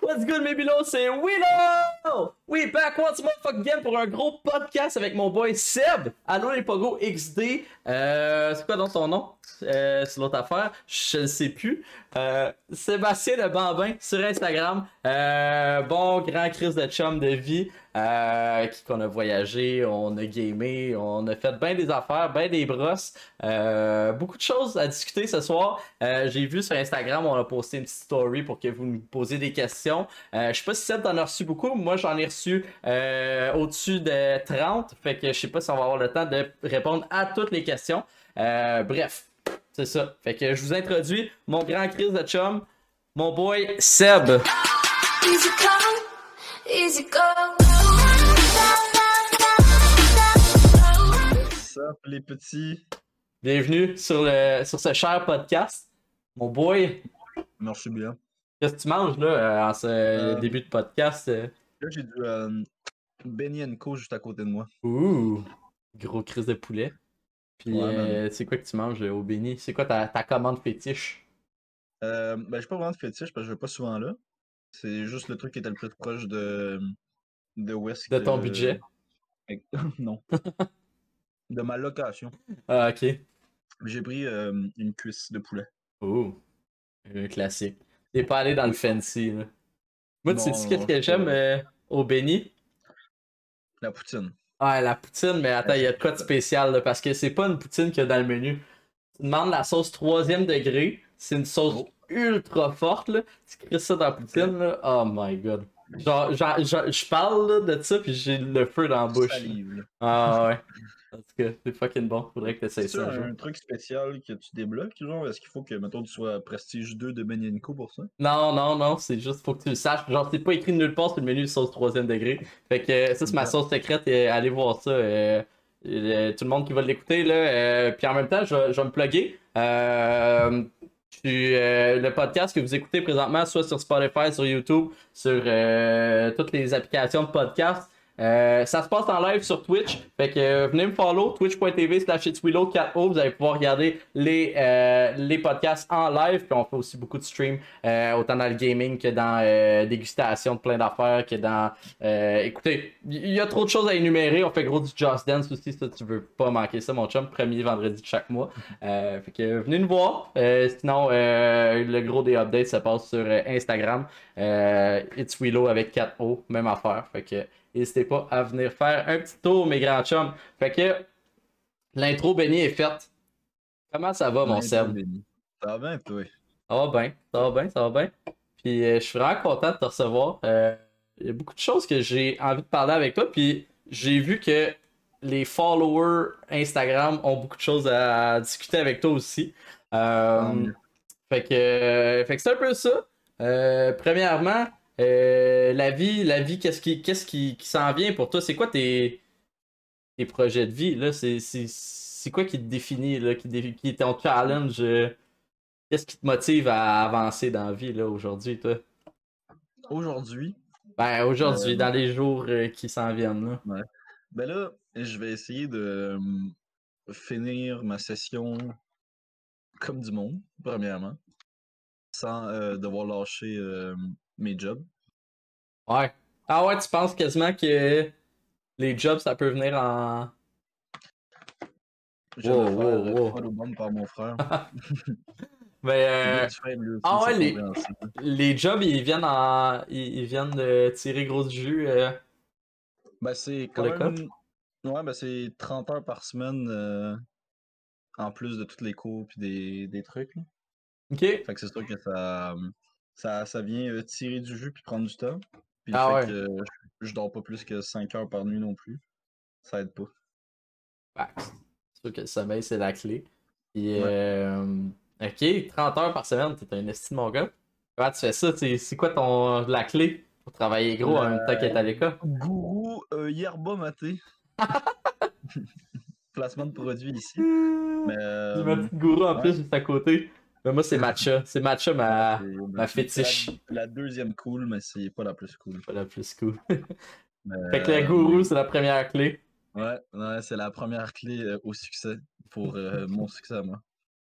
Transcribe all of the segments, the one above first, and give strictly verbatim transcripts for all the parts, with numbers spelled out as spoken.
What's good, mes bilos? C'est Willow! We back once more fuck again pour un gros podcast avec mon boy Seb. Allô les Pogo X D. Euh, c'est quoi donc ton nom? Euh, c'est l'autre affaire. Je ne sais plus. Euh, Sébastien le Bambin sur Instagram. Euh, bon grand Chris de chum de vie. Euh, qui qu'on a voyagé, on a gamé, on a fait bien des affaires, bien des brosses. Euh, beaucoup de choses à discuter ce soir. Euh, j'ai vu sur Instagram, on a posté une petite story pour que vous nous posiez des questions. Euh, je sais pas si Seb t'en a reçu beaucoup. Moi, j'en ai reçu euh, au-dessus de trente. Fait que je sais pas si on va avoir le temps de répondre à toutes les questions. Euh, bref, c'est ça. Fait que je vous introduis mon grand Chris de chum, mon boy Seb. Easy come, easy go. Sup les petits? Bienvenue sur, le, sur ce cher podcast. Mon boy, Merci bien. qu'est-ce que tu manges là euh, en ce Euh, début de podcast? euh? Là, j'ai du euh, Benny Co juste à côté de moi. Ouh, gros crise de poulet. Puis Ouais, man. euh, c'est quoi que tu manges euh, au Béni? C'est quoi ta, ta commande fétiche? Euh, ben, j'ai pas vraiment de fétiche parce que je vais pas souvent là. C'est juste le truc qui était le plus proche de, de où est-ce De ton que- budget? Non. De ma location. Ah, ok. J'ai pris euh, une cuisse de poulet. Ouh, un classique. T'es pas allé dans le fancy, là. Moi, tu Non, sais-tu qu'est-ce non, que je suis j'aime pas- euh, au Béni? La poutine. Ah, la poutine, mais attends, il y a de quoi de spécial, là, parce que c'est pas une poutine qu'il y a dans le menu. Tu demandes la sauce troisième degré, c'est une sauce Oh. ultra forte, là. Tu crisses ça dans la poutine, là. Oh my god. Genre, genre, genre, je parle là, de ça, puis j'ai le feu dans la bouche. là. Salive, là. Ah ouais. En tout cas, c'est fucking bon. Faudrait que t'essayes C'est ça un jour. un truc spécial que tu débloques, genre? Est-ce qu'il faut que, mettons, tu sois Prestige deux de Benny Co pour ça? Non, non, non, c'est juste faut que tu le saches. Genre, c'est pas écrit nulle part sur le menu de sauce troisième degré. Fait que euh, ça, c'est ma Ok. sauce secrète. Et allez voir ça. euh, euh, tout le monde qui va l'écouter, là. euh, puis en même temps, je, vais- je vais me plugger. Euh, je suis, euh, le podcast que vous écoutez présentement, soit sur Spotify, sur YouTube, sur euh, toutes les applications de podcast. Euh, ça se passe en live sur Twitch. Fait que euh, venez me follow, twitch.tv slash itswillow quatre O. Vous allez pouvoir regarder les, euh, les podcasts en live. Puis on fait aussi beaucoup de streams, euh, autant dans le gaming que dans euh, dégustation de plein d'affaires, que dans. Euh, écoutez, il y a trop de choses à énumérer. On fait gros du Just Dance aussi, ça tu veux pas manquer ça, mon chum. Premier vendredi de chaque mois. Euh, fait que venez nous voir. Euh, sinon, euh, le gros des updates se passe sur euh, Instagram. Euh, itswillow avec quatre O, même affaire. Fait que. N'hésitez pas à venir faire un petit tour, mes grands chums. Fait que l'intro Benny est faite. Comment ça va, mon L'intro Seb? Benny. Ça va bien, toi? Ça va bien, ça va bien, ça va bien. Puis euh, je suis vraiment content de te recevoir. Euh, Il y a beaucoup de choses que j'ai envie de parler avec toi. Puis j'ai vu que les followers Instagram ont beaucoup de choses à discuter avec toi aussi. Euh, Tant mieux. fait que, euh, fait que c'est un peu ça. Euh, premièrement, euh, la vie, la vie, qu'est-ce qui, qu'est-ce qui, qui s'en vient pour toi? C'est quoi tes, tes projets de vie, là? C'est, c'est, c'est quoi qui te définit, là? Qui, dé- qui est ton challenge? euh, Qu'est-ce qui te motive à avancer dans la vie, là, aujourd'hui, toi? Aujourd'hui, Ben, aujourd'hui, Euh, dans les jours euh, qui s'en viennent, là. ouais. Ben là, je vais essayer de euh, finir ma session comme du monde, premièrement, sans euh, devoir lâcher euh, mes jobs. Ouais. Ah ouais, tu penses quasiment que les jobs, ça peut venir en... Je viens Wow, de faire wow, euh, wow. photobomb par mon frère. Mais, Il vient euh, du faire, lui aussi, ah ouais, c'est les, compréhensible. les jobs, ils viennent en... Ils, ils viennent de tirer gros du jus euh, Ben c'est pour quand le cas. même... Ouais, ben c'est trente heures par semaine, euh, en plus de toutes les cours puis des, des trucs, là. OK. Fait que c'est sûr que ça, ça, ça vient euh, tirer du jus puis prendre du temps. Puis le Ah fait ouais. que euh, je, je dors pas plus que cinq heures par nuit non plus, ça aide pas. Ouais, c'est sûr que le sommeil, c'est la clé. Puis, Ouais. euh, OK, trente heures par semaine, t'es un esti de mon gars. Comment tu fais ça? C'est c'est quoi ton la clé pour travailler gros en Le même temps qu'être à l'école? gourou euh, yerba maté. Placement de produit ici. Mais J'ai ma euh, petite gourou en ouais, plus juste à côté. Mais moi, c'est matcha. C'est matcha ouais, ma, c'est ben, ma c'est- c'est la, fétiche. la deuxième cool, mais c'est pas la plus cool. Pas la plus cool. Mais Fait que le euh, gourou, c'est la première clé. ouais, ouais, c'est la première clé euh, au succès pour euh, mon succès à moi.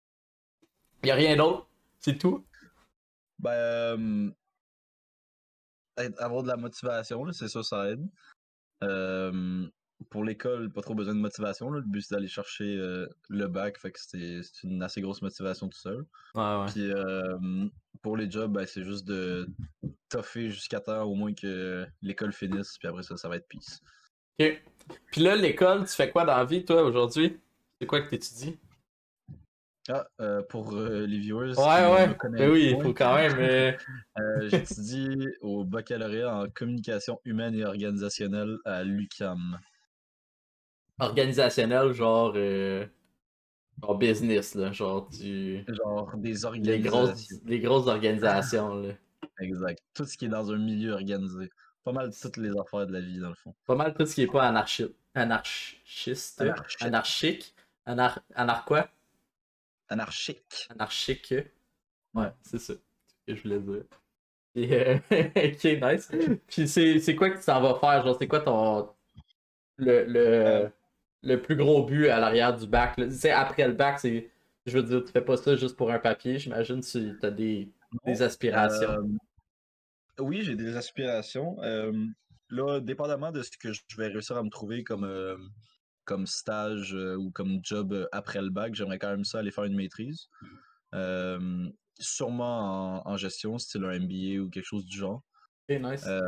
Y a rien d'autre. C'est tout. Ben, euh, être- avoir de la motivation, là, c'est ça, ça aide. Euh, pour l'école, pas trop besoin de motivation. Là. Le but, c'est d'aller chercher euh, le bac. Fait que c'est c'est une assez grosse motivation tout seul. Ouais, ouais. Puis euh, pour les jobs, ben, c'est juste de toffer jusqu'à temps au moins que l'école finisse. Puis après ça, ça va être peace. Ok. Puis là, l'école, tu fais quoi dans la vie, toi, aujourd'hui? C'est quoi que t'étudies? Ah, euh, pour euh, les viewers qui Ouais, ne ouais. me Ben connaissent oui, il point, faut quand même. euh, euh, j'étudie au baccalauréat en communication humaine et organisationnelle à l'U Q A M. organisationnel, genre, euh, genre business, là. Genre, tu. Genre des Les organisations. grosses, les grosses organisations, là. Exact. Tout ce qui est dans un milieu organisé. Pas mal toutes les affaires de la vie, dans le fond. Pas mal tout ce qui est pas anarchi... anarchiste. Anarchique. Anarchique. Anar... Anar quoi? Anarchique. Anarchique. Ouais, Ouais. c'est ça. C'est ce que je voulais dire. Et, euh, ok, nice. Puis c'est, c'est quoi que tu t'en vas faire? Genre, c'est quoi ton. Le, le, Euh, le plus gros but à l'arrière du bac? Tu sais, après le bac, c'est. Je veux dire, tu fais pas ça juste pour un papier. J'imagine que tu as des, des non. aspirations. Euh, oui, j'ai des aspirations. Euh, là, dépendamment de ce que je vais réussir à me trouver comme, euh, comme stage euh, ou comme job euh, après le bac, j'aimerais quand même ça aller faire une maîtrise. Euh, sûrement en, en gestion, style un M B A ou quelque chose du genre. Ok, nice. Euh,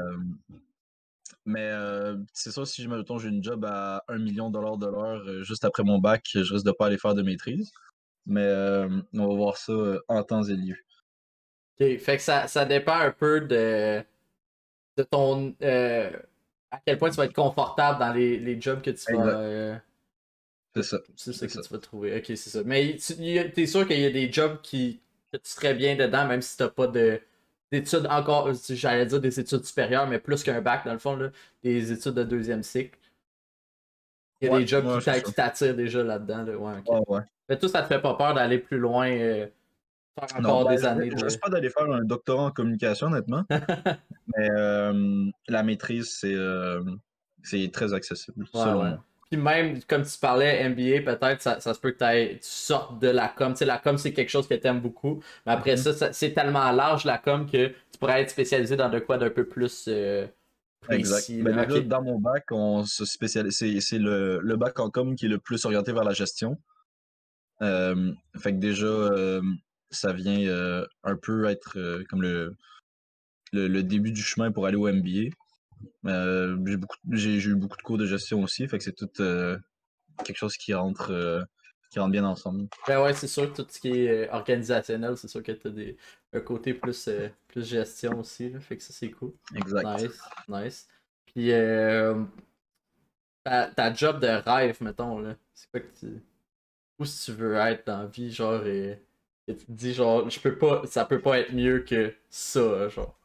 mais euh, c'est ça, si je me j'ai une job à un million de dollars de l'heure euh, juste après mon bac, je risque de pas aller faire de maîtrise. Mais euh, on va voir ça euh, en temps et lieu. Ok, fait que ça, ça dépend un peu de, de ton. Euh, à quel point tu vas être confortable dans les, les jobs que tu vas. Exact. euh, C'est ça. c'est ça C'est que ça. tu vas trouver. Ok, c'est ça. Mais tu y a- t'es sûr qu'il y a des jobs qui, que tu serais bien dedans, même si t'as pas de d'études encore. J'allais dire des études supérieures, mais plus qu'un bac, dans le fond, là, des études de deuxième cycle. Il y a Ouais, des jobs ouais, qui c'est t'a- ça. qui t'attirent déjà là-dedans. Là. Ouais, ok. Ouais, ouais. Mais tout ça te fait pas peur d'aller plus loin, euh, faire Non, encore ben, des je, années je de. risque pas d'aller faire un doctorat en communication, honnêtement. Mais euh, la maîtrise, c'est euh, c'est très accessible, Ouais, selon ouais. moi. Puis même, comme tu parlais, M B A, peut-être, ça, ça se peut que t'ailles- tu sortes de la com. Tu sais, la com, c'est quelque chose que t'aimes beaucoup. Mais après Mhm. ça, ça- c'est tellement large, la com, que tu pourrais être spécialisé dans de quoi d'un peu plus euh, Exact. précis. Ben Là. déjà, Ok. dans mon bac, on se spécialise. C'est c'est le, le bac en com qui est le plus orienté vers la gestion. Euh, fait que déjà, euh, ça vient euh, un peu être euh, comme le, le, le début du chemin pour aller au M B A. Euh, j'ai beaucoup, j'ai j'ai eu beaucoup de cours de gestion aussi, fait que c'est tout euh, quelque chose qui rentre, euh, qui rentre bien ensemble. Ben ouais, c'est sûr, tout ce qui est euh, organisationnel, c'est sûr que t'as des, un côté plus, euh, plus gestion aussi. Là. Fait que ça, c'est cool. Exact. Nice, nice. Puis, euh, ta, ta job de rêve, mettons, là, c'est quoi que tu. Où si tu veux être dans la vie, genre, euh, et tu te dis, genre, je peux pas, ça peut pas être mieux que ça, genre.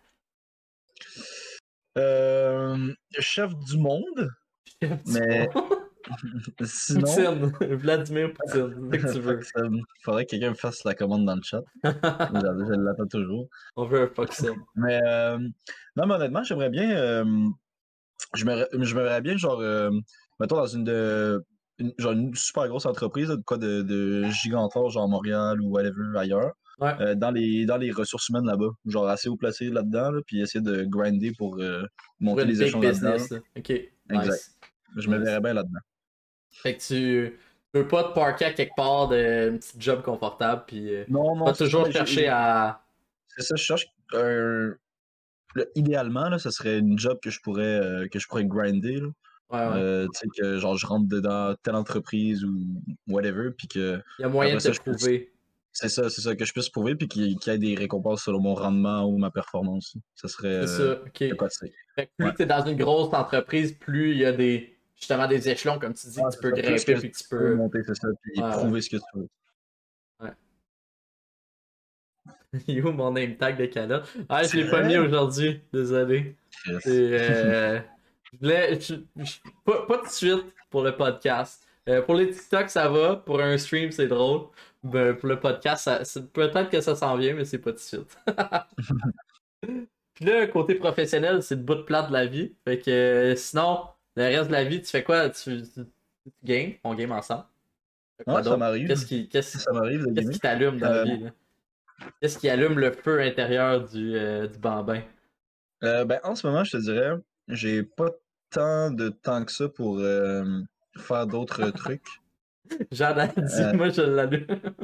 Euh, chef du monde, mais sinon, Poutine, Vladimir Poutine, c'est ça que tu fuck veux. ça, faudrait que quelqu'un me fasse la commande dans le chat. Je, je l'attends toujours. On veut un fuck ça. Mais euh, non, mais honnêtement, j'aimerais bien. euh, je me, je me verrais bien, genre, euh, mettons, dans une de. Une, genre une super grosse entreprise, là, de quoi de, de gigantor, genre Montréal ou whatever ailleurs, Ouais, euh, dans, les, dans les ressources humaines là-bas. Genre assez haut placé là-dedans, là, puis essayer de grinder pour euh, pour monter une les big échelons là-dedans. Là. business, là. Ok, Exact. nice. Je me Nice. verrais bien là-dedans. Fait que tu peux pas te parker à quelque part de une petite job confortable, puis euh, Non, pas non, c'est ça, toujours mais j'ai- chercher à. c'est ça, je cherche un. le- idéalement, là, ce serait une job que je pourrais, euh, que je pourrais grinder. Là. Ouais, ouais. Euh, tu sais, que genre je rentre dedans telle entreprise ou whatever, puis que Il y a moyen après de te ça, je puisse. prouver. C'est ça, c'est ça, que je puisse prouver, puis qu'il qu'il y ait des récompenses selon mon rendement ou ma performance. Ça serait C'est euh, ça, ok. de quoi de c'est. Fait que Ouais. plus tu es dans une grosse entreprise, plus il y a des justement des échelons, comme tu dis, Ah, que tu c'est peux ça, plus grimper que puis que tu tu peux peux. monter, c'est ça, puis Ouais, prouver ce que tu veux. ouais. Yo, mon name tag de Canada. Ah, je C'est l'ai pas mis vrai? aujourd'hui, désolé. Yes. C'est, euh, je voulais. je- je- pas, pas tout de suite pour le podcast. Euh, pour les TikTok, ça va. Pour un stream, c'est drôle. Ben, pour le podcast, ça- c'est- peut-être que ça s'en vient, mais c'est pas tout de suite. Puis là, côté professionnel, c'est le bout de plate de la vie. Fait que euh, sinon, le reste de la vie, tu fais quoi? Tu, tu, tu games? On game ensemble? Fait quoi Ouais, ça d'autre? m'arrive. Qu'est-ce qui, qu'est-ce, Ça m'arrive de qu'est-ce gamer. qui t'allume dans la Euh, vie, là? Qu'est-ce qui allume le feu intérieur du, euh, du bambin? Euh, ben, en ce moment, je te dirais, j'ai pas tant de temps que ça pour euh, faire d'autres trucs. J'en ai dit, Euh, moi je l'allume.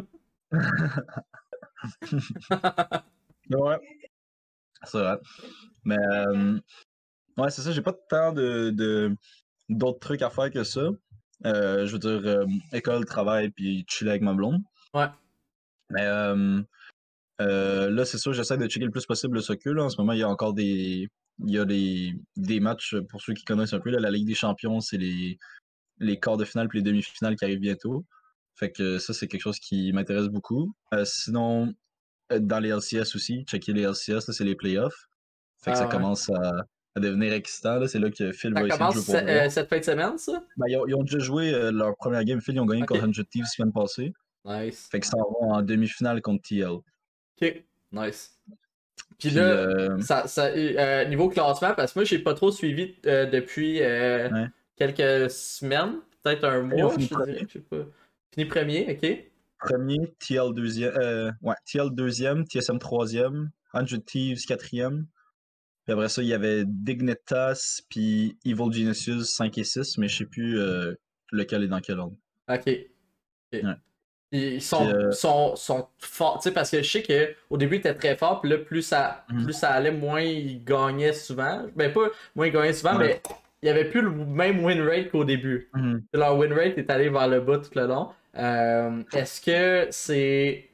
ouais, c'est vrai. Mais euh, ouais, c'est ça, j'ai pas tant de, de- d'autres trucs à faire que ça. Euh, je veux dire, euh, école, travail, puis chiller avec ma blonde. Ouais. Mais euh, euh, là, c'est sûr, j'essaie de checker le plus possible le soccer. Là. En ce moment, il y a encore des. Il y a des, des matchs, pour ceux qui connaissent un peu, là, la Ligue des Champions, c'est les, les quarts de finale puis les demi-finales qui arrivent bientôt. Fait que ça, c'est quelque chose qui m'intéresse beaucoup. Euh, sinon, euh, dans les L C S aussi, checker les L C S, là, c'est les playoffs. Fait que ça Ah ouais. commence à, à devenir excitant. Là. C'est là que Phil Ça va essayer de commence jouer ce- pour euh, voir. cette fin de semaine, ça? Ben, ils, ont, ils ont déjà joué euh, leur première game. Phil, ils ont gagné Ok. contre Hundred Thieves la semaine passée. Nice. Fait qu'ils s'en vont en demi-finale contre T L. Ok. Nice. Puis Puis, là, euh, ça, ça, euh, niveau classement, parce que moi, j'ai pas trop suivi euh, depuis euh, ouais. quelques semaines, peut-être un Ils ont mois, fini je te dirais, premier. je sais pas. Fini premier, ok. Premier, T L deuxième. Euh, ouais, T L deuxième, T S M troisième, Hundred Thieves quatrième. Puis après ça, il y avait Dignitas puis Evil Geniuses cinq et six, mais je sais plus euh, lequel est dans quel ordre. Ok. Ok. Ouais. Ils Puis, sont, euh, sont, sont forts, tu sais, parce que je sais qu'au début, ils étaient très forts, puis là, plus ça, mhm, plus ça allait, moins ils gagnaient souvent. Ben, pas moins ils gagnaient souvent, ouais, mais il y avait plus le même win rate qu'au début. mhm. Leur win rate est allé vers le bas tout le long. Euh, est-ce que c'est.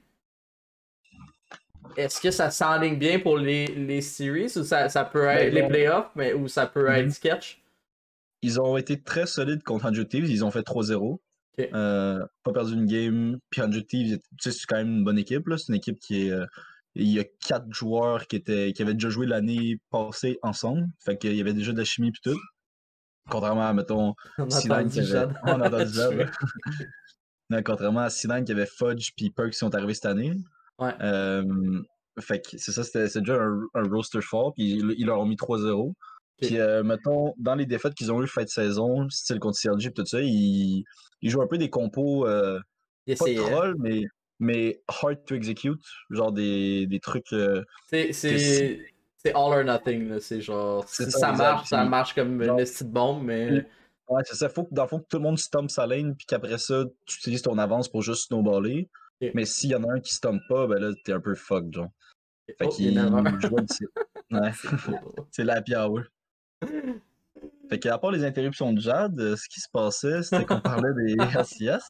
Est-ce que ça s'enligne bien pour les, les series ou ça, ça peut Ben, être ils les ont, playoffs, mais ou ça peut être mhm. sketch? Ils ont été très solides contre Hundred Thieves. Ils ont fait trois zéro. Ok. Euh, pas perdu une game. Puis Hundred Thieves, tu sais, c'est quand même une bonne équipe. Là. C'est une équipe qui est. euh, il y a quatre joueurs qui, étaient, qui avaient déjà joué l'année passée ensemble. Fait qu'il y avait déjà de la chimie puis tout. Contrairement à, mettons, On a C neuf qui entendu avait. Jeanne. On a entendu ça, là. Non, contrairement à C neuf qui avait Fudge puis Perk qui sont arrivés cette année. Ouais. Euh, fait que c'est ça, c'était c'est déjà un, un roster fort, puis ils, ils leur ont mis trois zéro. Ok. Puis, euh, mettons, dans les défaites qu'ils ont eu fin de saison, style contre C L G et tout ça, ils, ils jouent un peu des compos, euh, Il pas essayait. troll, mais, mais hard to execute. Genre des, des trucs euh, C'est, que c'est c'est, c'est all or nothing, là. C'est genre, c'est si ça, ça exact. marche, ça Puis, marche comme une genre, petite bombe, mais. ouais, c'est ça. Faut que, dans le fond, que tout le monde stompe sa lane, puis qu'après ça, tu utilises ton avance pour juste snowballer. Ok. Mais s'il y en a un qui stompe pas, ben là, t'es un peu fucked, genre. Fait Oh, il est neuf qu'il jouait heures. du. Ouais. C'est trop drôle. C'est l'happy hour. Fait qu'à part les interruptions de Jade, euh, ce qui se passait, c'était qu'on parlait des L C S.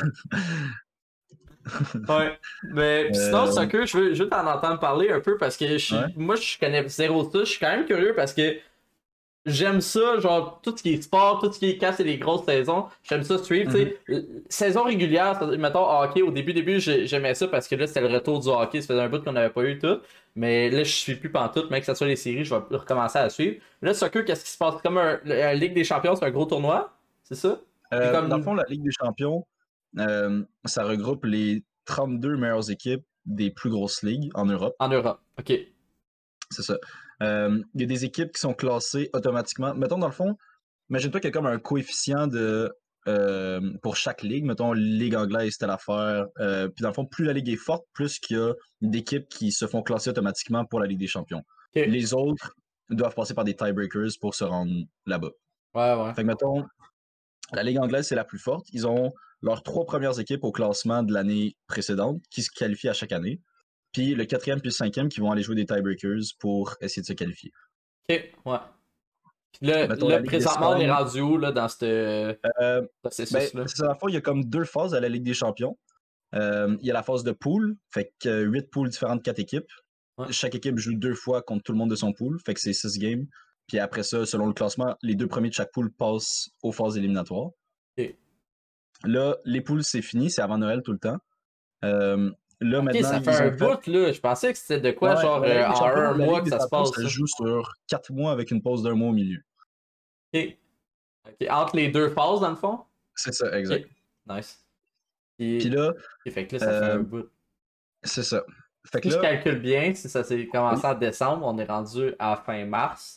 Ouais. Mais pis sinon, Euh, soccer, je veux, je veux t'en entendre parler un peu parce que je ouais. suis, moi, je connais zéro ça. Je suis quand même curieux parce que j'aime ça, genre, tout ce qui est sport, tout ce qui est quand c'est les grosses saisons, j'aime ça suivre, tu Mhm. sais. Euh, Saison régulière, c'est- mettons, hockey, au début, début, j'ai- j'aimais ça parce que là, c'était le retour du hockey, ça faisait un bout qu'on n'avait pas eu tout. Mais là, je suis plus pantoute, mais que ce soit les séries, je vais recommencer à suivre. Là, soccer, qu'est-ce qui se passe? Comme un, la Ligue des Champions, c'est un gros tournoi, c'est ça? C'est Euh, dans le comme fond, la Ligue des Champions, euh, ça regroupe les trente-deux meilleures équipes des plus grosses ligues en Europe. en Europe. Ok. C'est ça. Euh, Il y a des équipes qui sont classées automatiquement. Mettons, dans le fond, imagine-toi qu'il y a comme un coefficient de, euh, pour chaque ligue. Mettons, Ligue anglaise, c'était l'affaire. Euh, puis dans le fond, plus la ligue est forte, plus qu'il y a d'équipes qui se font classer automatiquement pour la Ligue des champions. Ok. Les autres doivent passer par des tiebreakers pour se rendre là-bas. Ouais, ouais. Fait que mettons, la Ligue anglaise, c'est la plus forte. Ils ont leurs trois premières équipes au classement de l'année précédente qui se qualifient à chaque année. Puis le quatrième puis le cinquième qui vont aller jouer des tiebreakers pour essayer de se qualifier. Ok, ouais. Puis là, Mettons là la Ligue présentement, on est d'Espagne. rendu où, là, dans ce Euh, ben, processus-là? c'est ça, à la fois, il y a comme deux phases à la Ligue des champions. Euh, il y a la phase de pool, fait que euh, huit poules différentes, quatre équipes. Ouais. Chaque équipe joue deux fois contre tout le monde de son pool, fait que c'est six games. Puis après ça, selon le classement, les deux premiers de chaque pool passent aux phases éliminatoires. Ok. Là, les poules, c'est fini, c'est avant Noël tout le temps. Euh, là, Ok, maintenant, ça fait ils un ont fait. bout, là. Je pensais que c'était de quoi, Ouais, genre, la euh, Ligue des en champions, un la mois Ligue que des ça se champions, passe, ça se ça. joue sur quatre mois avec une pause d'un mois au milieu. Ok. Ok. Entre les deux phases, dans le fond? C'est ça, Ok. exact. Nice. Puis Puis, là, ok, fait que là, ça fait un euh, bout. c'est ça. Fait que Si je là, calcule bien, si ça s'est oui, commencé en décembre, on est rendu à fin mars.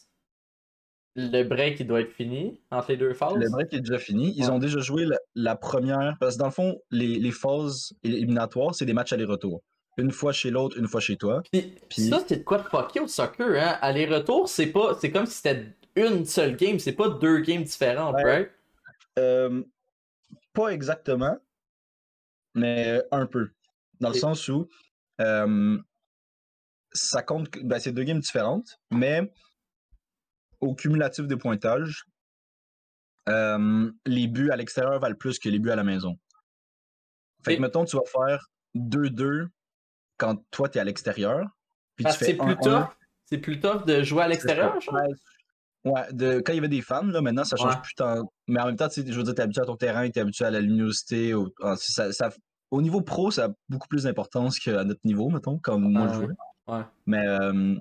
Le break, il doit être fini entre les deux le phases. break est déjà fini. Ils Ouais. ont déjà joué la, la première. Parce que dans le fond, les, les phases éliminatoires, c'est des matchs aller-retour. une fois chez l'autre, une fois chez toi. Puis, Puis- ça, c'est de quoi de fucké au soccer, hein? Aller-retour, c'est pas. C'est comme si c'était une seule game, c'est pas deux games différentes, Ouais. right? Euh, pas exactement, mais un peu. Dans le Et- sens où euh, ça compte, que- ben, c'est deux games différentes, mais au cumulatif des pointages, euh, les buts à l'extérieur valent plus que les buts à la maison. Fait Et- que, mettons, tu vas faire deux deux quand toi, t'es à l'extérieur, puis Parce tu que c'est fais plus un un. tough. C'est plus tough de jouer à C'est ça. l'extérieur, genre? Ouais, ouais, de, quand il y avait des fans, là, maintenant, ça change Ouais. plus tant. Mais en même temps, tu sais, je veux dire, t'es habitué à ton terrain, t'es habitué à la luminosité. Au, ah, ça, ça- au niveau pro, ça a beaucoup plus d'importance qu'à notre niveau, mettons, quand moi je Ouais. jouais. Ouais. Mais euh,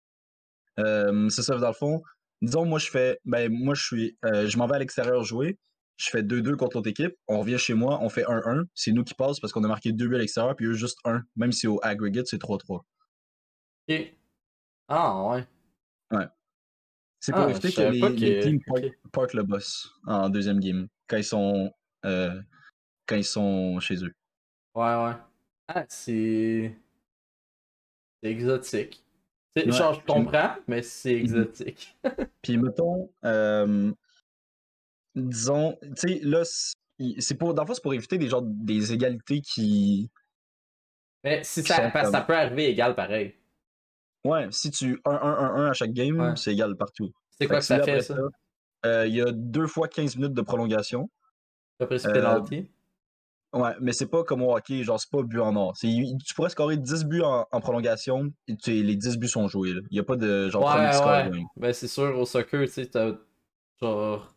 euh, c'est ça, dans le fond. Disons, moi, je fais. Ben, moi, je suis. euh, je m'en vais à l'extérieur jouer. Je fais deux deux contre l'autre équipe. On revient chez moi, on fait un un. C'est nous qui passe parce qu'on a marqué deux buts à l'extérieur, puis eux, juste un. Même si au aggregate, c'est trois trois. Ok. Ah, ouais. Ouais. C'est pour Ah, je éviter que savais pas les, les que. teams park, Ok. park le boss en deuxième game quand ils sont euh, quand ils sont chez eux. Ouais, ouais. Ah, c'est. C'est exotique. C'est- Ouais. Genre, je Puis, comprends, mais c'est mhm. exotique. Puis mettons, euh, disons, tu sais, là, c'est c'est pour, dans le fond, c'est pour éviter des genres des égalités qui, Mais si qui ça. sont Parce que ça comme. peut arriver égal pareil. Ouais, si tu un un un un à chaque game, Ouais. c'est égal partout. C'est Fait quoi que que si ça là, fait, après ça? ça, euh, il y a deux fois quinze minutes de prolongation. Après, c'est Euh, penalty. Ouais, mais c'est pas comme au hockey, genre c'est pas but en or. C'est, tu pourrais scorer dix buts en, en prolongation, et tu- les dix buts sont joués. Il n'y a pas de genre premier Ouais, score ouais. gagne. Ben, c'est sûr, au soccer, tu sais, t'as. Genre.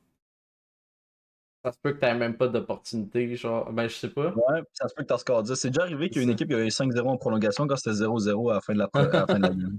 Ça se peut que t'aies même pas d'opportunité, genre. Ben, je sais pas. Ouais, ça se peut que t'en scores dix. C'est déjà arrivé C'est qu'il y a une ça. équipe qui a eu cinq zéro en prolongation quand c'était zéro zéro à la fin de la, pro- à la, fin de la game.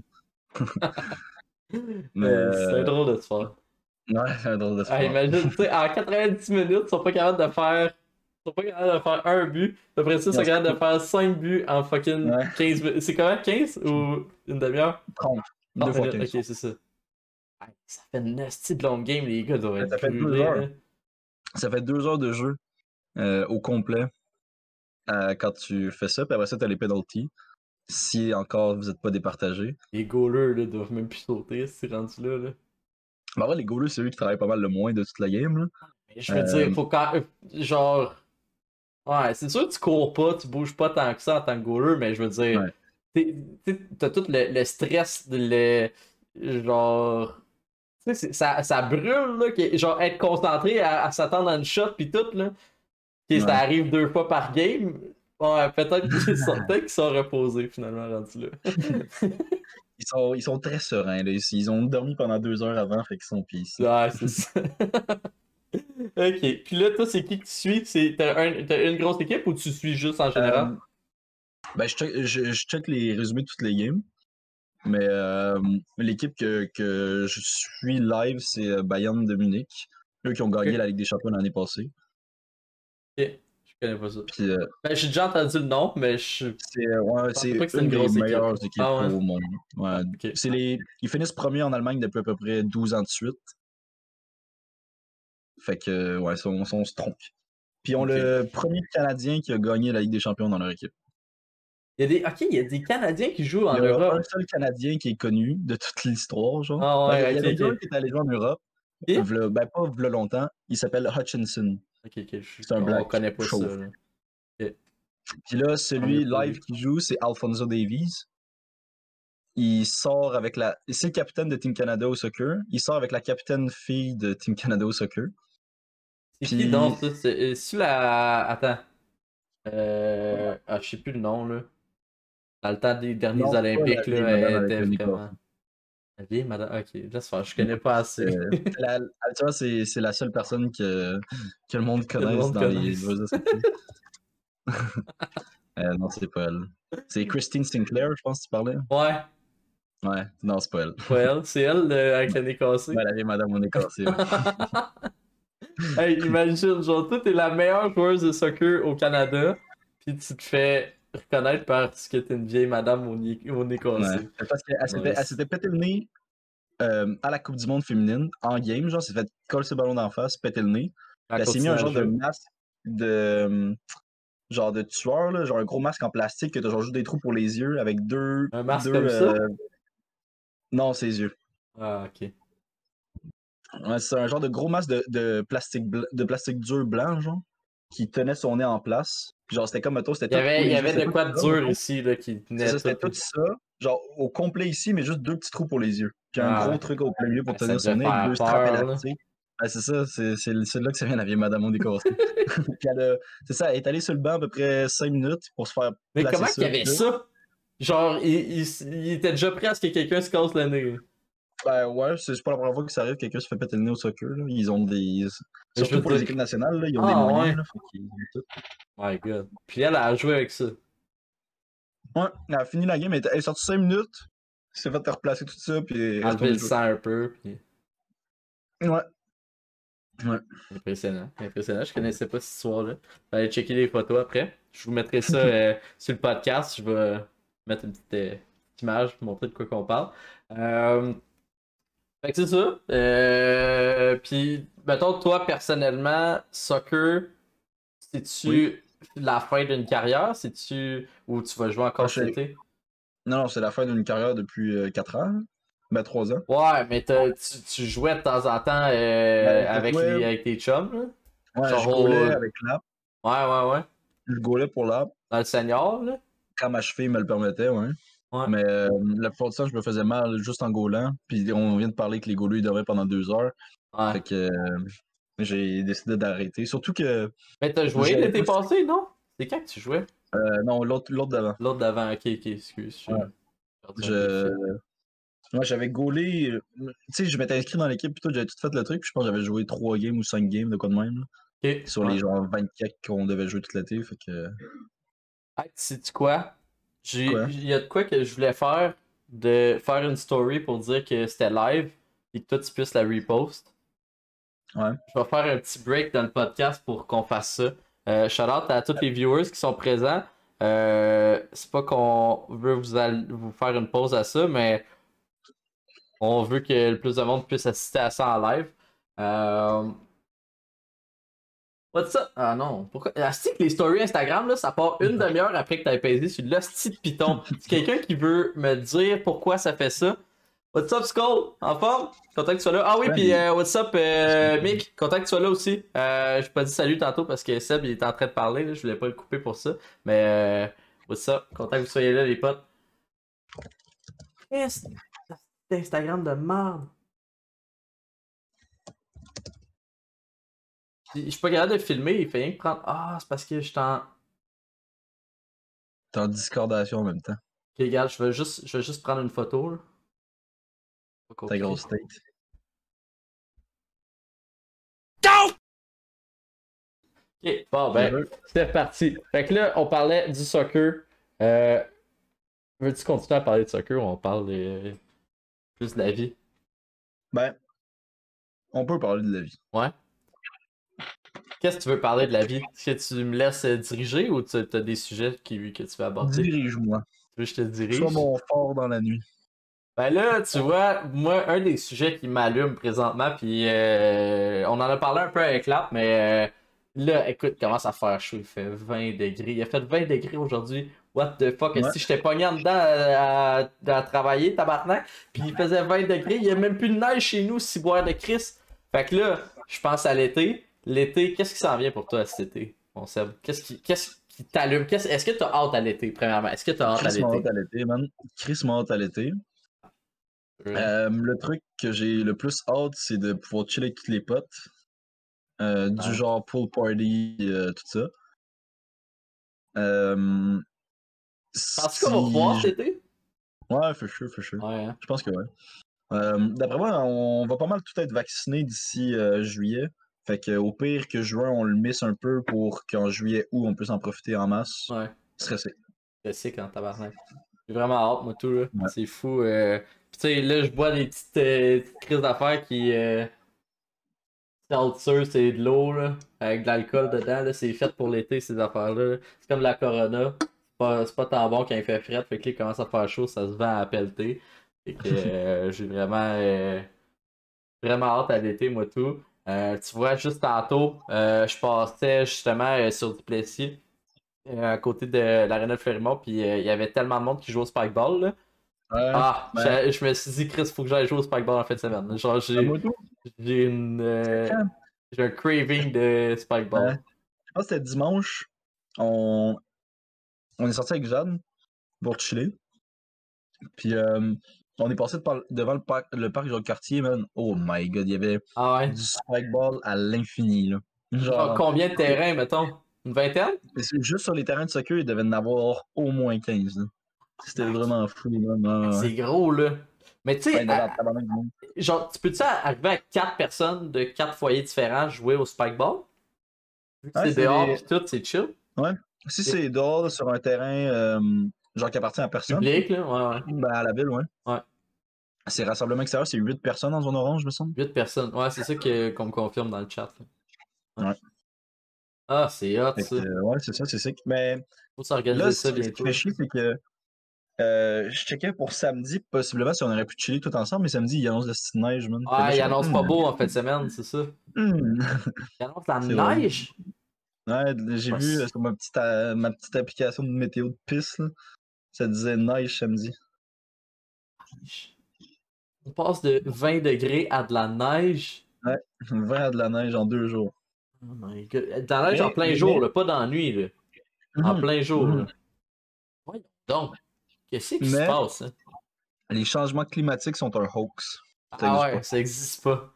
Mais Euh, c'est euh, drôle de se faire. ouais, c'est un drôle de Ah, sport. imagine, tu sais, en quatre-vingt-dix minutes, ils sont pas capables de faire. Ils sont pas capables de faire un but. Après ça, ils Ils ont sont capables de faire cinq buts en fucking Ouais, quinze minutes. C'est comment, quinze ou une demi-heure? trente. Deux trente fois minutes, quinze. ok, c'est ça. Ah, ça fait une nasty de longue game, les gars doivent être Ça fait deux brûlés, heures. là. Ça fait deux heures de jeu euh, au complet euh, quand tu fais ça. Puis après ça, t'as les penalties. Si encore vous n'êtes pas départagé. Les goalers, là, doivent même plus sauter, c'est rendu là, là. Ben ouais, les goalers, c'est eux qui travaillent pas mal le moins de toute la game. Là. Mais je veux dire, Euh, faut quand. Genre. Ouais, c'est sûr que tu cours pas, tu bouges pas tant que ça en tant que goaler, mais je veux dire, ouais. t'es- t'sais, t'as tout le, le stress, le, genre, tu sais, c'est- ça, ça brûle, là, que- genre, être concentré à, à s'attendre à une shot pis tout, là, que ça Ouais. arrive deux fois par game, ouais, peut-être qu'ils sont, peut-être qu'ils sont reposés, finalement, rendus là. Ils sont, ils sont très sereins. Là. Ils, ils ont dormi pendant deux heures avant, fait qu'ils sont pis ici. Ouais, c'est ça. Ok, puis là, toi, c'est qui que tu suis? C'est, t'as, un, t'as une grosse équipe ou tu suis juste en général? Euh, ben, je check, je, je check les résumés de toutes les games. Mais euh, l'équipe que, que je suis live, c'est euh, Bayern de Munich. Eux qui ont gagné Ok, la Ligue des Champions l'année passée. ok, je connais pas ça. Puis euh, Ben, j'ai déjà entendu le nom, mais je c'est euh, ouais, je pensais c'est pas que c'était une une des grosse équipe. meilleures équipes Ah ouais? au monde. Ouais. Ah, ok. C'est les, ils finissent premiers en Allemagne depuis à peu près douze ans de suite. Fait que ouais, ils sont, ils sont strong. Puis ils ont Ok. le premier Canadien qui a gagné la Ligue des Champions dans leur équipe. Il y a des... Ok, il y a des Canadiens qui jouent Il en y a un Europe. seul Canadien qui est connu de toute l'histoire, genre. Ah Ben, il y ouais, il y ok, en a déjà un ok. qui est allé jouer en Europe, Ok, v'là- ben pas v'là longtemps. Il s'appelle Hutchinson. ok, ok, je- C'est un on black connaît pas ça, chauve. là. Ok, Puis là, tant mieux celui pour live lui. qui joue, c'est Alfonso Davies. Il sort avec la. C'est le capitaine de Team Canada au soccer. Il sort avec la capitaine fille de Team Canada au soccer. C'est qui donc Puis. ça? C'est euh, c'est la. Attends. Euh... Ah, je sais plus le nom, là. Dans le temps des derniers Non, c'est pas la Olympiques, là, vieille madame elle avec était le nez vraiment. coiffé. La vieille madame. Ok, laisse faire, je Non, connais pas c'est assez. c'est la, tu vois, c'est c'est la seule personne que, que le monde Que le connaisse monde dans les connaisse. joueuses de soccer. Euh, non, c'est pas elle. C'est Christine Sinclair, je pense que tu parlais. Ouais, Ouais, non, c'est pas elle. pas elle. C'est elle, le- avec le nez cassé. Ouais, la vieille madame au nez cassé, ouais. Hey, imagine, genre, toi, t'es la meilleure joueuse de soccer au Canada, puis tu te fais reconnaître parce que t'es une vieille madame au nez, au nez Ouais. cassé. Parce qu'elle s'était, elle Nice. s'était pété le nez euh, à la Coupe du Monde féminine, en game, genre, s'est fait coller ce ballon d'en face, péter le nez. Elle Puis elle s'est mis continue un à genre de jouer. masque de. genre de tueur, là, genre un gros masque en plastique que t'as genre juste des trous pour les yeux avec deux. Un masque deux comme ça? euh, Non, ses yeux. Ah, ok. Ouais, c'est un genre de gros masque de, de plastique bl- de plastique dur blanc, genre, qui tenait son nez en place. Puis genre, c'était comme, mettons, c'était Il y tout pour avait, il y les yeux. avait C'était de tout quoi de ça, dur mettons. ici, là, qui C'est tenait ça, tout. c'était tout ça, genre au complet ici, mais juste deux petits trous pour les yeux. Puis un Ah, gros ouais. truc au plein milieu pour Ah, ça tenir devait son nez avec faire deux straps peur, là. élastiques. Ah, c'est ça, c'est c'est c'est là que ça vient la vieille madame on décorsé. Puis elle a- c'est ça, elle est allée sur le banc à peu près cinq minutes pour se faire Mais placer comment ça. qu'il y avait puis là, ça? Genre, il, il, il était déjà prêt à ce que quelqu'un se casse le nez. ben ouais, c'est c'est pas la première fois que ça arrive, quelqu'un se fait péter le nez au soccer. Là. Ils ont des. Mais je Surtout veux pour les dire. équipes nationales, là, ils ont des Ah, moyens. ouais. Là, fait qu'ils ont tout. My god. Puis elle a joué avec ça. Ouais, elle a fini la game, elle est elle est sortie cinq minutes, elle s'est fait replacer tout ça, puis elle est Enlever retournée le jouer. sang un peu. Puis... Ouais. Ouais. Impressionnant. Impressionnant. Je connaissais pas cette histoire-là. Allez checker les photos après. Je vous mettrai ça euh, sur le podcast. Je vais mettre une petite, euh, petite image pour montrer de quoi qu'on parle. Euh... Fait que c'est ça. Euh... Puis, mettons, toi, personnellement, soccer, c'est-tu Oui. la fin d'une carrière? C'est-tu... Ou tu vas jouer Ah, encore je cet sais. été? Non, non, c'est la fin d'une carrière depuis quatre ans. là. Ben, trois ans. Ouais, mais t'as- tu, tu jouais de temps en temps euh, Ben, je avec, jouais, les, avec tes chums, là? ouais, Genre je au... gaulais Ouais, avec l'app. ouais, ouais. Je gaulais pour l'app, Dans le senior, là? quand ma cheville me le permettait, ouais. Ouais. Mais euh, la plupart du temps, je me faisais mal juste en gaulant. Puis on vient de parler que les gauleux, ils dormaient pendant deux heures. Ouais. Fait que euh, j'ai décidé d'arrêter. Surtout que Mais t'as joué j'avais l'été pas... passé, non? C'est quand que tu jouais? Euh, non, l'autre l'autre d'avant. L'autre d'avant, ok, ok, excuse. J'ai Ouais. perdu un peu le Je... fil. Moi, j'avais gaulé. euh, Tu sais, je m'étais inscrit dans l'équipe, puis tout, j'avais tout fait le truc. Puis je pense que j'avais joué trois games ou cinq games, de quoi de même. là, Ok, sur ouais. les genre vingt-quatre qu'on devait jouer tout l'été. Fait que. Hey, sais-tu quoi? J'ai, Quoi? il y a de quoi que je voulais faire, de faire une story pour dire que c'était live et que toi tu puisses la repost. Ouais. Je vais faire un petit break dans le podcast pour qu'on fasse ça. Euh, shout out à tous les viewers qui sont présents. Euh, c'est pas qu'on veut vous, all- vous faire une pause à ça, mais on veut que le plus de monde puisse assister à ça en live. Euh... What's up? Ah non, pourquoi? Ah, c'est que les stories Instagram, là, ça part une demi-heure après que t'aies pesé sur l'hostie de Python. C'est quelqu'un qui veut me dire pourquoi ça fait ça. What's up, Skull? En forme? Content que tu sois là. Ah oui, Ouais, puis mais- euh, what's up, euh, Mick? Content que tu sois là aussi. Euh, j'ai pas dit salut tantôt parce que Seb il était en train de parler. Là. Je voulais pas le couper pour ça. Mais euh, what's up? Content que vous soyez là, les potes. Qu'est-ce que c'est Instagram de merde? Je suis pas capable de filmer, il fait rien que prendre. Ah, c'est parce que je suis en. T'es en discordation en même temps. Ok, regarde, je vais juste, je vais juste prendre une photo. Là. Pas Ta compliqué. grosse tête. Ok, bon ben, Heureux. c'est parti. Fait que là, on parlait du soccer. Euh, veux-tu continuer à parler de soccer ou on parle euh, plus de la vie? Ben, on peut parler de la vie. Ouais. Qu'est-ce que tu veux parler de la vie? Est-ce que tu me laisses euh, diriger ou tu as des sujets qui, que tu veux aborder? Dirige-moi. Tu veux que je te dirige? Sois mon fort dans la nuit. Ben là, tu vois, moi, un des sujets qui m'allume présentement, puis euh, on en a parlé un peu avec Lap, mais euh, là, écoute, il commence à faire chaud, il fait vingt degrés. Il a fait vingt degrés aujourd'hui. What the fuck? Est-ce Ouais. que j'étais pogné en dedans à, à, à travailler, tabarnak? Puis il faisait vingt degrés, il n'y a même plus de neige chez nous, si boire de Chris. Fait que là, je pense à l'été. L'été, qu'est-ce qui s'en vient pour toi cet été, mon Seb? Qu'est-ce qui, qu'est-ce qui t'allume? Qu'est-ce- Est-ce que t'as hâte à l'été, premièrement? Est-ce que t'as hâte à Chris m'a l'été? hâte à l'été, man. Chris m'a hâte à l'été. Ouais. Euh, le truc que j'ai le plus hâte, c'est de pouvoir chiller avec tous les potes. Euh, du Ouais. genre pool party, euh, tout ça. Euh, Penses-tu qu'on va pouvoir si... cet été? Ouais, for sure, for sure. Ouais, hein? Je pense que ouais. Euh, d'après moi, on va pas mal tout être vacciné d'ici euh, juillet. Fait que au pire que juin, on le misse un peu pour qu'en juillet août, on puisse en profiter en masse. Ouais. Stressé. Je sais quand tabarnak. J'ai vraiment hâte, moi, tout, là. Ouais. C'est fou. Euh... Puis, tu sais, là, je bois des petites, euh, petites crises d'affaires qui. Euh... Seltzer, c'est de l'eau, là. Avec de l'alcool dedans, là. C'est fait pour l'été, ces affaires-là. là. C'est comme la Corona. C'est pas, c'est pas tant bon quand il fait fret. Fait que là, il commence à faire chaud, ça se vend à pelleter. Fait que euh, j'ai vraiment. Euh... Vraiment hâte à l'été, moi, tout. Euh, tu vois, juste tantôt, euh, je passais justement euh, sur Duplessis. euh, à côté de l'aréna de Fleurimont, puis euh, il y avait tellement de monde qui jouait au Spikeball, là. Ouais, Ah, ben, j'ai- je me suis dit, Chris, faut que j'aille jouer au Spikeball en fin de semaine. Genre, à j'ai moto, j'ai une. c'était euh, quand? j'ai un craving de Ouais. Spikeball. Je pense que c'était dimanche. On, on est sorti avec Jade pour chiller. Puis euh, on est passé par- devant le parc, le parc Jacques-Cartier, man. Oh my god, il y avait Ah ouais. du spikeball à l'infini, là. Genre, Genre, combien de terrains, mettons? Une vingtaine? c'est juste sur les terrains de soccer, il devait en avoir au moins quinze, là. C'était Tabarnak. vraiment fou, là. Ouais, ouais. C'est gros, là. Mais tu Ouais, sais, il y en avait en à- tabarnak du monde. genre, tu peux-tu arriver à quatre personnes de quatre foyers différents jouer au Spikeball? Vu que Ouais, c'est c'est dehors des. pis tout, c'est chill. Ouais. Si Et- c'est dehors, là, sur un terrain, euh, genre qui appartient à personne, Public, là, ouais, ouais. ben à la ville, ouais. Ouais. C'est rassemblement extérieur, c'est huit personnes en zone orange, me semble. huit personnes. Ouais, c'est ça que- qu'on me confirme dans le chat, là. Ouais. Ouais. Ah, c'est hot, Fait ça. que, euh, ouais, c'est ça, c'est ça. Mais Faut là, s'organiser ce ça qui ce qui fait bientôt. chier, c'est que euh, je checkais pour samedi, possiblement si on aurait pu chiller tout ensemble, mais samedi, il annonce de petite neige, man. Fait que là, Ah, je il suis comme, annonce pas hmm, beau en fin de semaine, c'est ça. hmm. Il annonce la C'est drôle. neige? Ouais, j'ai Ouais, vu euh, c'est- sur ma petite, euh, ma petite application de météo de piste, là, ça disait neige samedi. On passe de vingt degrés à de la neige. Ouais, vingt à de la neige en deux jours. Oh my god. De la neige en Mais, plein mais, jour, mais, là, pas dans la nuit, là. En mhm, plein jour, mhm. là. Voyons donc. Qu'est-ce qui se Mais passe, hein? les changements climatiques sont un hoax. Ça Ah existe ouais, pas. ça existe pas.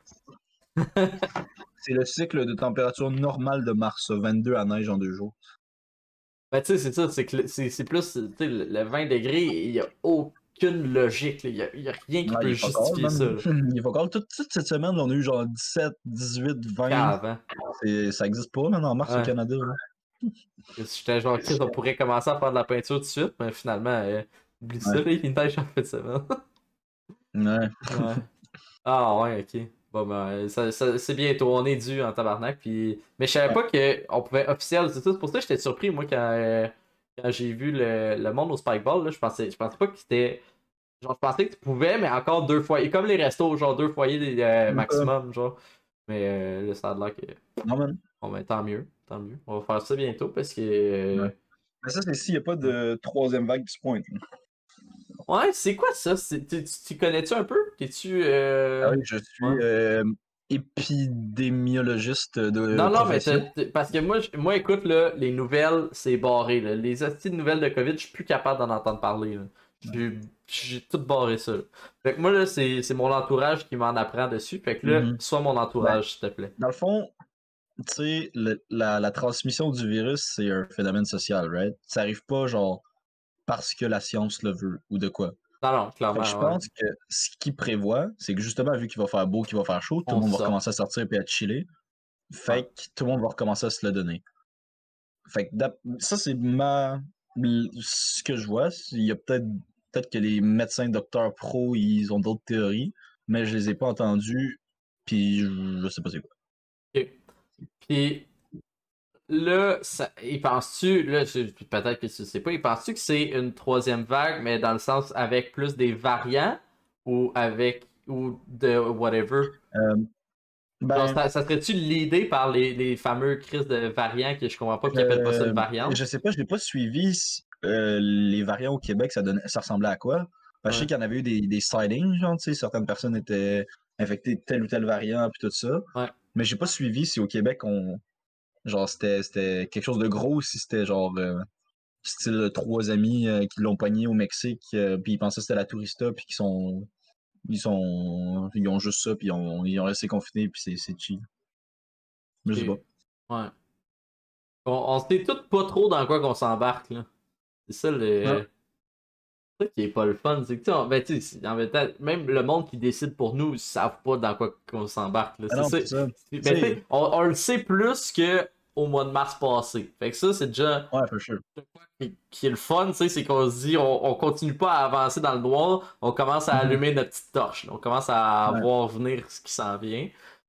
C'est le cycle de température normale de Mars, ça, vingt-deux à neige en deux jours. Ben, tu sais, c'est ça, c'est que le- c'est c'est plus, tu sais, le le vingt degrés, il y a aucune logique, là. Il y a, il y a rien qui Ouais, il peut est pas cold, justifier ça, man. là. Il est pas cold. Toute, toute cette semaine, on a eu genre dix-sept, dix-huit, vingt. Cave, hein. C'est- Ça existe pas, man, en Mars au Ouais. Canada, là. J'étais genre, Chris, on pourrait commencer à faire de la peinture tout de suite, mais finalement, euh, oublie ça, Ouais. là, il neige en fin de semaine. Ouais. Ouais. Ah ouais, ok. Bon ben, ça, ça- c'est bientôt, on est dû en tabarnak. Puis... Mais je savais pas qu'on pouvait officiel, c'est ça. C'est pour ça que j'étais surpris, moi, quand, euh, quand j'ai vu le, le monde au Spikeball, là, je pensais, je pensais pas que c'était. Genre, je pensais que tu pouvais, mais encore deux foyers. Comme les restos, genre deux foyers euh, maximum, genre. Mais euh, là, ça a l'air que. Non, man. Bon ben, tant mieux, tant mieux. On va faire ça bientôt parce que. Ouais. euh, Mais ça, c'est s'il n'y a pas de troisième vague qui se pointe, là. Ouais, c'est quoi ça? C'est- Tu tu- tu connais-tu un peu? T'es-tu. Ah euh, oui, je suis Ouais. euh, épidémiologiste de Non, non, mais profession. t'as- t'as- parce que moi, je- moi, écoute, là, les nouvelles, c'est barré. Là. Les hosties de nouvelles de COVID, je suis plus capable d'en entendre parler. Là. J'ai j'ai tout barré ça. Là. Fait que moi, là, c'est c'est mon entourage qui m'en apprend dessus. Fait que là, Mhm. sois mon entourage, s'il te plaît. Dans le fond, tu sais, le- la, la transmission du virus, c'est un phénomène social, right? Ça arrive pas, genre, parce que la science le veut ou de quoi. Non, non, Fait que je clairement, ouais. pense que ce qu'il prévoit, c'est que justement, vu qu'il va faire beau, qu'il va faire chaud, tout On le monde va sort. recommencer à sortir et à chiller. Fait Ouais. que tout le monde va recommencer à se le donner. Fait que d'ap- ça, c'est ma. Ce que je vois. Il y a peut-être peut-être que les médecins docteurs pros, ils ont d'autres théories, mais je les ai pas entendues, puis je, je sais pas c'est quoi. Ok. Puis là, ça, y penses-tu, là, je- peut-être que tu sais pas, y penses-tu que c'est une troisième vague, mais dans le sens avec plus des variants ou avec, ou de whatever? Euh, Genre, ben, ça, ça serait-tu l'idée par les, les fameux crises de variants que je comprends pas qu'ils appellent pas ça une euh, variante? je sais pas, je n'ai pas suivi euh, les variants au Québec, ça, donnait, ça ressemblait à quoi? Ben, je sais Ouais. qu'il y en avait eu des, des sightings, genre, tu sais, certaines personnes étaient infectées de tel ou tel variant, puis tout ça. Ouais. Mais j'ai pas suivi si au Québec, on, genre, c'était, c'était quelque chose de gros, si c'était genre, euh, style euh, trois amis euh, qui l'ont pogné au Mexique, euh, puis ils pensaient que c'était la tourista, puis qu'ils sont, ils sont, ils ont juste ça, puis ils ont, ils ont resté confinés, puis c'est, c'est chill. Je sais pas. Ok. Ouais. On, on sait tous pas trop dans quoi qu'on s'embarque, là. C'est ça Ouais. le. C'est ça qui est pas le fun. C'est que, tu sais, on- ben, tu sais, en même temps, même le monde qui décide pour nous, ils savent pas dans quoi qu'on s'embarque, là. Ah C'est non, ça. c'est ça. Ben, Tu sais, tu sais, on, on le sait plus que au mois de mars passé. Fait que ça, c'est déjà ouais, for sure. qui, qui est le fun, tu sais, c'est qu'on se dit, on, on continue pas à avancer dans le noir, on commence à Mhm. allumer notre petite torche, là. On commence à Ouais. voir venir ce qui s'en vient.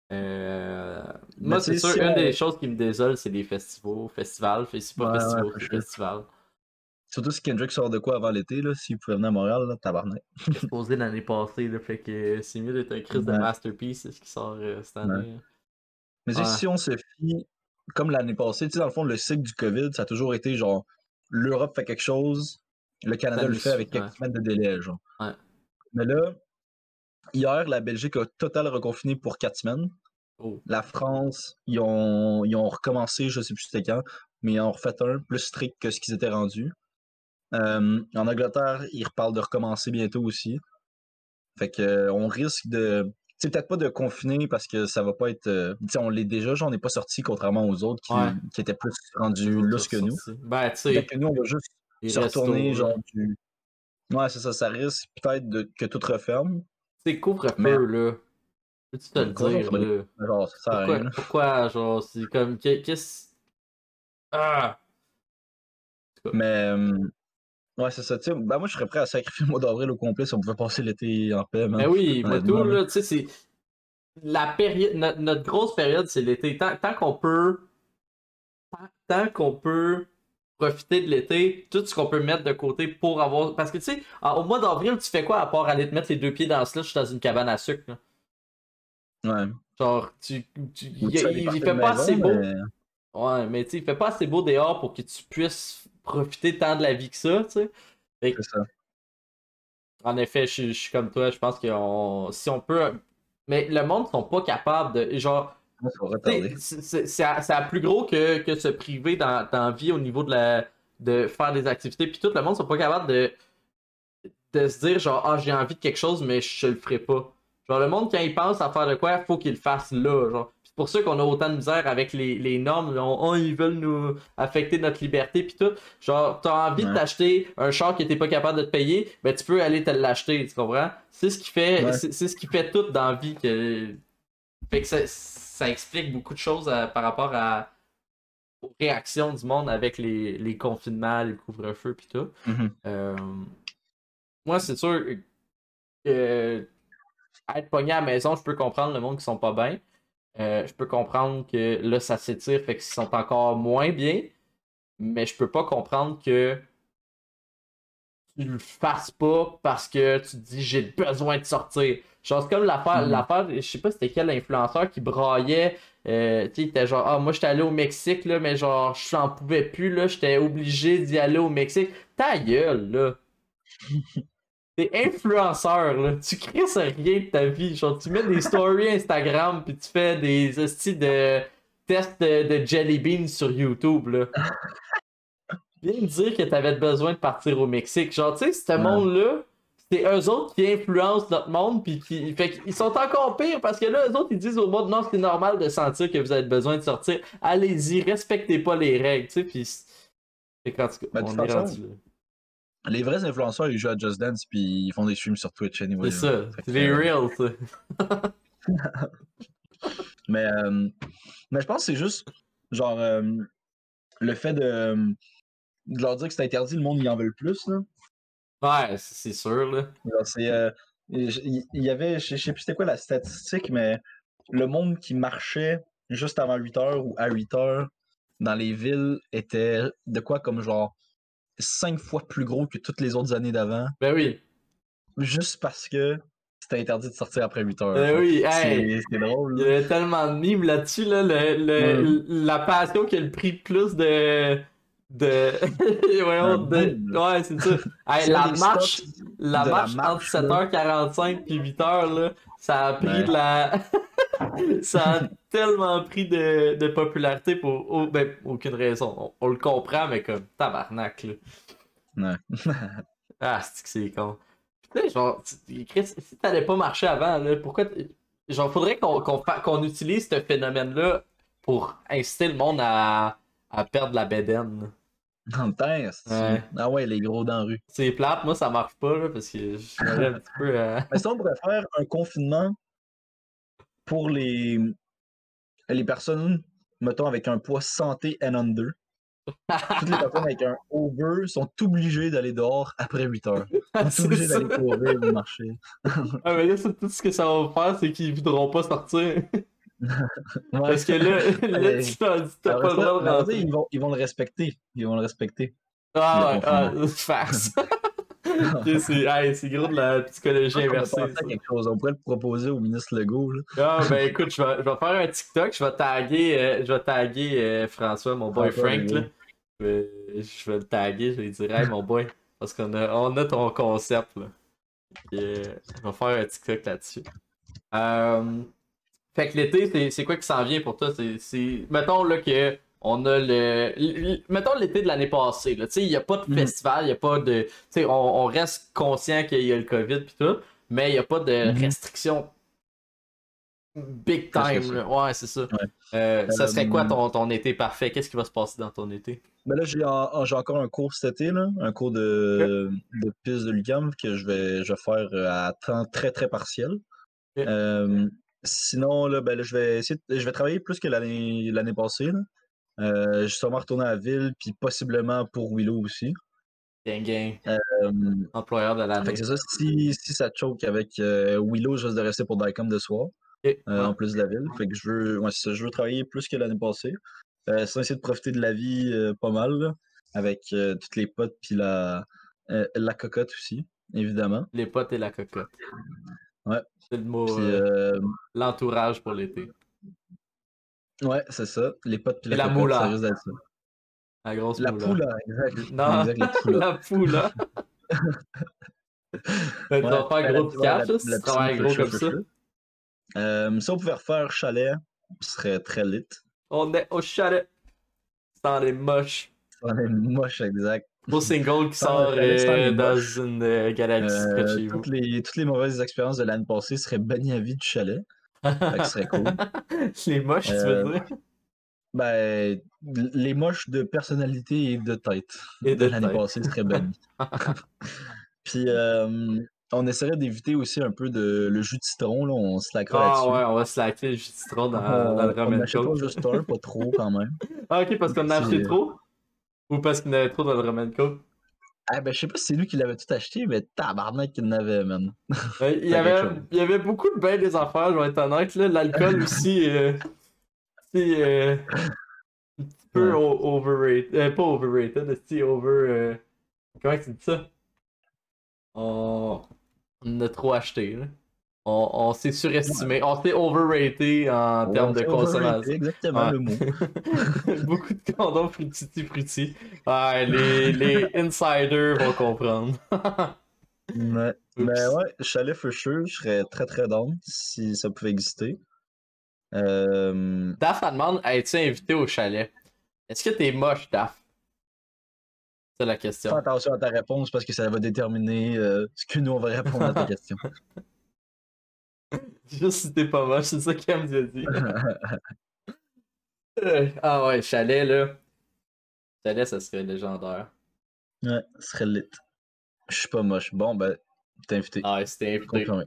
Euh, Mais Moi, tu c'est sais, sûr, si une on- des choses qui me désole, c'est les festivals. Festivals, fait c'est pas Ouais, festival, ouais, for c'est sure. festival. Surtout si Kendrick sort de quoi avant l'été, là, s'il pouvait venir à Montréal, là, tabarnak. C'est exposé l'année passée, là, fait que c'est mieux d'être un crise de Ouais. masterpiece, c'est ce qui sort euh, cette année. Mais tu sais, Ouais. si on se fie comme l'année passée, tu sais, dans le fond, le cycle du COVID, ça a toujours été genre l'Europe fait quelque chose, le Canada Ça le nous fait suit, avec quelques ouais. semaines de délai, genre. Ouais. Mais là, hier, la Belgique a total reconfiné pour quatre semaines. Oh. La France, ils ont, ils ont recommencé, je sais plus c'était quand, mais ils en ont refait un plus strict que ce qu'ils étaient rendus. Euh, en Angleterre, ils reparlent de recommencer bientôt aussi. Fait que euh, on risque de. Tu sais, peut-être pas de confiner parce que ça va pas être. euh, Tu sais, on l'est déjà, genre, on n'est pas sorti contrairement aux autres qui, Ouais. qui étaient plus Les rendus autres lousse que nous. ressortis. Ben, tu Peut-être sais, que nous, on va juste les se retourner, restos, là. genre, du. Ouais, c'est ça, ça risque peut-être de, que tout referme. C'est Mais couvre-feu, là. Peux-tu te le comment ça, on dire, fera des. là? Genre, ça sert à Pourquoi, rien, là. pourquoi, genre, c'est comme. qu'est- Qu'est-ce. Ah! Mais. euh, Ouais, c'est ça. Tu sais, ben moi, je serais prêt à sacrifier le mois d'avril au complet si on pouvait passer l'été en paix, man. Ben oui, moi tout, Honnêtement, là. là, tu sais, c'est. La période. Notre, notre grosse période, c'est l'été. Tant, tant qu'on peut. Tant, tant qu'on peut profiter de l'été, tout ce qu'on peut mettre de côté pour avoir. Parce que, tu sais, en- au mois d'avril, tu fais quoi à part aller te mettre les deux pieds dans le slush dans une cabane à sucre, là? Ouais. Genre, tu. tu Ou il, tu fais des il- il parties de fait pas assez maison, beau. mais. Ouais, mais tu sais, il fait pas assez beau dehors pour que tu puisses profiter tant de la vie que ça, tu sais. Fait que, C'est ça. en effet, je, je suis comme toi, je pense que on- si on peut. Mais le monde sont pas capables de. Genre, Moi, ça va tu sais, retarder. c'est c'est- c'est à- c'est à plus gros que, que se priver dans, dans la vie au niveau de la de faire des activités. Puis tout le monde sont pas capables de, de se dire genre ah j'ai envie de quelque chose mais je le ferai pas. Genre le monde quand il pense à faire de quoi, faut qu'il le fasse là. Genre. C'est pour ça qu'on a autant de misère avec les, les normes. On- oh, ils veulent nous affecter notre liberté puis tout. Genre t'as envie de Ouais. t'acheter un char que t'es pas capable de te payer, ben tu peux aller te l'acheter, tu comprends? C'est ce qui fait Ouais. c'est c'est ce qui fait tout dans la vie que fait que ça, ça explique beaucoup de choses à- par rapport à, aux réactions du monde avec les, les confinements, les couvre-feux pis tout. Mhm. Euh, moi, c'est sûr que être pogné à la maison, je peux comprendre le monde qui sont pas bien. Euh, je peux comprendre que là, ça s'étire, fait qu'ils sont encore moins bien. Mais je peux pas comprendre que tu le fasses pas parce que tu te dis j'ai besoin de sortir. Genre, c'est comme l'affaire, Mhm. l'affaire, je sais pas c'était quel influenceur qui braillait. Euh, tu sais, il était genre, ah, moi j'étais allé au Mexique, là, mais genre, j'en pouvais plus, là, j'étais obligé d'y aller au Mexique. Ta gueule, là. T'es influenceur, là. Tu crées ça rien de ta vie. Genre, tu mets des stories Instagram, puis tu fais des hosties de tests de, de Jelly Beans sur YouTube, là. Viens me dire que t'avais besoin de partir au Mexique. Genre, tu sais, ce Ouais. monde-là, c'est eux autres qui influencent notre monde, puis qui. Fait qu'ils sont encore pires parce que là, eux autres, ils disent au monde, non, c'est normal de sentir que vous avez besoin de sortir. Allez-y, respectez pas les règles, tu sais, puis. C'est quand Ben, de on toute est façon, rendu là. les vrais influenceurs, ils jouent à Just Dance puis ils font des streams sur Twitch anyway. C'est là. ça, Fait c'est que, les euh, reals, ça. mais, euh, mais je pense que c'est juste, genre, euh, le fait de, de leur dire que c'est interdit, le monde, ils en veulent plus, là. Ouais, c'est c'est sûr, là. Genre, c'est, euh, il il y avait, je je sais plus c'était quoi la statistique, mais le monde qui marchait juste avant huit heures ou à huit heures dans les villes était de quoi comme genre cinq fois plus gros que toutes les autres années d'avant, Ben oui. juste parce que c'était interdit de sortir après huit heures. Ben Genre. oui, C'est hey! c'est drôle, Il y là. avait tellement de mimes là-dessus, là. Le, le- Ouais. la passion qui a le prix plus de. De. Un Voyons, de. boom, là. Ouais, c'est ça. Hey, C'est un la des marche. spots La de la marche entre marche, sept là. heures quarante-cinq puis huit heures, là. Ça a pris Ouais. de la. Ça a tellement pris de, de popularité pour oh, ben, aucune raison. On, on le comprend, mais comme tabarnak, là. Ouais. Ah, c'est que c'est con. Tu sais, genre, tu- Chris, si t'allais pas marcher avant, là, pourquoi. t- Genre, faudrait qu'on qu'on fa- qu'on utilise ce phénomène-là pour inciter le monde à, à perdre la bédaine. Dans le temps, esti. Ouais. Ah ouais, les gros dans la rue. C'est plate, moi ça marche pas, là, parce que je m'aurais un petit peu. euh, Mais si on pourrait faire un confinement pour les, les personnes, mettons, avec un poids santé and under. Toutes les personnes avec un over sont obligées d'aller dehors après huit heures. Sont C'est obligées ça. d'aller courir ou marcher. Ah, mais là, c'est tout ce que ça va faire, c'est qu'ils voudront pas sortir. Ouais. Parce que là, là Allez. tu t'as dit, t'as Après pas le ça, droit de mais après ça, rentrer. ils vont, ils vont le respecter. Ils vont le respecter. Ah le ouais, ah, confinement. farce. Ok, c'est hey, c'est gros de la psychologie On a inversée, pensé ça. à quelque chose. On pourrait le proposer au ministre Legault. Là. Ah, ben écoute, je vais, je vais faire un TikTok, je vais taguer, euh, je vais taguer euh, François, mon boy François Frank, là. Legault. Je vais, je vais le taguer, je vais lui dire, hey mon boy, parce qu'on a, on a ton concept, là. Puis, euh, je vais faire un TikTok là-dessus. Euh, fait que l'été, c'est, c'est quoi qui s'en vient pour toi? C'est, c'est... Mettons là que on a le. l- Mettons l'été de l'année passée. Là. Tu sais, il n'y a pas de Mhm. festival, il n'y a pas de. Tu sais, on, on reste conscient qu'il y a le COVID pis tout, mais il n'y a pas de Mhm. restrictions big Plus que time. ça. Là. Ouais, c'est ça. Ouais. Euh, ça serait quoi Euh, ton, ton été parfait? Qu'est-ce qui va se passer dans ton été? ben là, j'ai, en- j'ai encore un cours cet été, là, un cours Ok. de, de piste de l'U Q A M que je vais, je vais faire euh, à temps très très partiel. Ok. Euh, sinon, là, ben là, je vais essayer de- je vais travailler plus que l'année l'année passée. Là. Euh, je vais sûrement retourner à la ville, puis possiblement pour Willow aussi. Gang gang. Euh, Employeur de fait que l'année. c'est ça, si, si ça te choque avec euh, Willow, je risque de rester pour Dicom de soir, Ok. euh, Ouais. en plus de la ville. Fait que je veux, ouais, c'est ça, je veux travailler plus que l'année passée. Euh, sinon, essayer de profiter de la vie euh, pas mal, là, avec euh, toutes les potes, puis la, euh, la cocotte aussi, évidemment. Les potes et la cocotte. Ouais. C'est le mot, Puis, euh, euh, l'entourage pour l'été. ouais, c'est ça. Les potes puis Et la la cocotte, ça moula. risque d'être ça. La grosse La moula. poula, exact. Non, Exact, la poula. la poula. Ben, tu Ouais, vas faire ben, la, gros de ouais, la, cash là, si la tu piscine, travailles for gros sure, comme for ça. sure. Euh, si on pouvait refaire chalet, ce serait très lit. On est au chalet. Sans les moches. On est moche, exact. Beau single qui Sans le sort chalet, sans les euh, dans moches. une euh, galaxie près de Euh, chez vous. toutes, les, toutes les mauvaises expériences de l'année passée seraient bannies à vie du chalet. Fait que ce serait cool. Les moches, tu veux Euh, dire? ben, les moches de personnalité et de tête Et de de l'année tête. passée seraient bannis. Puis, euh, on essaierait d'éviter aussi un peu de, le jus de citron, là, on se slackera Ah là-dessus. ouais, on va slacker le jus de citron dans, dans le On, rum on and achètera coke. juste un, pas trop quand même. Ah ok, parce qu'on en a C'est- acheté trop? Ou parce qu'il y en avait trop dans le rum and coke? Ah ben, je sais pas si c'est lui qui l'avait tout acheté, mais tabarnak qu'il n'avait, man. Euh, Il y C'était quelque avait, chose. il y avait beaucoup de bien des affaires, je vais être honnête. Là. L'alcool aussi, euh, c'est euh, un petit peu Ouais. o- overrated. Euh, pas overrated, c'est over. euh, Comment tu dis ça? On, on a trop acheté. Là. On, on s'est surestimé. On s'est overrated en termes On de s'est overrated, consommation. exactement Ouais. le mot. Beaucoup de condoms fruity fruity. Ouais, les, les insiders vont comprendre. Ouais. Ben Oups. ouais, chalet for sure, je serais très très down si ça pouvait exister. Euh... Daph, elle demande, es-tu invité au chalet? Est-ce que t'es moche, Daph? C'est la Fais question. attention à ta réponse parce que ça va déterminer euh, ce que nous on va répondre à ta question. Juste si t'es pas moche, c'est ça qu'elle me dit. Euh, ah ouais, chalet, là. Chalet, ça serait légendaire. Ouais, ce serait lit. Je suis pas moche. Bon, ben, t'es invité. Ah ouais, c'était invité. Confirmé.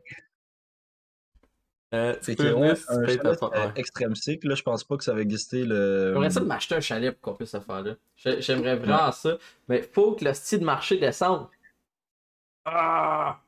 Euh, tu Fait peux que, venir ouais, si tu un payes ta chalet, part. c'est Ouais. extrême cycle. Là, je pense pas que ça va exister le. J'aimerais ça de m'acheter un chalet pour qu'on puisse se faire là. J'ai- J'aimerais Ouais. vraiment ça. Mais faut que le style de marché descende. Ah!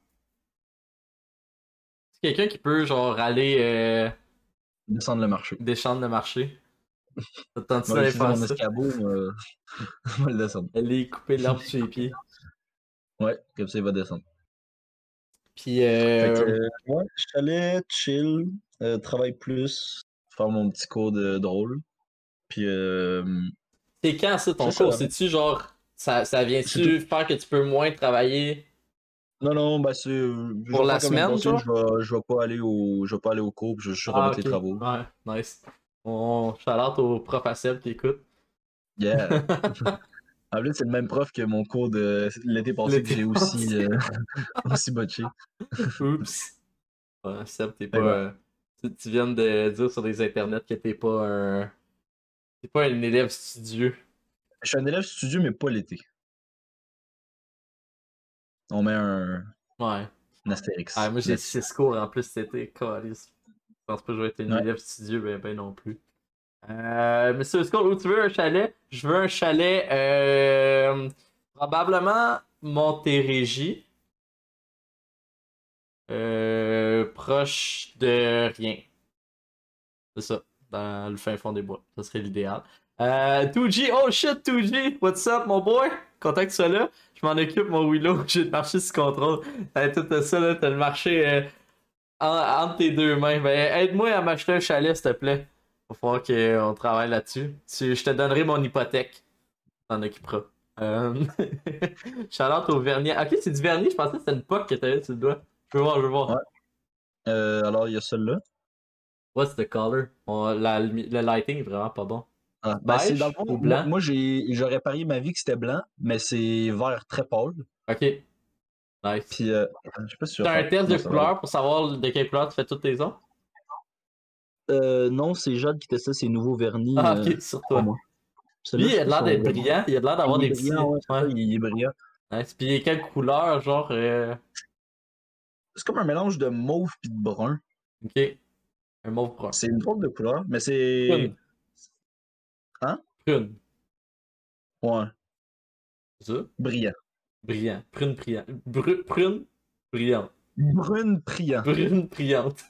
C'est quelqu'un qui peut, genre, aller euh, Descendre le marché. descendre le marché. Ça te tente-tu Moi, d'aller j'utilise faire mon ça? escabeau, euh, on va le descendre. Aller couper l'herbe sur les pieds. Ouais, comme ça, il va descendre. Puis, Fait que, euh, euh, ouais, chalet, chill, euh, travaille plus, faire mon petit cours de drôle. Puis, euh, c'est quand ça ton c'est ça. cours? C'est-tu genre, ça, ça C'est tout. vient-tu faire que tu peux moins travailler Non, non, bah c'est. euh, Je pour vais la faire comme l'année semaine, passée, genre? je vais, je vais pas aller au. Je vais pas aller au cours, puis je vais juste Ah, remettre les ok. travaux. Ouais, nice. On shout-out au prof à Seb qui écoute. Yeah! En plus, c'est le même prof que mon cours de l'été passé que L'été j'ai aussi, passé. euh, aussi botché. Oups. Ouais, Seb, t'es pas. Fait que ouais. euh, tu, tu viens de dire sur les internets que t'es pas un. T'es pas un élève studieux. Je suis un élève studieux, mais pas l'été. On met un, Ouais. un astérix Ah, moi j'ai là-dessus. six cours en plus cet été. Calisse. Je pense pas que je vais être un Ouais. élève studieux, ben, ben non plus. Euh, Monsieur Scott, où tu veux un chalet? Je veux un chalet. Euh, probablement Montérégie. Euh, proche de rien. C'est ça. Dans le fin fond des bois. Ça serait l'idéal. Euh, deux G, oh shit, deux G, what's up, mon boy? Content que tu sois là. Je m'en occupe, mon Willow. J'ai le marché sous contrôle. Euh, tout ça, là, t'as le marché euh, en- entre tes deux mains. Ben, aide-moi à m'acheter un chalet, s'il te plaît. Il va falloir qu'on travaille là-dessus. Tu- Je te donnerai mon hypothèque. T'en occuperas. Euh... Shout-out au vernis. Ok, c'est du vernis, je pensais que c'était une poque que t'avais sur le doigt. Je veux voir, je veux voir. Ouais. Euh, alors, il y a celle-là. What's the color? On- la- le lighting est vraiment pas bon. Ah, ben, c'est Beige dans le fond, ou moi, blanc? moi, j'ai, j'aurais parié ma vie que c'était blanc, mais c'est vert très pâle. Ok, nice. Puis, euh, je sais pas si tu T'as vas un faire. test de Non, ça va. couleur pour savoir de quelle couleur tu fais toutes tes ongles? Euh, non, c'est Jade qui testait ses nouveaux vernis Ah, euh, ok, sur pour toi. moi. Lui, Ceux-là, il je a trouve l'air sont d'être vraiment- brillant. Il a l'air d'avoir Il est des petits. brillant, ouais, c'est Ouais. ça, il est brillant. Nice. Puis quelle couleur, genre. euh, C'est comme un mélange de mauve puis de brun. Ok, un mauve brun. C'est une drôle de couleur, mais c'est. Prune. Hein? Prune. Ouais, C'est ça? brillant. Brillant. Prune brillant. Bru- Prune brillante. Brune brillant. Brune brillante.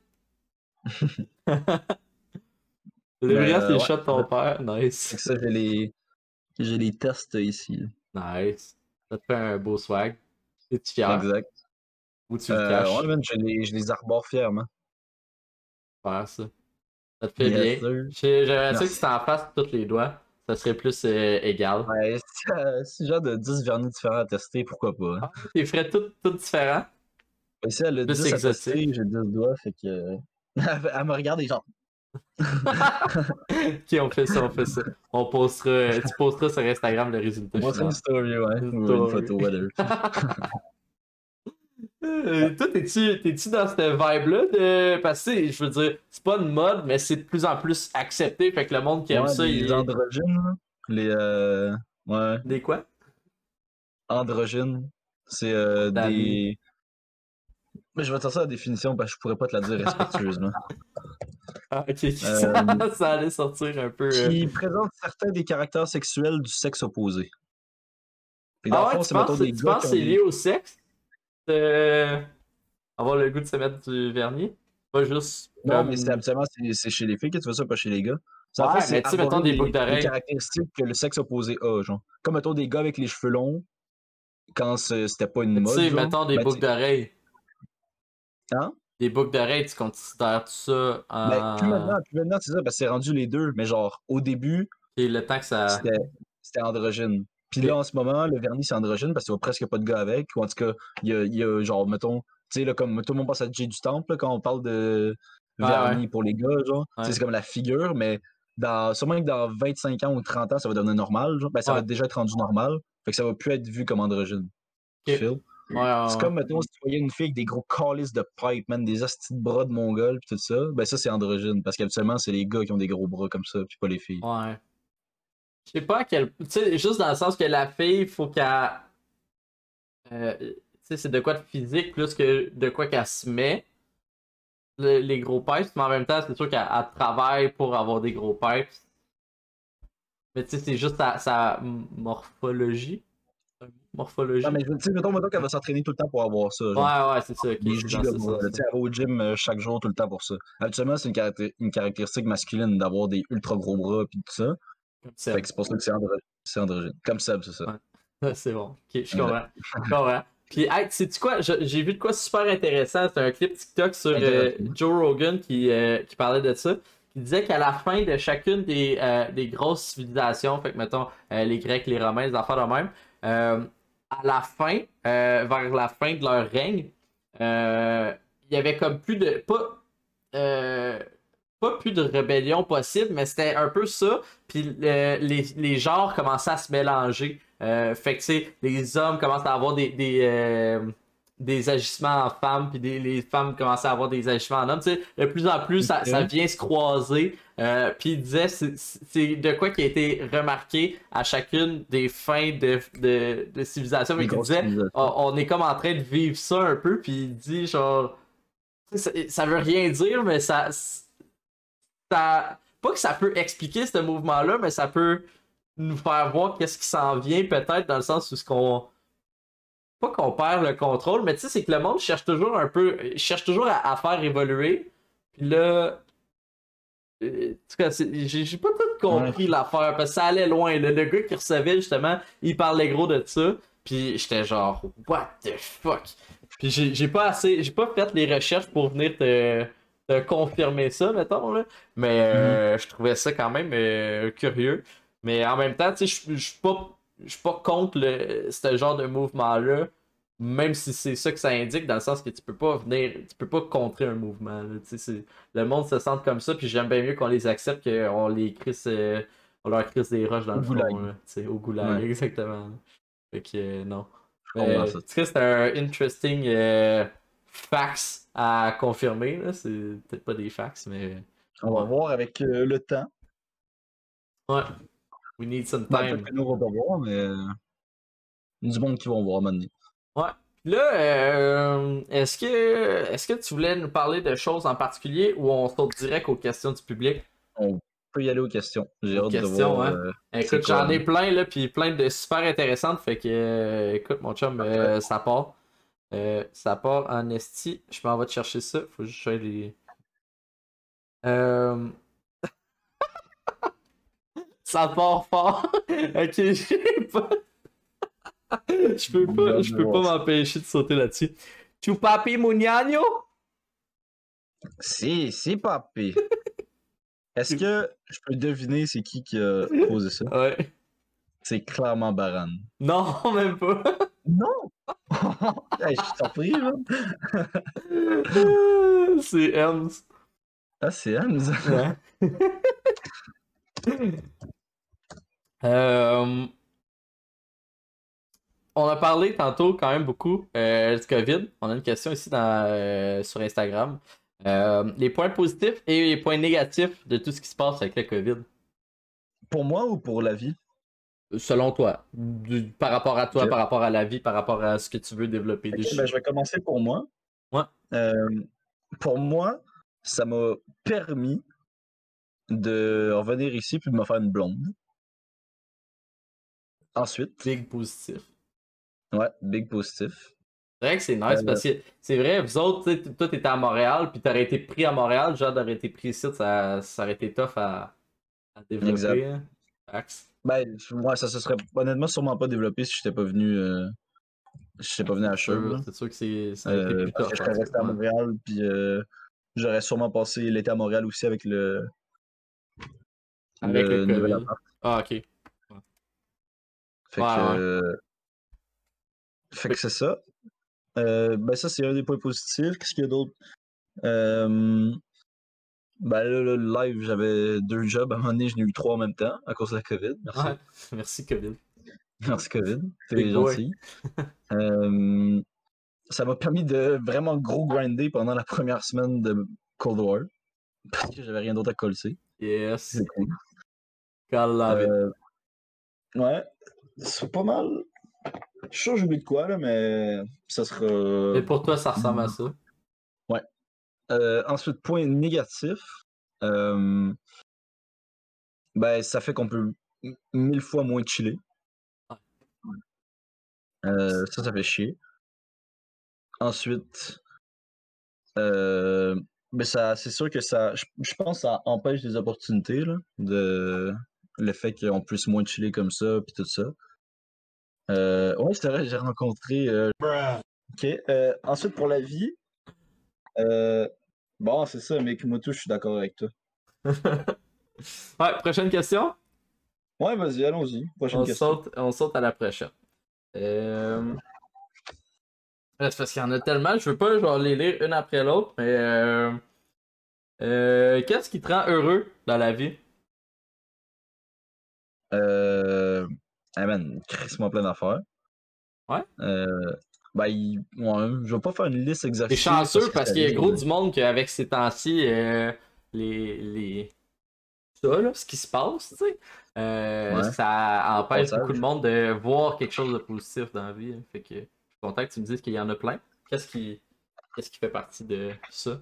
Le Mais, brillant, c'est le euh, chat de ton ouais. père. Fait Nice. que ça, j'ai les. J'ai les tests ici. Nice. Ça te fait un beau swag. Es-tu fier? Exact. Ou tu le Euh, caches? ouais, man, je les, je les arbore fièrement. Faire ça. Ça te fait Yes, bien. sir. J'ai- J'aimerais ça que Merci. tu t'en fasses tous les doigts. Ça serait plus euh, égal. Ouais, si, euh, si genre de dix vernis différents à tester, pourquoi pas. Hein? Ah, tes frais tout, tout différents. Ici, elle a Plus dix à exotique. tester, j'ai dix doigts, fait que. euh, elle me regarde et genre. Ok, on fait ça, on fait ça. On postera, tu posteras sur Instagram le résultat On va faire une final. story, ouais. Une Ou une story. photo, whatever. Euh, toi, t'es-tu, t'es-tu dans cette vibe-là de. Parce que, je veux dire, c'est pas une mode, mais c'est de plus en plus accepté. Fait que le monde qui aime Ouais, ça, les il est. androgynes, là. Les. Euh... Ouais, Des quoi? androgynes. C'est euh, D'amis. des. Mais je vais te sortir la définition parce que je pourrais pas te la dire respectueusement. Ah, ok, ok. Euh, Ça allait sortir un peu. euh. Qui présente certains des caractères sexuels du sexe opposé. Et dans Ah le ouais, fond, tu c'est mettons penses, des tu gars penses qui que ont c'est des. lié au sexe? Euh, Avoir le goût de se mettre du vernis? Pas juste. Non, comme- mais c'est habituellement c'est c'est chez les filles que tu fais ça, pas chez les gars. C'est en Ouais, fait, mais c'est tu sais, mettons aborder des les, boucles les d'oreilles. caractéristiques que le sexe opposé a, genre. Comme mettons des gars avec les cheveux longs, quand c'est- c'était pas une Tu mode, sais, genre. mettons des Ben, boucles tu sais, d'oreilles. hein? Des boucles d'oreilles, tu considères tout ça Ben, plus en. maintenant, plus maintenant, c'est ça, parce que c'est rendu les deux. Mais genre, au début, Ok, le temps que ça. c'était c'était androgyne. Puis Ok. là, en ce moment, le vernis, c'est androgyne parce qu'il y a presque pas de gars avec. Ou en tout cas, il y a, il y a genre, mettons, tu sais, là, comme tout le monde pense à Jay du Temple, là, quand on parle de Ouais, vernis ouais. pour les gars, genre. Tu sais, Ouais. c'est comme la figure, mais dans, sûrement que dans vingt-cinq ans ou trente ans, ça va devenir normal, genre. Ben, ça Ouais. va déjà être rendu normal. Fait que ça va plus être vu comme androgyne. Tu Ok. feel? Ouais, ouais, C'est ouais. comme, mettons, si tu voyais une fille avec des gros calices de pipe, man, des astis de bras de mongol, pis tout ça, ben ça, c'est androgyne. Parce qu'habituellement, c'est les gars qui ont des gros bras comme ça, puis pas les filles. Ouais. Je sais pas à quel. Tu sais, juste dans le sens que la fille, faut qu'elle. euh, tu sais, c'est de quoi de physique plus que de quoi qu'elle se met. Le- les gros pipes, mais en même temps, c'est sûr qu'elle elle travaille pour avoir des gros pipes. Mais tu sais, c'est juste sa, sa morphologie. Morphologie. Non, mais tu sais, mettons, mettons qu'elle va s'entraîner tout le temps pour avoir ça. Genre. Ouais, ouais, c'est ça. ok, Des c'est dans giga ce bras. sens-là. Tu sais, elle va au gym euh, chaque jour, tout le temps pour ça. Habituellement, c'est une, caracté- une caractéristique masculine d'avoir des ultra gros bras, puis tout ça. Comme Fait Seb. que c'est pour ça que c'est andro- c'est androgyne. Comme Seb, c'est ça. Ouais. C'est bon. Ok, je comprends. Je comprends. Puis, hey, sais-tu quoi? Je- J'ai vu de quoi super intéressant. C'est un clip TikTok sur euh, Intéressant. Joe Rogan qui, euh, qui parlait de ça. Qui disait qu'à la fin de chacune des, euh, des grosses civilisations, fait que mettons euh, les Grecs, les Romains, les affaires de même, euh, à la fin, euh, vers la fin de leur règne, euh, il y avait comme plus de. Pas, euh, pas plus de rébellion possible, mais c'était un peu ça. Puis euh, les, les genres commençaient à se mélanger. Euh, fait que, tu sais, les hommes commencent à avoir des, des, euh, des agissements en femmes, puis des, les femmes commencent à avoir des agissements en hommes. Tu sais, de plus en plus, ça, Ok. ça vient se croiser. Euh, puis il disait, c'est c'est de quoi qui a été remarqué à chacune des fins de, de, de civilisation. Mais Les il grosses disait, civilisations. on, on est comme en train de vivre ça un peu, puis il dit, genre, tu sais, ça, ça veut rien dire, mais ça, ça. Pas que ça peut expliquer ce mouvement-là, mais ça peut nous faire voir qu'est-ce qui s'en vient, peut-être, dans le sens où ce qu'on. Pas qu'on perd le contrôle, mais tu sais, c'est que le monde cherche toujours un peu. Cherche toujours à, à faire évoluer. Puis là. euh, en tout cas, c'est- j'ai j'ai pas tout compris l'affaire parce que ça allait loin. Là. Le gars qui recevait, justement, il parlait gros de ça. Puis j'étais genre, what the fuck? Puis j'ai j'ai pas assez, j'ai pas fait les recherches pour venir te, te confirmer ça, mettons, là. Mais Mhm. euh, je trouvais ça quand même euh, curieux. Mais en même temps, tu sais, je je suis pas, je suis pas contre le, ce genre de mouvement-là. Même si c'est ça que ça indique, dans le sens que tu peux pas venir, tu peux pas contrer un mouvement. Là, tu sais, c'est- le monde se sent comme ça, puis j'aime bien mieux qu'on les accepte qu'on les crisse, euh, on leur crisse des roches dans Au le front, goulag. là, tu sais, au goulag, Ouais, exactement. Fait que euh, non. je comprends Mais, ça. en tout cas, c'est un interesting euh, facts à confirmer, là. C'est peut-être pas des facts, mais On va ouais. voir avec euh, le temps. Ouais, we need some Ben, peut-être time. que nous, on va pas voir, mais euh, du monde qui vont voir maintenant. Ouais. Là, euh, est-ce que est-ce que tu voulais nous parler de choses en particulier ou on saute direct aux questions du public? On peut y aller aux questions. J'ai Aux hâte de questions, voir hein? euh, c'est Écoute, quoi. j'en ai Hein. plein, là, puis plein de super intéressantes, fait que, euh, écoute, mon chum, Parfait. euh, ça part. Euh, ça part en esti. Je m'en vais te chercher ça. Faut juste que j'aille les... Euh, ça part fort. Ok, j'ai pas... Je peux J'ai pas, hâte je de peux pas voir ça. m'empêcher de sauter là-dessus. Chupapi Muñaño? Si, si, papy. Est-ce que je peux deviner c'est qui qui a posé ça? Ouais. C'est clairement Baran. Non, même pas. Non! Hey, je suis surpris, là. C'est Ems. Ah, c'est Hamza. Ouais. Euh, on a parlé tantôt quand même beaucoup euh, du COVID. On a une question ici dans, euh, sur Instagram. Euh, les points positifs et les points négatifs de tout ce qui se passe avec le COVID. Pour moi ou pour la vie? Selon toi, du- par rapport à toi, Ok. par rapport à la vie, par rapport à ce que tu veux développer Ok, dessus. ben, je vais commencer pour moi. Ouais. Euh, pour moi, ça m'a permis de revenir ici puis de me faire une blonde. Ensuite, Big positif. ouais, big positif. C'est vrai que c'est nice Euh, parce que c'est vrai, vous autres, tu sais, toi t'étais à Montréal, puis t'aurais été pris à Montréal, genre t'aurais été pris ici, ça, ça aurait été tough à, à exact. développer. Hein. Facts. Ben, moi, ça se serait honnêtement sûrement pas développé si j'étais pas venu, euh, si j'étais pas venu à C'est Chevre. sûr, là. c'est sûr que c'est, ça a été Euh, plus parce que tough je en serais tout resté cas. à Ouais. Montréal, puis euh, j'aurais sûrement passé l'été à Montréal aussi avec le, Avec le le nouvel COVID. appart. Ah, ok. Ouais, Fait que, ouais. euh, fait Oui. que c'est ça. Euh, ben ça, c'est un des points positifs. Qu'est-ce qu'il y a d'autre? Euh, ben là, là, le live, j'avais deux jobs. À un moment donné, j'en ai eu trois en même temps à cause de la COVID. Ouais. Merci. Merci, COVID. Merci, COVID. Big T'es boy. gentil. Euh, ça m'a permis de vraiment gros grinder pendant la première semaine de Cold War. Parce que j'avais rien d'autre à coller. C'est Yes. cool. God love it. Euh, ouais. C'est pas mal. Je suis sûr que j'oublie de quoi, là, mais ça sera. Et pour toi, ça ressemble à ça. Ouais. Euh, ensuite, point négatif. Euh, ben, ça fait qu'on peut m- mille fois moins chiller. Ouais. Euh, ça, ça fait chier. Ensuite, euh, ben ça, c'est sûr que ça, je, je pense que ça empêche des opportunités, là, de le fait qu'on puisse moins chiller comme ça, puis tout ça. Euh, ouais, c'est vrai, j'ai rencontré. euh, Ok. euh, ensuite, pour la vie, euh, bon, c'est ça, mec, moi tout, je suis d'accord avec toi. Ouais, prochaine question. Ouais, vas-y, allons-y. Prochaine On question. saute, on saute à la prochaine. Euh... là, c'est parce qu'il y en a tellement, je veux pas genre les lire une après l'autre, mais euh... euh, qu'est-ce qui te rend heureux dans la vie? Euh, ah man, crisse-moi plein d'affaires. Ouais. Euh, ben, il- ouais, je vais pas faire une liste T'es exhaustive parce chanceux que parce ça qu'il y a risque gros de. du monde qu'avec ces temps-ci, euh, les, les... ça, là, ce qui se passe, tu sais, euh, Ouais, ça empêche beaucoup de passage. monde de voir quelque chose de positif dans la vie. Hein. Fait que je suis content que tu me dises qu'il y en a plein. Qu'est-ce qui, qu'est-ce qui fait partie de ça?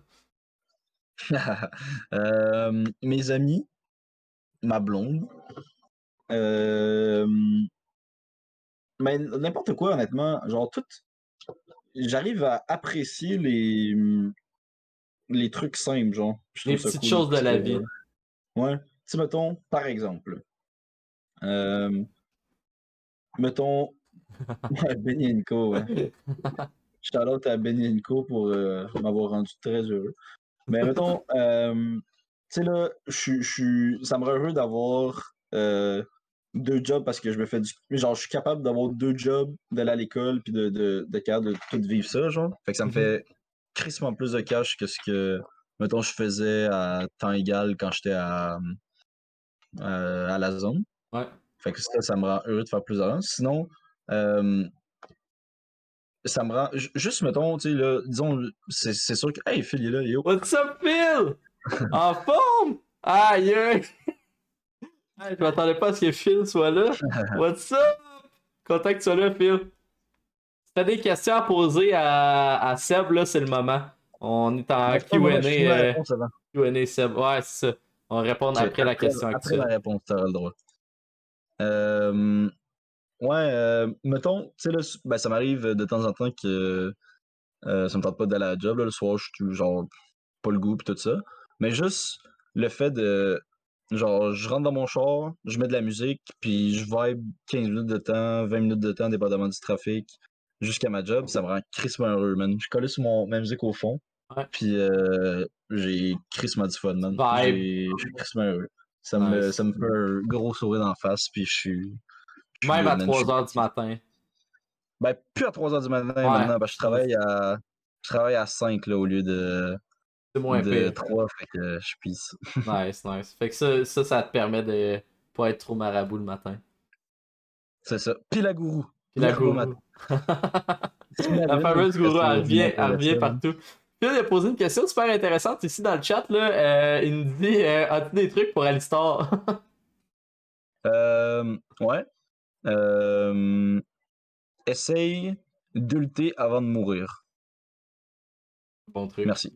Euh, mes amis, ma blonde. Euh, mais n'importe quoi, honnêtement. Genre, tout. J'arrive à apprécier les, les trucs simples, genre. Je Les trouve ça petites cool. choses de Parce que, la vie. Ouais. Tu sais, mettons, par exemple, euh, mettons, ouais, Benny Co, ouais. Shout-out à Benny Co pour euh, m'avoir rendu très heureux. Mais mettons, euh, tu sais là, je suis, ça me rend heureux d'avoir euh, deux jobs parce que je me fais du. Genre, je suis capable d'avoir deux jobs, d'aller à l'école, puis de, de, de capable de tout vivre ça, genre. Fait que ça me fait crissement plus de cash que ce que, mettons, je faisais à temps égal quand j'étais à, euh, à la zone. Ouais. Fait que ça, ça me rend heureux de faire plus d'argent. Sinon, euh, ça me rend. ju- Juste, mettons, tu sais, là, disons, c'est c'est sûr que. Hey, Phil, il est là, yo. What's up, Phil? En forme? Aïe, aïe! Hey, je m'attendais pas à ce que Phil soit là. What's up? Content que tu sois là, Phil. Si t'as des questions à poser à, à Seb, là, c'est le moment. On est en Mais c'est pas le moment, je finis Q and A, ma euh, réponse avant. Q and A Seb. Ouais, c'est ça. On va répondre Ok, après la question après la actuelle. réponse, t'auras le droit. Euh, ouais, euh, mettons, tu sais, là, s- ben, ça m'arrive de temps en temps que euh, ça me tente pas d'aller à la job, là, le soir, je suis genre pas le goût pis tout ça. Mais juste le fait de, genre, je rentre dans mon char, je mets de la musique, puis je vibe quinze minutes de temps, vingt minutes de temps, dépendamment du trafic, jusqu'à ma job, ça me rend crissement heureux, man. Je collé sur mon, ma musique au fond, Ouais. puis euh, j'ai crissement du fun, man. Vibe. J'ai, je suis crissement heureux. Ça me, ça Nice. me fait un gros sourire d'en face, puis je suis, je suis Même good, à man. Je trois suis heures du matin. ben, plus à trois heures du matin Ouais. maintenant, parce que je travaille à, je travaille à cinq là, au lieu de, C'est moins de pire. trois, fait que je pisse. Nice, nice. Fait que ça, ça, ça te permet de pas être trop marabout le matin. C'est ça. Puis la gourou. Puis la Yerba mate. gourou. La T'imagines fameuse qu'est-ce gourou, que elle du revient, monde elle avec revient ça, man? partout. Phil a posé une question super intéressante ici dans le chat. Là. Euh, il nous dit euh, as-tu des trucs pour Alistar? Euh, ouais. Euh, essaye d'ulter avant de mourir. Bon truc. Merci.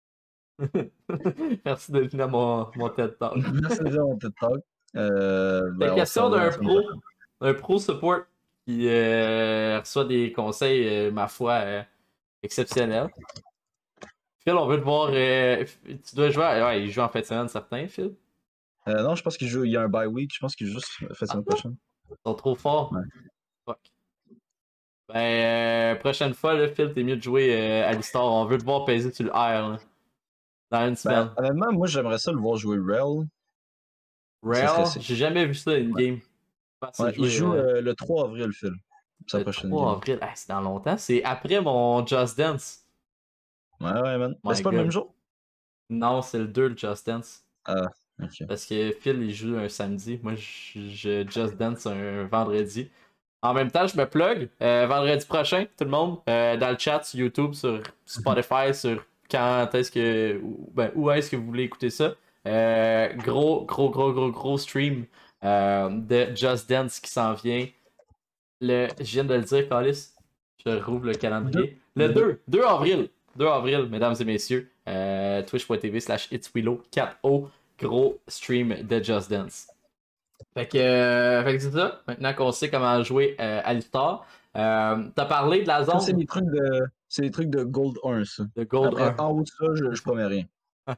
Merci de venir à mon, mon TED Talk. Merci déjà, mon TED Talk. Euh, C'est ben, la on se question revoit la d'un semaine pro, prochaine. d'un pro support qui euh, reçoit des conseils, euh, ma foi, euh, exceptionnels. Phil, on veut te voir. euh, tu dois jouer. à- Ouais, il joue en fin de semaine, certain, Phil. Euh, non, je pense qu'il joue. Il y a un bye week. Je pense qu'il joue juste la Ah, semaine prochaine. ils sont trop forts. Ouais. Fuck. Ben, euh, prochaine fois, là, Phil, t'es mieux de jouer euh, à l'histoire. On veut te voir peser sur le R là, dans une Ben, semaine. honnêtement, moi, j'aimerais ça le voir jouer Rel. Ça serait Rare, sick. j'ai jamais vu ça in Ouais. game. Je pense que Ouais, c'est il joué joue euh, euh, le trois avril, Phil. Sa le prochaine trois game. avril. Ah, c'est dans longtemps. C'est après mon Just Dance. Ouais, ouais, man. Ben, My c'est pas le même god. jour? Non, c'est le deux, le Just Dance. Ah, ok. Parce que Phil, il joue un samedi. Moi, je, je Just Dance un vendredi. En même temps, je me plug. Euh, vendredi prochain, tout le monde, euh, dans le chat, sur YouTube, sur Spotify, sur quand est-ce que. ou- Ben, où est-ce que vous voulez écouter ça. Euh, gros, gros, gros, gros, gros stream euh, de Just Dance qui s'en vient. Le, je viens de le dire, Calis. Je rouvre le Deux. calendrier. Le Le deux. deux, deux avril. deux avril, mesdames et messieurs. Euh, Twitch.tv slash itswillow quatre O. Gros stream de Just Dance. Fait que, euh, fait que c'est ça. Maintenant qu'on sait comment jouer euh, à l'histoire. Euh, T'as parlé de la Ça, c'est zone des trucs de. C'est des trucs de Gold un, ça. de Gold Après, un. en haut de ça, je, je promets rien.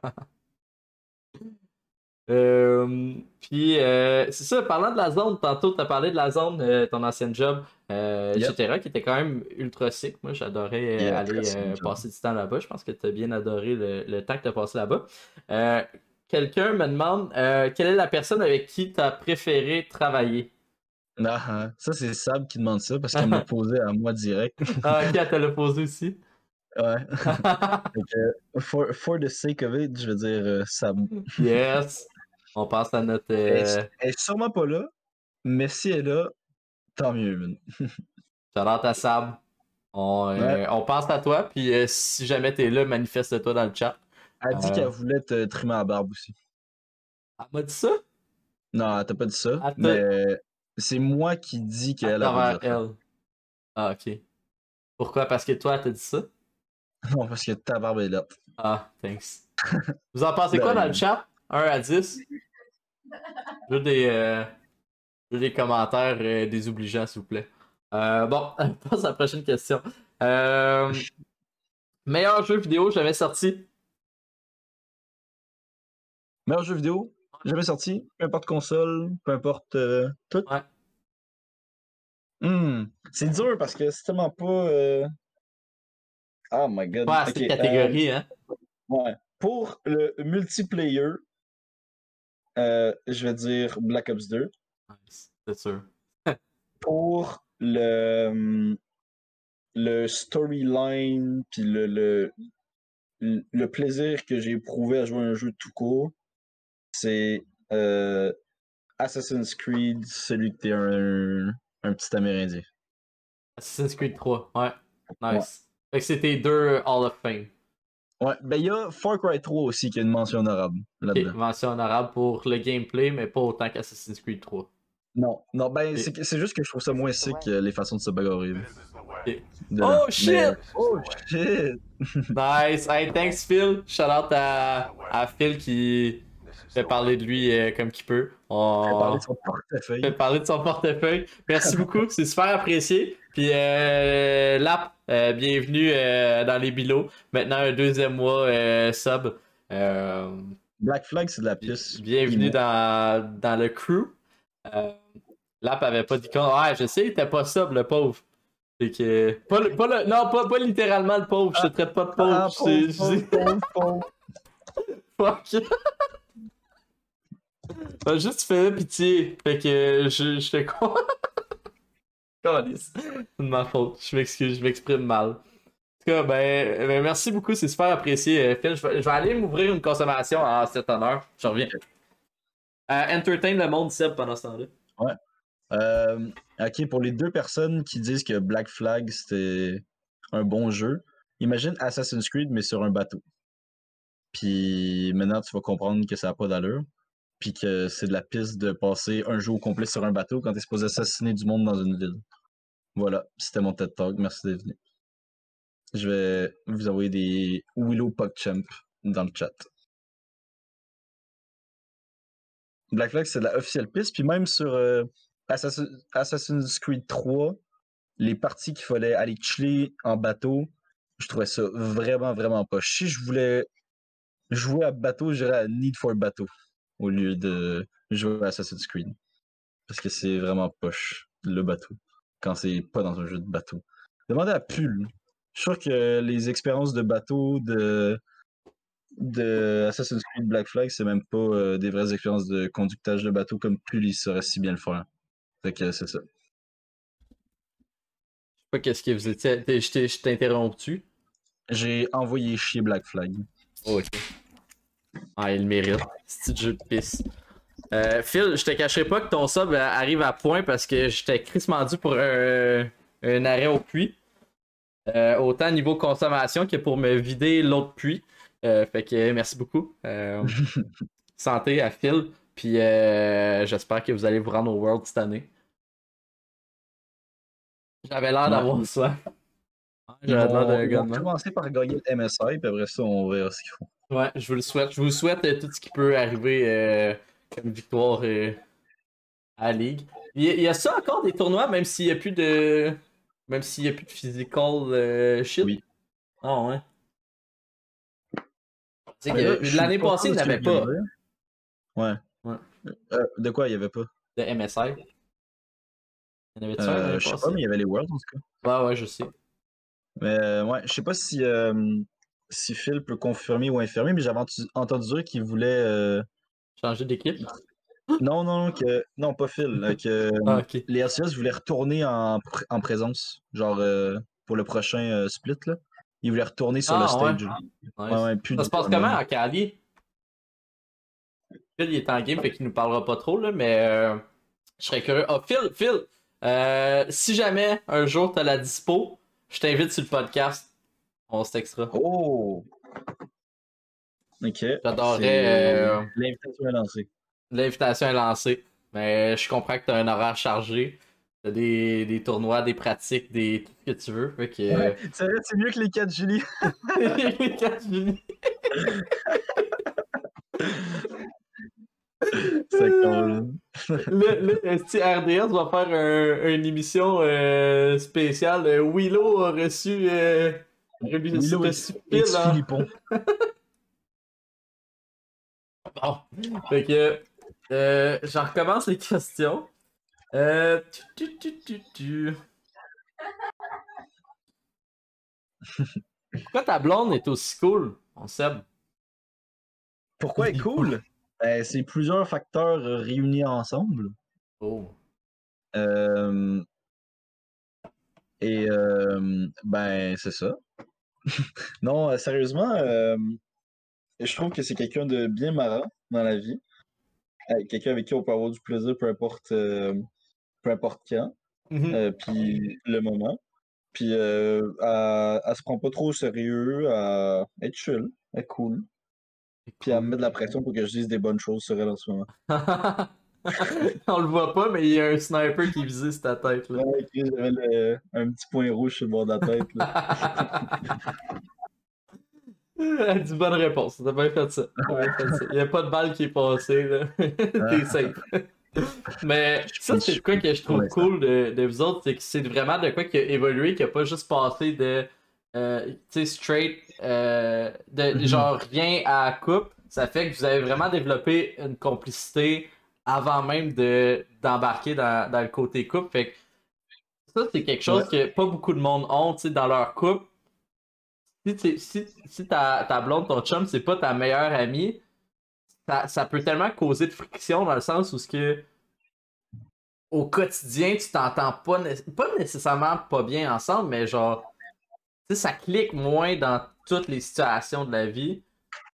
Euh, puis, euh, c'est ça, parlant de la zone, tantôt, tu as parlé de la zone, euh, ton ancienne job, euh, Yep. et cetera, qui était quand même ultra sick. Moi, j'adorais euh, Yeah, aller très sick, euh, job. passer du temps là-bas. Je pense que tu as bien adoré le, le temps que tu as passé là-bas. Euh, quelqu'un me demande euh, quelle est la personne avec qui tu as préféré travailler? Ah, ah. Ça, c'est Sab qui demande ça parce qu'elle me l'a posé à moi direct. Ah, ok, elle te l'a posé aussi. Ouais. Fait que, for, for the sake of it, je veux dire euh, Sab. Yes. On passe à notre. Elle, est- Euh... elle est sûrement pas là, mais si elle est là, tant mieux, man. Shout-out à Sab. On, Ouais. euh, on pense à toi, puis euh, si jamais t'es là, manifeste-toi dans le chat. Elle dit Euh, qu'elle voulait te trimer la barbe aussi. Elle m'a dit ça Non, elle t'a pas dit ça, à, ta- mais c'est moi qui dis à qu'elle elle veut travers dire ça. elle. Ah, ok. Pourquoi? Parce que toi, elle t'a dit ça? Non, parce que ta barbe est là. Ah, thanks. Vous en pensez De quoi dans rien. le chat? un à dix? Je veux des, euh, je veux des commentaires euh, désobligeants, s'il vous plaît. Euh, bon, on passe à la prochaine question. Euh, meilleur jeu vidéo jamais sorti? Meilleur jeu vidéo? Jamais sorti, peu importe console, peu importe euh, tout. Ouais. Hmm, C'est dur parce que c'est tellement pas. euh, Oh my god. Pas Ok. assez de euh, catégories, hein. ouais. Pour le multiplayer, euh, je vais dire Black Ops deux. Nice, c'est sûr. Pour le, le storyline, puis le, le, le plaisir que j'ai éprouvé à jouer à un jeu tout court, c'est euh, Assassin's Creed, celui que t'es un, un petit Amérindien. Assassin's Creed trois, ouais. Ouais. Nice. Fait que c'était deux Hall of Fame. Ouais, ben il y a Far Cry trois aussi qui a une mention honorable Ok, là-dedans. mention honorable pour le gameplay, mais pas autant qu'Assassin's Creed trois. Non, non, ben Ok. c'est que- c'est juste que je trouve ça moins sick euh, les façons de se bagarrer là, Ok. dedans. Oh Mais shit! oh shit! Nice! Hey, thanks Phil! Shout out à, à Phil qui fait parler de lui euh, comme qu'il peut. Fait parler On de son fait portefeuille. parler de son portefeuille. Merci beaucoup, c'est super apprécié. Puis euh, Lap, euh, bienvenue euh, dans les bilots. Maintenant un deuxième mois euh, sub. Euh, Black Flag, c'est de la bi- piste. bienvenue Imo. dans, dans le crew. Euh, Lap avait pas d'icône. Ouais, je sais, il était pas sub, le pauvre. Fait que. Pas le, pas le- non, pas, pas littéralement le pauvre. Je te traite pas de pauvre. Ah, Je pauvre, sais- je pauvre, sais- pauvre, pauvre. Fuck. Ben, juste tu fais pitié. Fait que je, je te crois. Calisse. C'est de ma faute. Je m'excuse, je m'exprime mal. En tout cas, ben, ben, merci beaucoup, c'est super apprécié, euh, Phil. Je vais, je vais aller m'ouvrir une consommation en cet honneur. Je reviens. Euh, entertain le monde, Seb, pendant ce temps-là. Ouais. Euh, ok, pour les deux personnes qui disent que Black Flag c'était un bon jeu, imagine Assassin's Creed mais sur un bateau. Puis maintenant tu vas comprendre que ça n'a pas d'allure. Puis que c'est de la piste de passer un jour complet sur un bateau quand t'es supposé assassiner du monde dans une ville. Voilà, c'était mon TED Talk. Merci d'être venu. Je vais vous envoyer des Willow PogChamp dans le chat. Black Flag, c'est de la officielle piste. Puis même sur euh, Assassin- Assassin's Creed trois, les parties qu'il fallait aller chiller en bateau, je trouvais ça vraiment, vraiment pas. Si je voulais jouer à bateau, j'irais à Need for Bateau au lieu de jouer à Assassin's Creed. Parce que c'est vraiment poche, le bateau, quand c'est pas dans un jeu de bateau. Demandez à Pull. Je suis sûr que les expériences de bateau de, de Assassin's Creed Black Flag, c'est même pas euh, des vraies expériences de conductage de bateau comme Pull, il saurait si bien le faire. Fait que c'est ça. Je sais pas qu'est-ce que vous étiez. t'es- Je t'ai je t'ai interrompu. J'ai envoyé chier Black Flag. Oh, ok. Ah, il le mérite. C'est jeu de pisse. Euh, Phil, je te cacherai pas que ton sub euh, arrive à point parce que j'étais crissement dû pour un, un arrêt au puits. Euh, autant niveau consommation que pour me vider l'autre puits. Euh, fait que merci beaucoup. Euh, santé à Phil. Puis euh, j'espère que vous allez vous rendre au World cette année. J'avais l'air Ouais. d'avoir ça. Ils J'avais l'air vont, d'un ils vont gunman. commencer par gagner le M S I, puis après ça, on verra ce qu'ils font. Ouais, je vous le souhaite. Je vous souhaite euh, tout ce qui peut arriver euh, comme victoire euh, à la Ligue. Il y, a, il y a ça encore des tournois, même s'il n'y a plus de. Même s'il n'y a plus de physical euh, shit. Oui. Ah ouais. C'est que Euh, je suis l'année pas passée, il sûr de ce n'y que avait je viens de pas dire. Ouais. Ouais. Euh, de quoi il y avait pas? de M S I. Il y en avait-tu un Euh, l'année je sais pas, passée? mais il y avait les Worlds en tout cas. Ouais, ouais, je sais. Mais euh, ouais, je sais pas si, euh, si Phil peut confirmer ou infirmer, mais j'avais entu- entendu dire qu'il voulait. euh, Changer d'équipe? Non, non, que. Non, pas Phil. euh, que euh, Ah, ok. les R C S voulaient retourner en, pr- en présence. Genre euh, pour le prochain euh, split, là. Ils voulaient retourner sur le Ah, ouais. stage. Ouais, Nice. ouais, plus Ça de se passe comment online. en Cali? Phil, il est en game, fait qu'il nous parlera pas trop, là, mais euh, je serais curieux. Ah, Phil, Phil, euh, si jamais un jour t'as la dispo, je t'invite sur le podcast. On se textera. Oh! Ok. J'adorerais. C'est- euh, L'invitation est lancée. L'invitation est lancée. Mais je comprends que t'as un horaire chargé. T'as des, des tournois, des pratiques, des tout ce que tu veux. Fait que. Ouais, c'est vrai, c'est mieux que les quatre Julie. Les quatre Julie. Ça colle. Le, le esti R D S va faire un- une émission euh, spéciale. Euh, Willow a reçu. Euh, reçu- Willow reçu et Phil, hein. Philippon. Bon. Fait que, Euh, je recommence les questions. Euh... tu, tu, tu, tu, tu. Pourquoi ta blonde est aussi cool? On sait. Pourquoi est cool? Ben, c'est plusieurs facteurs euh, réunis ensemble. Oh. Euh, et euh, ben, c'est ça. Non, euh, sérieusement, euh, je trouve que c'est quelqu'un de bien marrant dans la vie. Euh, quelqu'un avec qui on peut avoir du plaisir, peu importe, euh, peu importe quand, Mhm. euh, puis le moment. Puis euh, elle, elle se prend pas trop au sérieux, à être chill, elle est cool. C'est Puis elle me cool. met de la pression pour que je dise des bonnes choses sur elle en ce moment. On le voit pas, mais il y a un sniper qui visait sur ta tête, là. Ouais, Chris, j'avais le- un petit point rouge sur le bord de la tête, là. Elle dit bonne réponse. T'as bien fait ça. T'as bien fait ça. Il n'y a pas de balle qui est passée, là. T'es Ah, safe. Mais je ça, suis, je c'est de quoi suis que je pour trouve l'instant. cool de, de vous autres, c'est que c'est vraiment de quoi qui a évolué, qui a pas juste passé de, euh, tu sais, straight, euh, de Mhm. genre rien à la coupe. Ça fait que vous avez vraiment développé une complicité avant même de d'embarquer dans, dans le côté couple. Fait que ça, c'est quelque Ouais, chose que pas beaucoup de monde ont, tu sais, dans leur couple. Si, t'es- si, si ta, ta blonde, ton chum, c'est pas ta meilleure amie, ça, ça peut tellement causer de friction dans le sens où ce que au quotidien, tu t'entends pas, né- pas nécessairement pas bien ensemble, mais genre, tu sais, ça clique moins dans toutes les situations de la vie.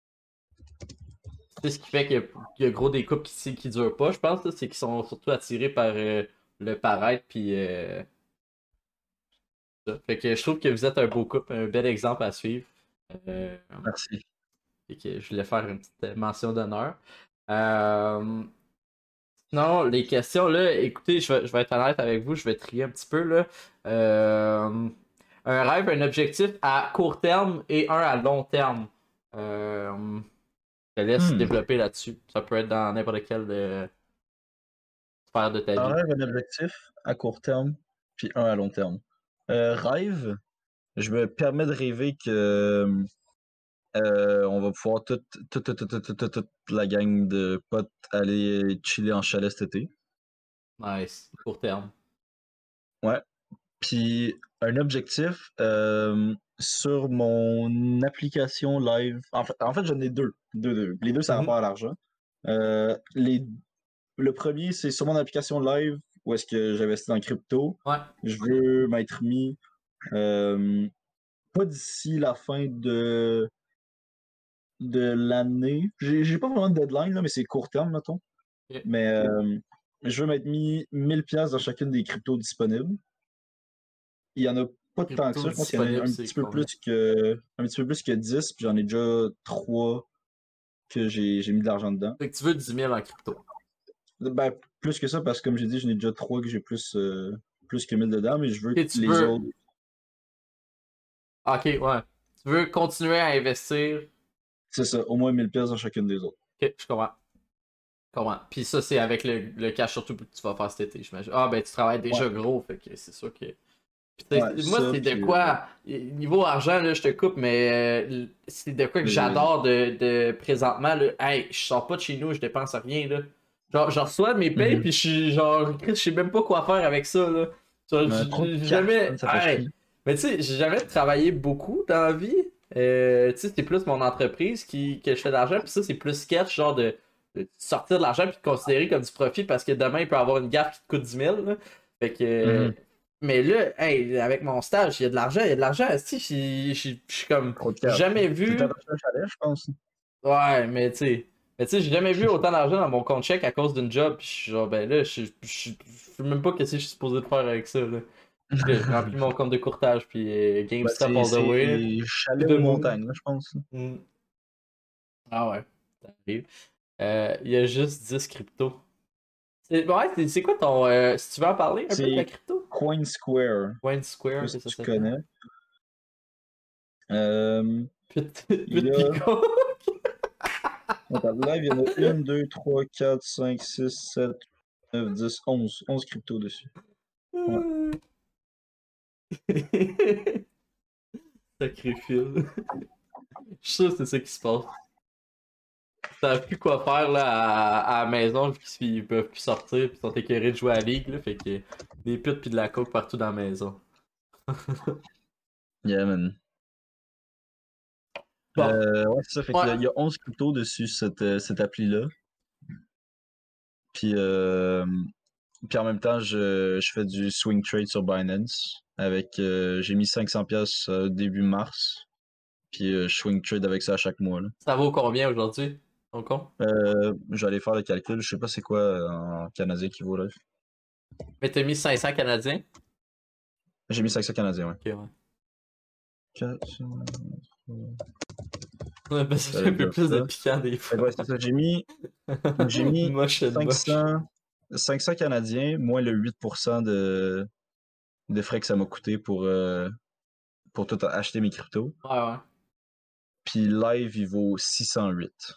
C'est ce qui fait qu'il y, a qu'il y a gros des couples qui, qui durent pas, je pense, là, c'est qu'ils sont surtout attirés par euh, le paraître, puis euh, ça. Fait que je trouve que vous êtes un beau couple, un bel exemple à suivre. Euh, merci. et que je voulais faire une petite mention d'honneur. Euh, Non, les questions, là, écoutez, je vais, je vais être honnête avec vous, je vais trier un petit peu, là. Euh, un rêve, un objectif à court terme et un à long terme. Euh, je te laisse Hmm. développer là-dessus. Ça peut être dans n'importe quelle euh, sphère de ta Un vie. rêve, un objectif à court terme, puis un à long terme. Euh, rêve, je me permets de rêver que euh, on va pouvoir toute, toute, toute, toute, toute, toute- toute la gang de potes aller chiller en chalet cet été. Nice. Court terme. Ouais. Puis un objectif euh, sur mon application live. En fait, en fait j'en ai deux. Deux, deux. Les deux, ça Mhm. rapporte à l'argent. Euh, les... Le premier, c'est sur mon application live où est-ce que j'investis dans le crypto. Ouais. Je veux m'être mis euh, pas d'ici la fin de, de l'année. J'ai j'ai pas vraiment de deadline, là, mais c'est court terme, mettons. Ok. Mais euh, je veux m'être mis mille pièces dans chacune des cryptos disponibles. Il y en a pas tant que Crypto ça. Je pense qu'il y en a disponible, un c'est petit peu plus combien? que un petit peu plus que dix, puis j'en ai déjà trois que j'ai j'ai mis de l'argent dedans. Fait que tu veux dix mille en crypto. Ben, plus que ça, parce que comme j'ai dit, j'en ai déjà trois que j'ai plus, euh, plus que mille dedans, mais je veux que Ok, tu les veux. autres. Ok, ouais. Tu veux continuer à investir. C'est ça, au moins mille pièces dans chacune des autres. Ok, je comprends. Comment? Puis ça, c'est avec le, le cash surtout que tu vas faire cet été, j'imagine. Ah, ben tu travailles Ouais, déjà gros, fait que c'est sûr que. Puis ouais, t'sais, moi, ça, c'est de puis euh, quoi. Niveau argent, là, je te coupe, mais euh, c'est de quoi que vas-y, vas-y. j'adore de, de présentement, là. Hey, je sors pas de chez nous, je dépense rien, là. Genre, je reçois mes payes, Mhm. puis je suis genre, Chris, je sais même pas quoi faire avec ça, là. Genre, On a trop de j'ai cash, jamais. man, ça fait Hey! chier. Mais tu sais, j'ai jamais travaillé beaucoup dans la vie. Euh, tu sais, c'est plus mon entreprise qui, que je fais de l'argent, puis ça, c'est plus sketch, genre de, de sortir de l'argent puis de considérer comme du profit parce que demain, il peut y avoir une gaffe qui te coûte dix mille, là. Fait que. euh, Mhm. Mais là, hey, avec mon stage, il y a de l'argent, il y a de l'argent. Si, je je- je suis comme. Trop de J'ai cash. jamais Tout le temps vu. d'acheter un chalet, je pense. Ouais, mais tu sais. Mais tu sais, j'ai jamais vu autant d'argent dans mon compte chèque à cause d'une job. Puis je suis genre, ben là, je je- je- je sais même pas qu'est-ce que je suis supposé de faire avec ça, là. Puis là, je remplis mon compte de courtage, puis euh, Ben, GameStop c'est all the c'est way. To chalet the aux moon. montagnes, là, je pense. Mm. Ah ouais, ça arrive. Euh, Il y a juste dix cryptos. C'est ouais, c'est c'est quoi ton. Euh, si tu veux en parler un peu de ta C'est crypto? Coin Square. Coin Je sais pas Square, que si ça tu s'appelle. connais. Euh, Pute, il y pute a. Pico. Attends, live, il y en a un, deux, trois, quatre, cinq, six, sept, neuf, dix, onze. onze cryptos dessus. Ouais. Sacrifice. Je suis sûr que c'est ça qui se passe. savent plus quoi faire là, à, à la maison vu qu'ils peuvent plus sortir puis ils sont écœurés de jouer à la ligue. Là, fait que des putes pis de la coke partout dans la maison. Yeah, man. Bon. Euh, ouais, c'est ça. Fait que Ouais. là, il y a onze cryptos dessus cette, euh, cette appli-là. Puis, euh, puis en même temps, je, je fais du swing trade sur Binance. Avec, euh, j'ai mis cinq cents piastres euh, début mars. Puis euh, je swing trade avec ça à chaque mois. Là. Ça vaut combien aujourd'hui, ton compte? Euh, je vais aller faire le calcul. Je sais pas c'est quoi euh, en canadien qui vaut là. Mais t'as mis cinq cents canadiens? J'ai mis cinq cents canadiens, ouais. Ok, ouais. Quatre- Ouais, parce que Ça c'est va un peu dire plus de ça. piquant des Fait fois. que ouais, c'est ça. J'ai mis, j'ai mis Moche and moche. cinq cents, cinq cents canadiens, moins le huit pour cent de, de frais que ça m'a coûté pour, euh, pour tout acheter mes cryptos. Ouais, ouais. Puis live, il vaut six cent huit.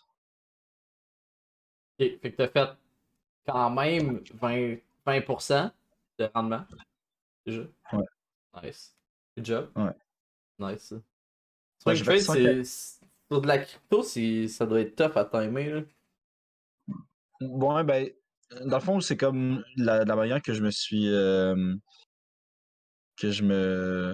Ok, fait que t'as fait quand même vingt, vingt pour cent de rendement. Déjà. Ouais. Nice. Good job. Ouais. Nice. Ouais, Swing j'ai fait trade, cent c'est. c'est- Sur de la crypto, c'est- ça doit être tough à timer. Là. Bon, ben, dans le fond, c'est comme la, la manière que je me suis. euh, que je me.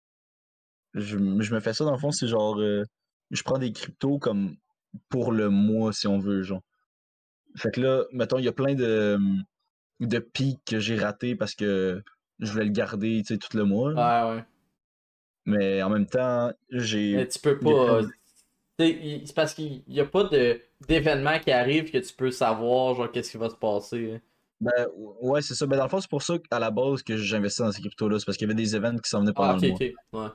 Je, m- je me fais ça, dans le fond, c'est genre. euh, je prends des cryptos comme pour le mois, si on veut, genre. Fait que là, mettons, il y a plein de, de pics que j'ai ratés parce que je voulais le garder, tu sais, tout le mois. là. Ouais, ouais. Mais en même temps, j'ai. Mais tu peux Il y a pas. plein euh, de- tu sais, il- c'est parce qu'il n'y a pas de d'événement qui arrive que tu peux savoir, genre, qu'est-ce qui va se passer. Hein. Ben, ouais, c'est ça. Ben, dans le fond, c'est pour ça qu'à la base que j'investis dans ces cryptos-là. C'est parce qu'il y avait des events qui s'en venaient Ah, pendant ok, le mois. ok. Ouais.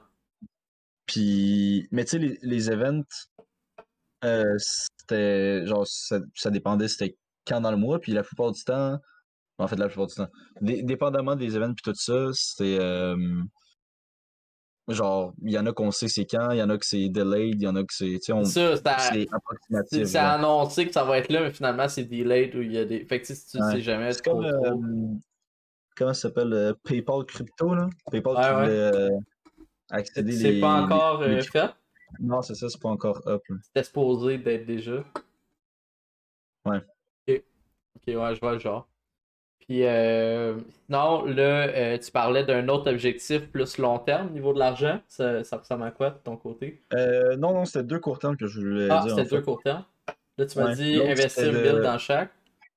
Puis, mais tu sais, les, les events, euh, c'était genre, ça, ça dépendait, c'était quand dans le mois. Puis la plupart du temps, en fait, la plupart du temps, dé- dépendamment des events, puis tout ça, c'était euh, genre, il y en a qu'on sait c'est quand, il y en a que c'est delayed, il y en a que c'est, tu sais, on- Ça, c'est à- c'est c'est approximatif. c'est Genre. annoncé que ça va être là, mais finalement, c'est delayed ou il y a des. Fait que tu sais, si tu le Ouais. sais jamais C'est comme, trop trop. euh, comment ça s'appelle, euh, PayPal Crypto, là? PayPal qui Ouais, voulait ouais. euh, C'est accéder c'est pas les, les, encore les euh, cryptos. fait. Non, c'est ça, c'est pas encore up. Là. C'était supposé d'être déjà. Ouais. Ok, ok, ouais, je vois le genre. Puis, euh, sinon, là, euh, tu parlais d'un autre objectif plus long terme au niveau de l'argent. Ça, ça ressemble à quoi de ton côté? Euh, non, non, c'était deux court termes que je voulais Ah, dire, en c'était deux fait. court terme. Là, tu m'as Ouais. dit L'autre, c'était investir mille de. dans chaque.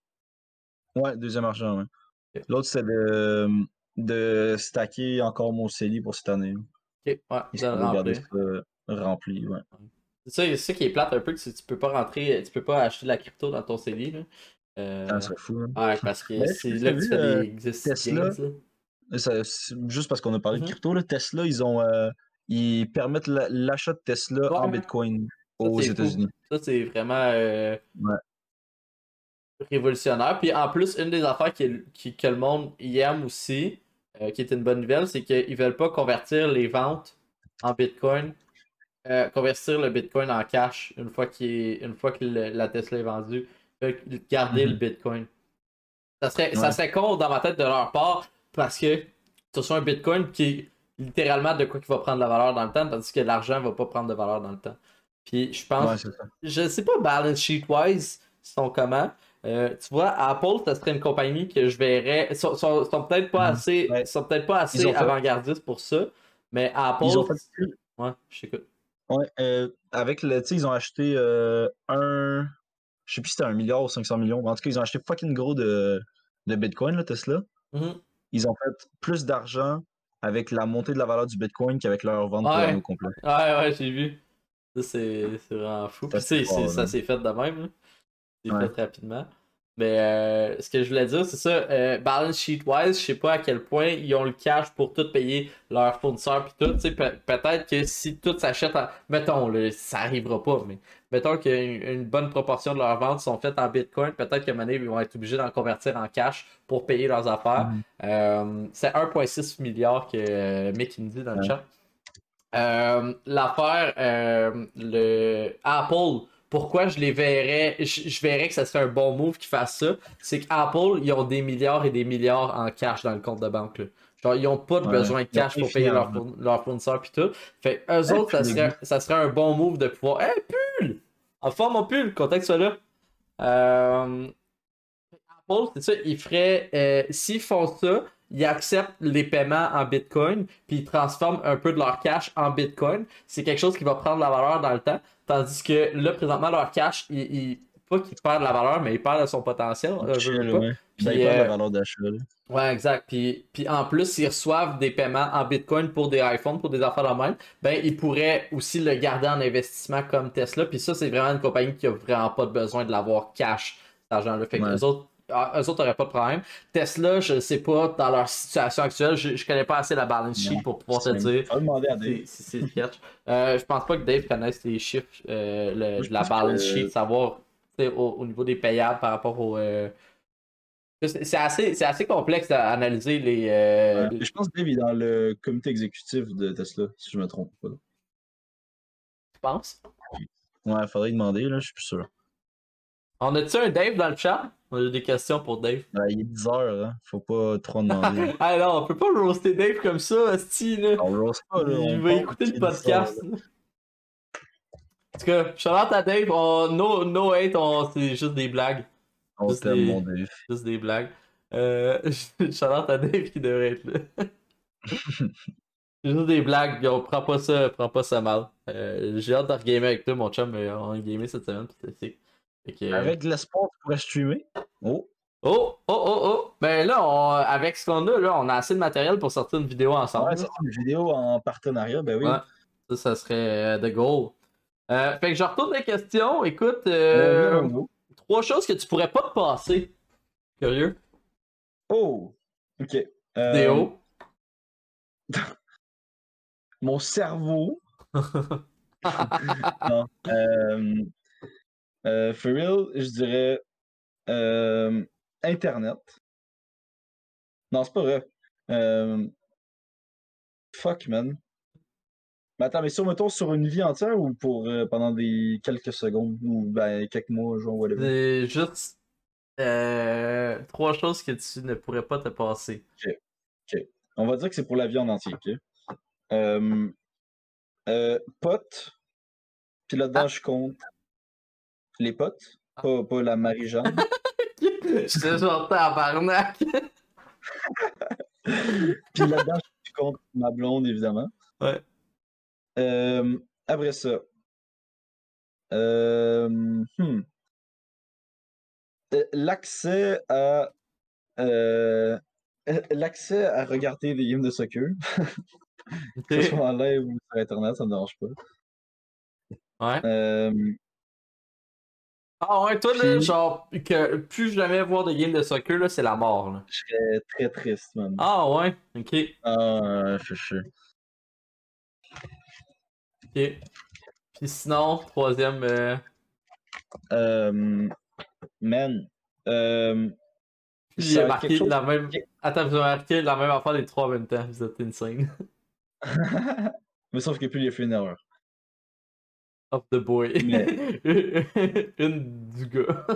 Ouais, deuxième argent, ouais. Ok, L'autre, c'est de, de stacker encore mon C E L I pour cette année. ok, ouais, de le Histoire de garder remplir. ça rempli, ouais. C'est ça, c'est ça qui est plate un peu, que c'est- tu peux pas rentrer, tu peux pas acheter de la crypto dans ton C E L I, là. Ah, ça Euh, serait fou, hein. ouais, parce que Mais c'est est-ce que là tu as que tu vu fais euh, des existing Tesla? gains, là. Ça- c'est- juste parce qu'on a parlé de Mhm. crypto, là, Tesla, ils ont euh, ils permettent la- l'achat de Tesla en Ouais, Bitcoin ça aux c'est fou. États-Unis. Ça c'est vraiment euh, Ouais. révolutionnaire. Puis en plus, une des affaires qui, qui- que le monde y aime aussi, euh, qui est une bonne nouvelle, c'est qu'ils veulent pas convertir les ventes en Bitcoin, euh, convertir le Bitcoin en cash une fois, qu'il est- une fois que le- la Tesla est vendue. Ils veulent garder le Mhm. Bitcoin. Ça serait, ça Ouais. serait con dans ma tête de leur part parce que tu reçois un Bitcoin qui est littéralement de quoi qui va prendre de la valeur dans le temps, tandis que l'argent va pas prendre de valeur dans le temps. Puis je pense, Ouais, c'est ça. je sais pas balance sheet wise, ils sont comment. Euh, tu vois, Apple, ça serait une compagnie que je verrais. Ils sont, sont, sont peut-être pas Mhm. assez, Ouais. sont peut-être pas Ils assez ont fait, avant-gardistes pour ça, mais Apple. ils ont fait plus- Ouais, je t'écoute. ouais, euh, avec le, tu sais, ils ont acheté euh, un, je sais plus si c'était un milliard ou cinq cents millions, mais en tout cas, ils ont acheté fucking gros de, de Bitcoin, là, Tesla. Mhm. Ils ont fait plus d'argent avec la montée de la valeur du Bitcoin qu'avec leur vente pour l'année Ouais, au complet. ouais, ouais, j'ai vu. Ça, c'est c'est vraiment fou. Ça, Puis tu c'est sais, c'est- fort, ça là. s'est fait de même, là. C'est Ouais. fait rapidement. Mais euh, ce que je voulais dire, c'est ça. euh, balance sheet wise, je sais pas à quel point ils ont le cash pour tout payer leurs fournisseurs puis tout. Tu sais, pe- peut-être que si tout s'achète en. Mettons, là, ça arrivera pas, mais mettons qu'une une bonne proportion de leurs ventes sont faites en Bitcoin, peut-être qu'à un moment donné, ils vont être obligés d'en convertir en cash pour payer leurs affaires. Mhm. Euh, c'est un virgule six milliard que euh, Mick il me dit dans le Ouais. chat. Euh, l'affaire, euh, le Apple, pourquoi je les verrais, je, je verrais que ça serait un bon move qu'ils fassent ça, c'est qu'Apple, ils ont des milliards et des milliards en cash dans le compte de banque. Là. Genre, ils ont pas de Ouais. besoin de Ils ont cash pour payer leurs infini fourn- leurs fournisseurs pis tout. Fait eux Eh, autres, ça puis les serait, goûts. ça serait un bon move de pouvoir. Hey, pull! En forme, on peut, le contexte soit là. Euh... Apple, c'est ça, ils feraient. Euh, s'ils font ça, ils acceptent les paiements en Bitcoin, puis ils transforment un peu de leur cash en Bitcoin. C'est quelque chose qui va prendre la valeur dans le temps. Tandis que là, présentement, leur cash, il, il- pas qu'il perd de la valeur, mais il perd de son potentiel. Euh, je veux Chill, pas. ouais. Puis, Ça dépend de euh, la valeur d'achat, là. Ouais, exact. Puis, puis en plus, ils reçoivent des paiements en Bitcoin pour des iPhones, pour des affaires de même, ben ils pourraient aussi le garder en investissement comme Tesla. Puis ça, c'est vraiment une compagnie qui a vraiment pas besoin de l'avoir cash, cet argent-là. Fait que Ouais. eux autres, ah, eux autres n'auraient pas de problème. Tesla, je sais pas, dans leur situation actuelle, je, je connais pas assez la balance sheet Non. pour pouvoir te C'est- dire Faut demander à Dave. si si c'est sketch. Euh, je pense pas que Dave connaisse les chiffres euh, le- Je de la pense balance que- sheet, savoir tu sais, au, au niveau des payables par rapport au. euh, c'est c'est assez, c'est assez complexe à analyser les. euh, Ouais. Je pense que Dave est dans le comité exécutif de Tesla, si je me trompe pas. Tu penses? Ouais, faudrait demander, là, je suis plus sûr. On a-tu un Dave dans le chat? On a des questions pour Dave. Ouais, il est dix heures, hein. Faut pas trop demander. Ah non, on peut pas roaster Dave comme ça, Asti, là. On rose pas, là. Il On va parle écouter qu'il le est dix heures, podcast. là. là. En tout cas, shout-out à Dave. On, no, no hate, on- c'est juste des blagues. On Juste t'aime, des, mon Dave. juste des blagues. Euh, shout-out à Dave qui devrait être là. C'est juste des blagues, on prend pas ça, prend pas ça mal. Euh, j'ai hâte de regamer avec toi, mon chum. euh, On a gamé cette semaine, pis c'est c'est- fait que, euh, Avec l'espoir, tu pourrais streamer. Oh, Oh, oh, oh, oh! Ben là, on- avec ce qu'on a, là, on a assez de matériel pour sortir une vidéo ensemble. ouais, là. ça c'est une vidéo en partenariat, ben oui. Ouais, ça, ça serait euh, the goal. Euh, fait que je retourne les questions. Écoute, Euh, euh, viens, Longo. trois choses que tu pourrais pas te passer. Curieux. Oh, ok. Euh, Vidéo. mon cerveau. Non. Euh, euh, for real, je dirais euh, Internet. Non, c'est pas vrai. Euh, fuck, man. Mais attends, mais sur, mettons, sur une vie entière ou pour euh, pendant des quelques secondes ou ben quelques mois, genre, whatever. C'est juste euh, trois choses que tu ne pourrais pas te passer. Ok. On va dire que c'est pour la vie en entier, ok? Euh, euh, potes, puis là-dedans, Ah. je compte les potes, pas, pas la Marie-Jeanne. J'étais genre tabarnak. Puis là-dedans, je compte ma blonde, évidemment. Ouais. Euh, après ça, euh, hmm. Euh, l'accès à euh, euh, l'accès à regarder des games de soccer, que ce Ok. soit en live ou sur Internet, ça me dérange pas. Ouais. Euh, Ah ouais, toi, là, Puis- genre, que plus jamais voir de game de soccer, là, c'est la mort, là. je serais très triste, man. Ah ouais, ok, Ah, je suis ok. Puis sinon, troisième, euh, Euh, man, euh, puis il ça a a marqué quelque chose. la même... Attends, vous avez marqué la même affaire les trois en même temps, vous êtes insane. Mais sauf qu'il peut lui fait une erreur. Of the boy. Mais- Une du gars.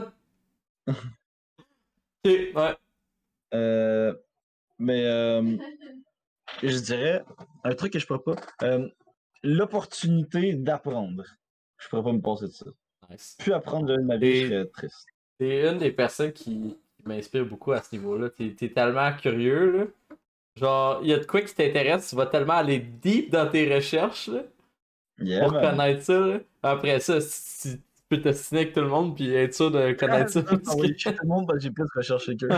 Ok, ouais. Euh, mais euh, je dirais un truc que je pourrais pas. euh, L'opportunité d'apprendre. Je pourrais pas me passer de ça. Nice. Plus apprendre de ma vie, Et- je serais triste. T'es une des personnes qui, qui m'inspire beaucoup à ce niveau-là. T'es, t'es tellement curieux, là. Genre, il y a de quoi qui t'intéresse, tu vas tellement aller deep dans tes recherches, là, Yeah, pour man. connaître ça, là. Après ça, si, si tu peux t'assiner avec tout le monde puis être sûr de connaître ça. Ah oui, chez tout le monde, parce que j'ai plus de recherche qu'eux.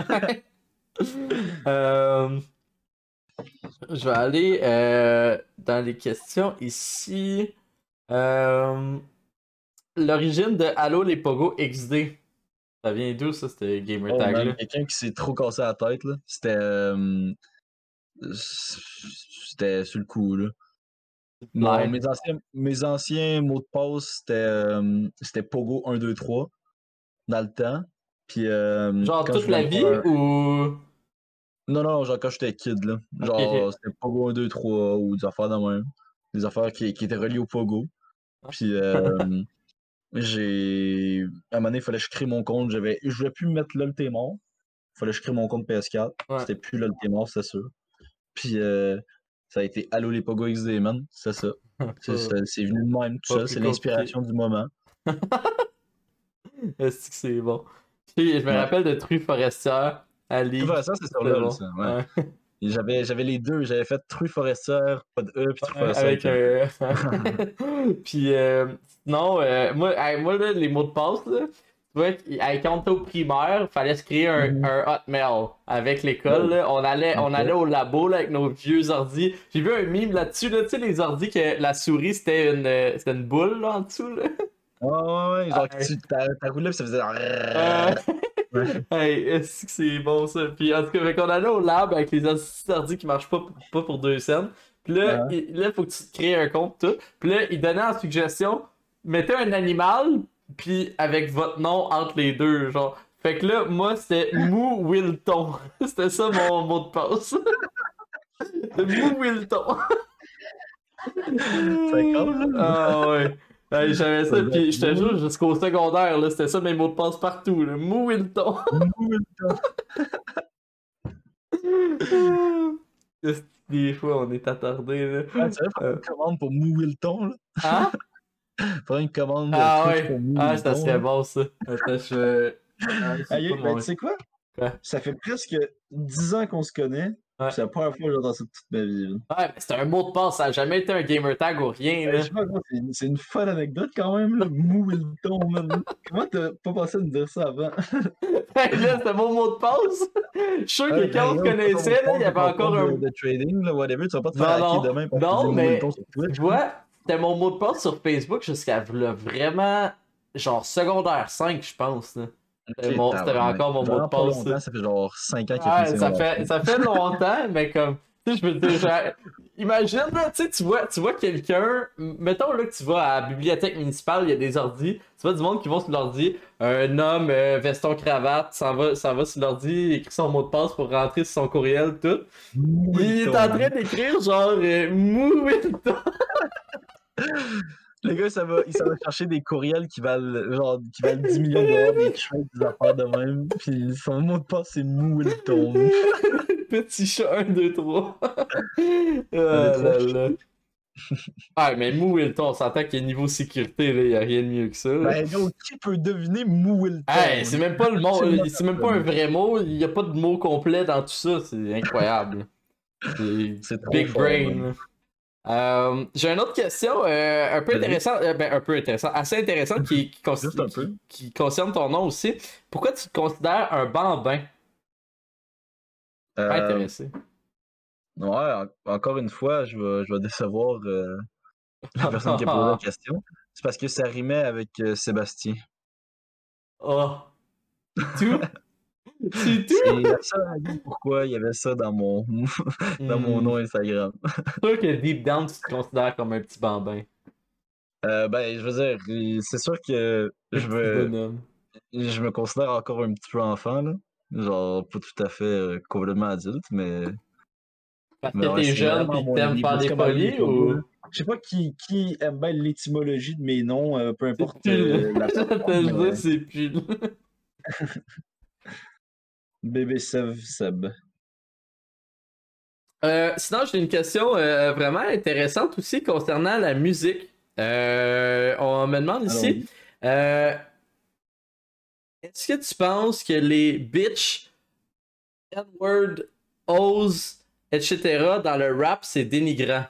Euh, je vais aller euh, dans les questions ici. Euh, L'origine de Halo les Pogo X D. Ça vient d'où ça, ce gamer Oh, tag man, là? quelqu'un qui s'est trop cassé la tête, là. C'était. euh, C'était sur le coup, là. Mon- Live. mes, anciens, mes anciens mots de passe, c'était euh, c'était Pogo un deux trois dans le temps. Puis, euh, Genre quand je toute la voulais vie faire- ou. Non, non, genre quand j'étais kid, là. Ok, Genre, ok. c'était Pogo un deux trois ou des affaires de même. Des affaires qui, qui étaient reliées au Pogo. Ah. Puis, euh, j'ai. À un moment donné, il fallait que je crée mon compte. J'avais... Je voulais plus mettre l'Ultimate. Il fallait que je crée mon compte P S quatre. Ouais. C'était plus l'Ultimate, c'est sûr. Puis, euh, ça a été Halo les Pogo X D, man. C'est ça. C'est, Pas- c'est- c'est venu de même, tout pas ça. plus C'est l'inspiration du moment. Est-ce que c'est bon? Puis, je me Ouais. rappelle de True Forestière à League. True Forestière, c'est sur C'était LoL, bon. ça. Ouais. Ouais. Et J'avais, j'avais les deux. J'avais fait True Forestière, pas de E, puis True Ouais, Forestière avec avec E. un. Puis, euh, sinon, euh, moi, hey, moi là, les mots de passe, là, tu vois, hey, quand on était au primaire, fallait se créer un, Mhm. un hotmail avec l'école. Oh, Là. On allait, on ok. allait au labo là, avec nos vieux ordis. J'ai vu un meme là-dessus, là, tu sais, les ordis que la souris c'était une, euh, c'était une boule là, en dessous. Là. Ouais, ouais, ouais. Genre, que Hey. tu t'as t'as roulé, puis ça faisait. Euh, Ouais. hey, est-ce que c'est bon ça? Puis en tout cas, fait qu'on allait au lab avec les assistants ordi qui marchent pas, pas pour deux cents. Puis là, Ouais. il, là, faut que tu te crées un compte, tout. Puis là, il donnait en suggestion, mettez un animal, puis avec votre nom entre les deux, genre. Fait que là, moi, c'était Mou Wilton. C'était ça mon mot de passe. Mou Wilton. C'est con, là. Ah ouais. Hey, j'avais Ça ça, doit puis être je te jure, drôle. jusqu'au secondaire, là, c'était ça mes mots de passe partout, là. Mou Wilton. Des fois, on est attardé, là. Ah, tu sais, faudrait Euh, une commande pour mouiller le ton, là. Hein? Faudrait une commande de Ah Twitch ouais. pour mouiller Ah, le ça ton, serait là. bon, ça. Attends, je... Ah, je sais Aïe, pas aïe, ben, mon... tu sais quoi? Quoi? Ça fait presque dix ans qu'on se connaît. Ouais. C'est la première fois que j'entends ça de toute ma vie. là. Ouais, mais c'est un mot de passe, ça a jamais été un gamer tag ou rien, Ben, là. je sais pas, moi, c'est une, c'est une folle anecdote quand même, là. Mouiller le ton, man. Comment t'as pas pensé à me dire ça avant? Hey, là, c'était mon mot de passe. Je suis sûr Ouais, que quand on se ben, là, connaissait, là, il y avait ton encore compte un... de, de trading, là, whatever, tu vas pas te faire Non, hacker non, demain parce que tu dis non, mouiller le mais ton sur tu Twitch. vois, c'était mon mot de passe sur Facebook jusqu'à v'là vraiment, genre secondaire cinq, je pense, là. C'était Ok, mon- c'était tabarnak. encore mon mot de Vraiment pas passe. longtemps, là. ça fait genre cinq ans qu'il a fini Ouais, ça secondaire fait, ça fait longtemps, mais comme, tu sais, je veux dire, genre, imagine, là, tu sais, tu vois, tu vois quelqu'un, mettons, là, que tu vas à la bibliothèque municipale, il y a des ordis, tu vois du monde qui vont sur l'ordi, un homme, euh, veston, cravate, s'en va, s'en va sur l'ordi, écrit son mot de passe pour rentrer sur son courriel, tout. Mouiller Il le est ton, en hein. train d'écrire, genre, euh, Mouilton. Le gars, ça va, il s'en va chercher des courriels qui valent genre qui valent dix millions de dollars, des trades, des affaires de même. Puis son mot de passe, c'est mouiller le ton. Petit chat un, deux, trois. Ah deux, trois. là là. Ah, mais Mouilton, on s'entend qu'il y a niveau sécurité, là, il y a rien de mieux que ça. Là. Ben, gros, qui peut deviner mouiller le ton? Hey, c'est même pas le mot, Absolument c'est même pas un vrai mot, il y a pas de mot complet dans tout ça, c'est incroyable. C'est C'est trop big fort, brain. man. là. Euh, j'ai une autre question, euh, un peu Vas-y. intéressante, euh, ben un peu intéressant, assez intéressante qui, qui, cons- Juste un qui- peu. qui concerne ton nom aussi. Pourquoi tu te considères un bambin? Pas Euh, intéressé. ouais, en- encore une fois, je vais, je vais décevoir euh, la personne qui a posé la question. C'est parce que ça rimait avec euh, Sébastien. Oh. C'est tout? C'est tout? C'est la seule raison pourquoi il y avait ça dans mon, dans mon Hmm. nom Instagram. C'est sûr que deep down, tu te considères comme un petit bambin. Euh, ben, je veux dire, c'est sûr que Un je petit me, bonhomme. je me considère encore un petit peu enfant, là. Genre, pas tout à fait euh, complètement adulte, mais, Parce mais que ouais, t'es c'est jeune vraiment pis que mon t'aimes ami. faire C'est des comme Alain folies Nicolas. ou. Je sais pas qui, qui aime bien l'étymologie de mes noms, euh, peu C'est importe pull. euh, la Je te plateforme, le mais dis, c'est pull. bébé Seb Seb. Euh, sinon, j'ai une question euh, vraiment intéressante aussi concernant la musique. Euh, on me demande ici, Allons-y. euh, est-ce que tu penses que les bitch, N-word, O's, et cetera dans le rap, c'est dénigrant?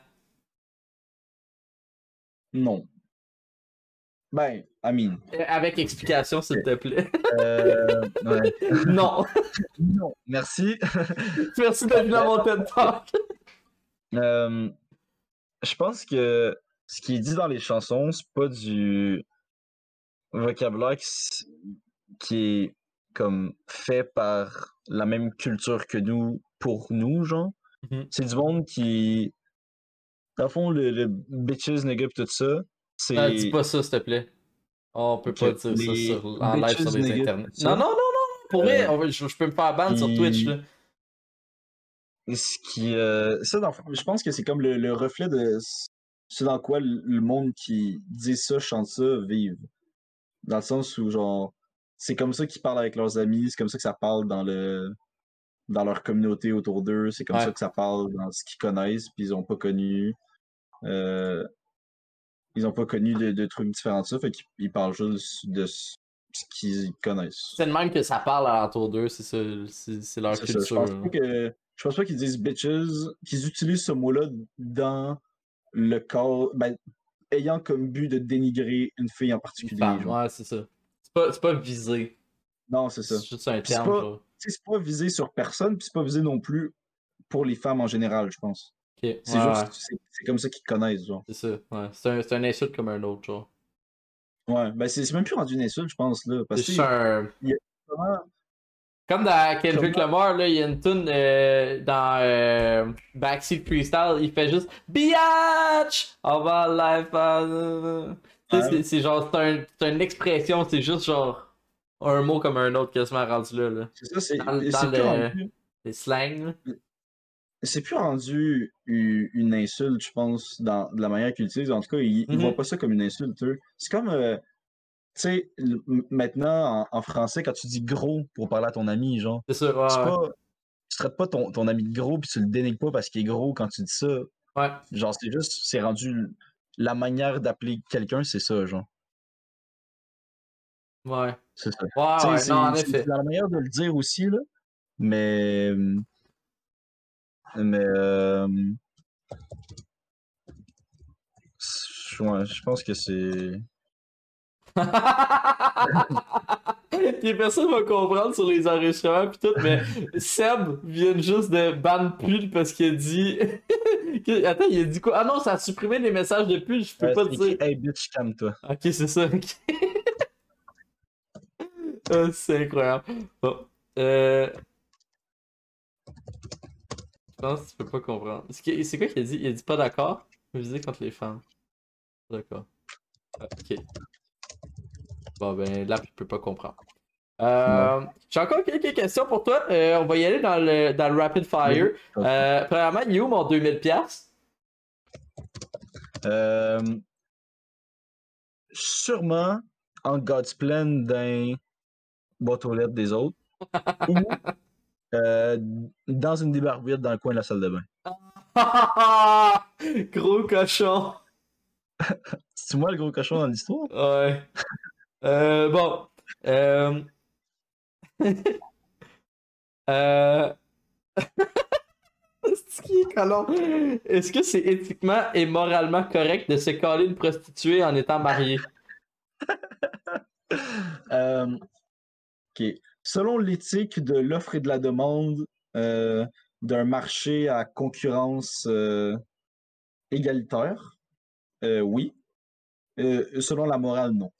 Non. Ben, Amine. Euh, Avec explication, s'il te plaît. Euh, ouais. Non. Non, merci. Merci d'être venu à mon TED Talk. Euh, je pense que ce qui est dit dans les chansons, c'est pas du vocabulaire qui, s- qui est comme fait par la même culture que nous, pour nous, genre. Mhm. C'est du monde qui, dans le fond, le, le bitches, nigga pis tout ça, c'est Non, dis pas ça, s'il te plaît. On peut pas que dire ça les sur, en live sur bitches, les nigga internets. pis tout ça, Non, non, non, non. Pour vrai, euh, on va- je, je peux me faire ban sur qui- Twitch. Là. ce qui, euh, Ça, dans le fond, je pense que c'est comme le, le reflet de ce dans quoi le, le monde qui dit ça, chante ça, vive. Dans le sens où, genre, c'est comme ça qu'ils parlent avec leurs amis, c'est comme ça que ça parle dans le dans leur communauté autour d'eux, c'est comme Ouais. ça que ça parle dans ce qu'ils connaissent, puis ils ont pas connu. Euh, ils ont pas connu de, de trucs différents de ça, fait qu'ils ils parlent juste de ce ce qu'ils connaissent. C'est le même que ça parle alentour d'eux, c'est ça, c'est c'est leur C'est ça, je culture. pense là. pas que. Je pense pas qu'ils disent bitches, qu'ils utilisent ce mot-là dans le corps, ben, ayant comme but de dénigrer une fille en Une particulier. femme, genre. ouais, c'est ça. C'est pas, c'est pas visé. Non, c'est ça. C'est juste un Puis c'est terme, pas, genre. tu sais, c'est pas visé sur personne, puis c'est pas visé non plus pour les femmes en général, je pense. Ok, ouais, C'est ouais, juste, c'est c'est comme ça qu'ils connaissent, genre. c'est ça. Ouais. C'est un, c'est un insulte comme un autre, genre. Ouais, ben c'est c'est même plus rendu une insulte, je pense, là. C'est Parce que juste un. il y a vraiment. Comme dans Kendrick Comment- Lamar, là, il y a une tune euh, dans euh, Backseat Freestyle, il fait juste Biatch! All my life. uh, Tu sais, Ouais. c'est- c'est genre, c'est un, c'est une expression, c'est juste genre un mot comme un autre quasiment rendu là. là. C'est ça, c'est Dans, c'est dans plus le, rendu. les slangs. là. C'est plus rendu u- une insulte, je pense, dans de la manière qu'ils l'utilisent. En tout cas, ils, ils Mhm. voient pas ça comme une insulte, eux. C'est comme, euh, tu sais, l- m- maintenant, en, en français, quand tu dis gros Pour parler à ton ami, genre. C'est ça, ouais, C'est ouais. pas. Tu traites pas ton, ton ami de gros puis tu le dénigres pas parce qu'il est gros quand tu dis ça. Ouais. Genre, c'est juste, c'est rendu. La manière d'appeler quelqu'un, c'est ça, genre. Ouais. C'est ça. Ouais, Tu sais, ouais, c'est non, en c'est- effet. c'est la manière de le dire aussi, là. Mais. Mais. euh, c'est- ouais, je pense que c'est. Les personnes vont comprendre sur les enregistrements pis tout, mais Seb vient juste de ban pul parce qu'il a dit. Que- Attends, il a dit quoi? Ah non, ça a supprimé les messages de pul, je peux Ouais, pas c'est te écrit, dire. hey bitch, calme-toi. Ok, c'est ça, ok. Ah, c'est incroyable. Bon. Euh... Je pense que tu peux pas comprendre. C'est qui- c'est quoi qu'il a dit? Il a dit pas d'accord? Viser contre les femmes. D'accord. Ah, ok. Bon, ben là, je peux pas comprendre. Euh, J'ai encore quelques questions pour toi. Euh, on va y aller dans le, dans le Rapid Fire. Oui. Euh, premièrement, il est où mon deux mille piastres? Euh, sûrement en God's Plan d'un boîte aux lettres des autres ou euh, dans une débarbouillette dans le coin de la salle de bain. Gros cochon. C'est moi le gros cochon dans l'histoire? Ouais. Euh, bon. Euh... euh... C'est qui est colon? Est-ce que c'est éthiquement et moralement correct de se caler une prostituée en étant marié? Euh, ok. Selon l'éthique de l'offre et de la demande euh, d'un marché à concurrence euh, égalitaire, euh, oui. Euh, selon la morale, non.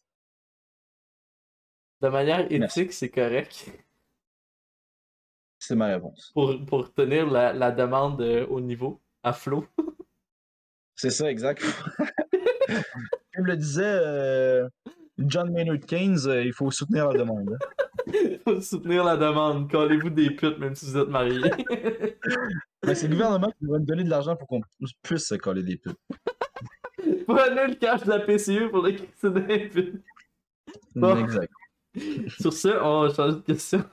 De manière Merci. éthique, c'est correct. C'est ma réponse. Pour, pour tenir la, la demande euh, au niveau, à flot. C'est ça, exact. Comme le disait euh, John Maynard Keynes, euh, il faut soutenir la demande. hein. Faut soutenir la demande. Collez-vous des putes même si vous êtes mariés. Mais c'est le gouvernement qui va nous donner de l'argent pour qu'on puisse se coller des putes. Prenez le cash de la P C E pour le crisser des putes. Bon. Exact. Sur ce, on va changer de question.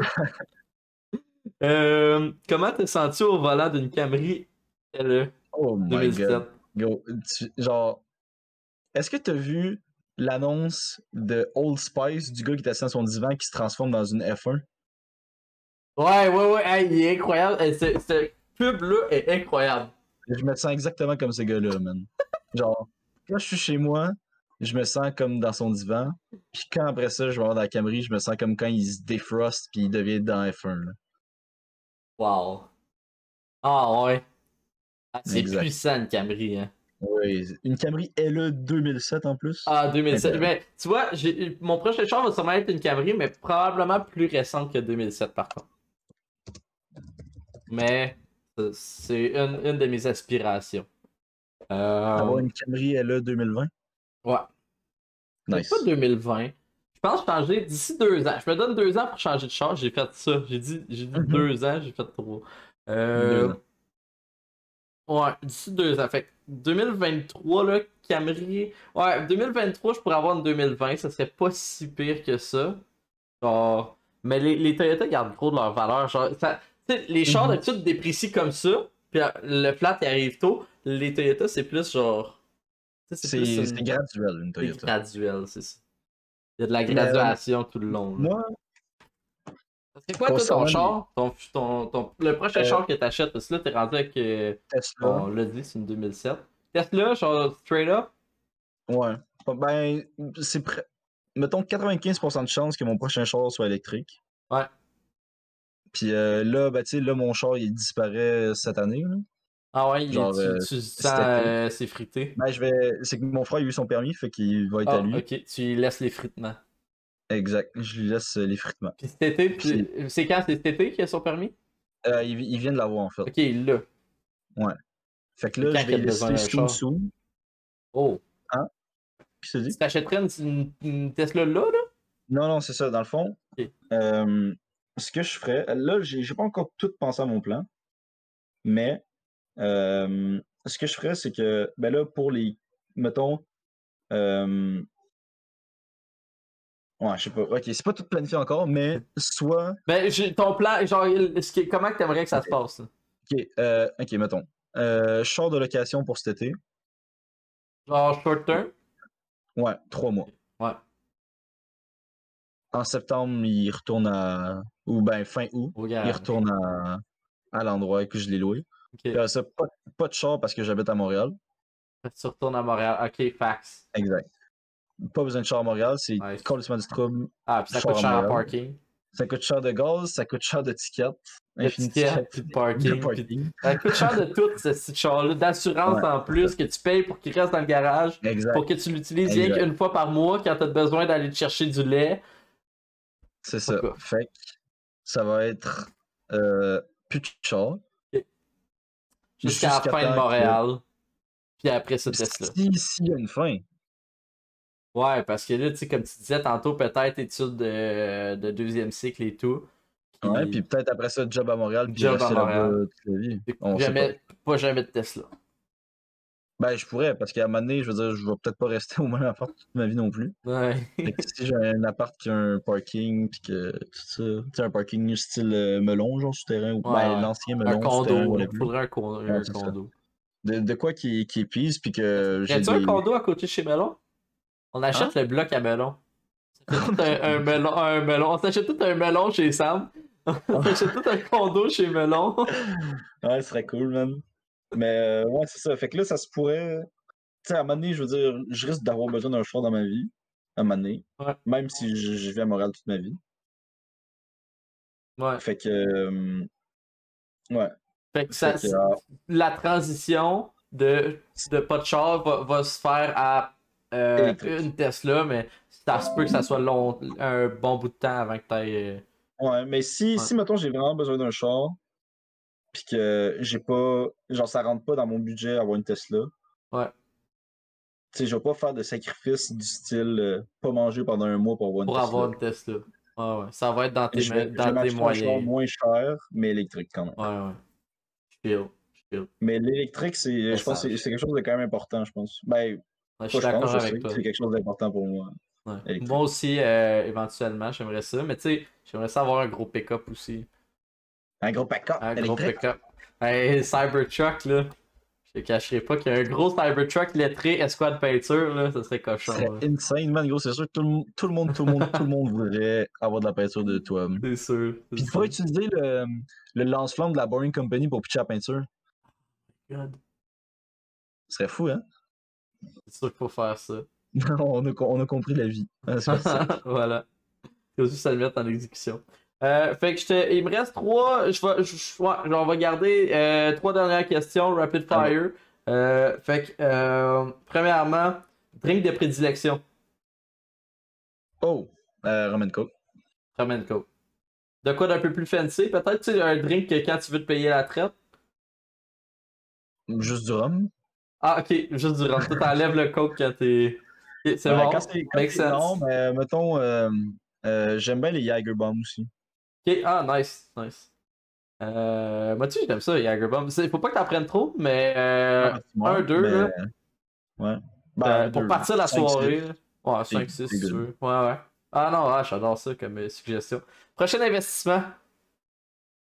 euh, comment t'es senti au volant d'une Camry L E Oh my deux mille dix-sept? god. Go, tu- genre, est-ce que t'as vu l'annonce de Old Spice du gars qui est assis dans son divan qui se transforme dans une F un? Ouais, ouais, ouais, hey, il est incroyable. Hey, ce, ce pub-là est incroyable. Je me sens exactement comme ce gars-là, man. Genre, quand je suis chez moi, je me sens comme dans son divan. Puis quand après ça, je vais avoir dans la Camry, je me sens comme quand il se défroste puis il devient dans F un. Là. Wow. Ah ouais. Ah, c'est Exact. puissant une Camry, hein. Oui, une Camry L E deux mille sept en plus. Ah, deux mille sept. Incroyable. Mais tu vois, j'ai- mon prochain char va sûrement être une Camry, mais probablement plus récente que deux mille sept par contre. Mais euh, c'est une, une de mes aspirations. Euh, Avoir une Camry L E deux mille vingt. ouais. Nice. Pas deux mille vingt. Je pense changer d'ici deux ans. Je me donne deux ans pour changer de char. J'ai fait ça. J'ai dit, j'ai dit Mhm. deux ans, j'ai fait trois. Deux Euh, ans. ouais, d'ici deux ans. Fait que deux mille vingt-trois, là, Camry. Ouais, deux mille vingt-trois, je pourrais avoir une deux mille vingt. Ça serait pas si pire que ça. Genre. Mais les, les Toyota gardent gros de leur valeur. Genre, ça, tu sais, les chars Mhm. d'habitude déprécient comme ça. Puis euh, le flat il arrive tôt. Les Toyota, c'est plus genre. Tu sais, c'est C'est plus c'est une... graduel, une C'est Toyota. graduel, c'est ça. Il y a de la Mais, euh, graduation tout le long. Là. Moi, C'est quoi, toi, ton concernant les char? Ton, ton, ton- le prochain euh, char que t'achètes, parce que là, t'es rendu avec... euh, Tesla, on l'a dit, c'est une deux mille sept. Tesla, genre, straight up? ouais. Ben, c'est prêt. Mettons quatre-vingt-quinze pour cent de chance que mon prochain char soit électrique. Ouais. Puis euh, là, ben, tu sais, là, mon char, il disparaît cette année. Là. Ah ouais, il- Genre, tu, euh, tu sens cet été. euh, c'est frité. Ben, je vais. C'est que mon frère, il a eu son permis, fait qu'il va être à Ah, lui. ok, tu lui laisses les fritements. Exact. Je lui laisse euh, les fritements. Puis cet été, Puis, tu- c'est quand? C'est cet été qu'il a son permis? euh, il, il vient de l'avoir, en fait. Ok, il l'a. Ouais. Fait que C'est là, quand je qu'il vais a y besoin laisser d'un soon char? soon. Oh. Hein? Qu'est-ce que tu Tu dis? t'achèterais une, une- une Tesla là, là? Non, non, c'est ça. Dans le fond, Ok. euh, ce que je ferais. Là, j'ai j'ai pas encore tout pensé à mon plan. Mais euh, ce que je ferais, c'est que, ben là, pour les. Mettons. euh, Ouais, je sais pas. Ok, c'est pas tout planifié encore, mais soit. Ben, j'ai- ton plan, genre, il- ce qui- comment que t'aimerais que ça Ok, se passe? Là? ok, euh, ok, mettons. Euh, je sors de location pour cet été. Genre, short term? Ouais, trois mois. Ouais. En septembre, il retourne à. Ou ben, fin août, Au il garage. retourne à, à l'endroit que je l'ai loué. Ok. Puis après ça, pas, pas de char parce que j'habite à Montréal. Tu retournes à Montréal. Ok, fax. Exact. Pas besoin de char à Montréal, c'est Nice. complètement du trouble. Ah, puis ça Char coûte à cher en Montréal. parking. Ça coûte cher de gaz, ça coûte cher de tickets. De Infini tickets, tickets, puis de de parking. Puis... parking. Ça coûte cher de tout, ce petit char-là. D'assurance Ouais, en plus que tu payes pour qu'il reste dans le garage. exact. Pour que tu l'utilises rien Exact. qu'une fois par mois quand t'as besoin d'aller te chercher du lait. C'est ça. Pourquoi? Fait que ça va être euh, plus de char. Jusqu'à la fin de temps Montréal. Puis après ça, que- Tesla. Si, s'il y a une fin. Ouais, parce que là, tu sais, comme tu disais tantôt, peut-être études de, de deuxième cycle et tout. Puis Ouais, puis peut-être après ça, job à Montréal, puis Job à rester là-bas Montréal. toute la vie. On sait pas. jamais, pas jamais de Tesla. Ben, je pourrais, parce qu'à un moment donné, je veux dire, je vais peut-être pas rester au même appart toute ma vie non plus. Ouais. Fait que si j'ai un appart qui a un parking, puis que tout ça, tu sais, un parking style euh, melon, genre souterrain, ou Ouais, ben, ouais. l'ancien Un melon souterrain, condo. whatever. Il faudrait un, con- Ouais, un c'est ça. condo. De, de quoi qui, qui épuise, puis que j'ai As-tu un des... condo à côté de chez Melon? On achète le bloc à melon. On s'achète tout un, un melon, un melon. On s'achète tout un melon chez Sam. On s'achète tout un condo chez Melon. Ouais, ce serait cool, man. Mais euh, ouais, c'est ça. Fait que là, ça se pourrait. Tu sais, à un moment donné, je veux dire, je risque d'avoir besoin d'un choix dans ma vie. À un moment donné. Ouais. Même si je, je vis à Montréal toute ma vie. Ouais. Fait que. euh, ouais. Fait que ça, Fait que, euh, la transition de, de pas de char va, va se faire à euh, Électrique. une Tesla, mais ça se peut que ça soit long, un bon bout de temps avant que tu ailles. Ouais, mais si, Ouais. si mettons, j'ai vraiment besoin d'un char, puis que j'ai pas. Genre, ça rentre pas dans mon budget avoir une Tesla. Ouais. Tu sais, je vais pas faire de sacrifice du style euh, pas manger pendant un mois pour avoir une Pour Tesla. avoir une Tesla. Ouais, ouais. Ça va être dans tes, Je vais, je dans vais tes m'acheter un char moyens. moins cher, mais électrique quand même. Ouais, ouais. Je feel. Je feel. Mais l'électrique, c'est, je pense que c'est c'est quelque chose de quand même important, je pense. Ben, Ouais, je pas suis je pense, d'accord je avec sais que toi. c'est quelque chose d'important pour moi. Ouais. Électrique. Moi aussi, euh, éventuellement, j'aimerais ça. Mais tu sais, j'aimerais ça avoir un gros pick-up aussi. Un gros pick-up Un gros électrique. pick-up. Hey, Cybertruck, là. Je te cacherai pas qu'il y a un gros Cybertruck lettré escouade peinture, là. Ça serait cochon. C'est là. insane, man, gros. C'est sûr que tout le, monde- tout le monde, tout le monde, tout le monde voudrait avoir de la peinture de toi. C'est sûr. c'est Puis tu sûr. pourrais utiliser le, le lance-flamme de la Boring Company pour pitcher la peinture. God. Ce serait fou, hein? C'est sûr qu'il faut faire ça. on, a, on a compris la vie. Ah, c'est parti. Voilà. Il faut juste ça le mettre en exécution. Euh, fait que je te... il me reste trois. Je vais, je, je- ouais, on va garder euh, trois dernières questions, rapid fire. Euh, fait que, euh, premièrement, drink de prédilection. Oh, euh, Roman Coke. Roman Coke. De quoi d'un peu plus fancy? Peut-être tu sais, un drink que quand tu veux te payer la traite. Juste du rhum. Ah, ok, juste du rhum. Tu t'enlèves le Coke quand t'es. Ok, c'est Ouais, bon. Quand c'est quand Make c'est non, sense. mais mettons, euh, euh, j'aime bien les Jager Bombs aussi. Ok, ah, nice, nice. Euh, moi, tu sais, j'aime ça, Jagerbomb. C'est- Faut pas que t'en prennes trop, mais euh, Ouais, un, deux, mais- là. Ouais. Euh, Ben, pour deux, partir la cinq, soirée. six. là. Ouais, C'est- cinq, six, c'est si tu good. veux. Ouais, ouais. Ah non, ah, j'adore ça comme euh, suggestion. Prochain investissement.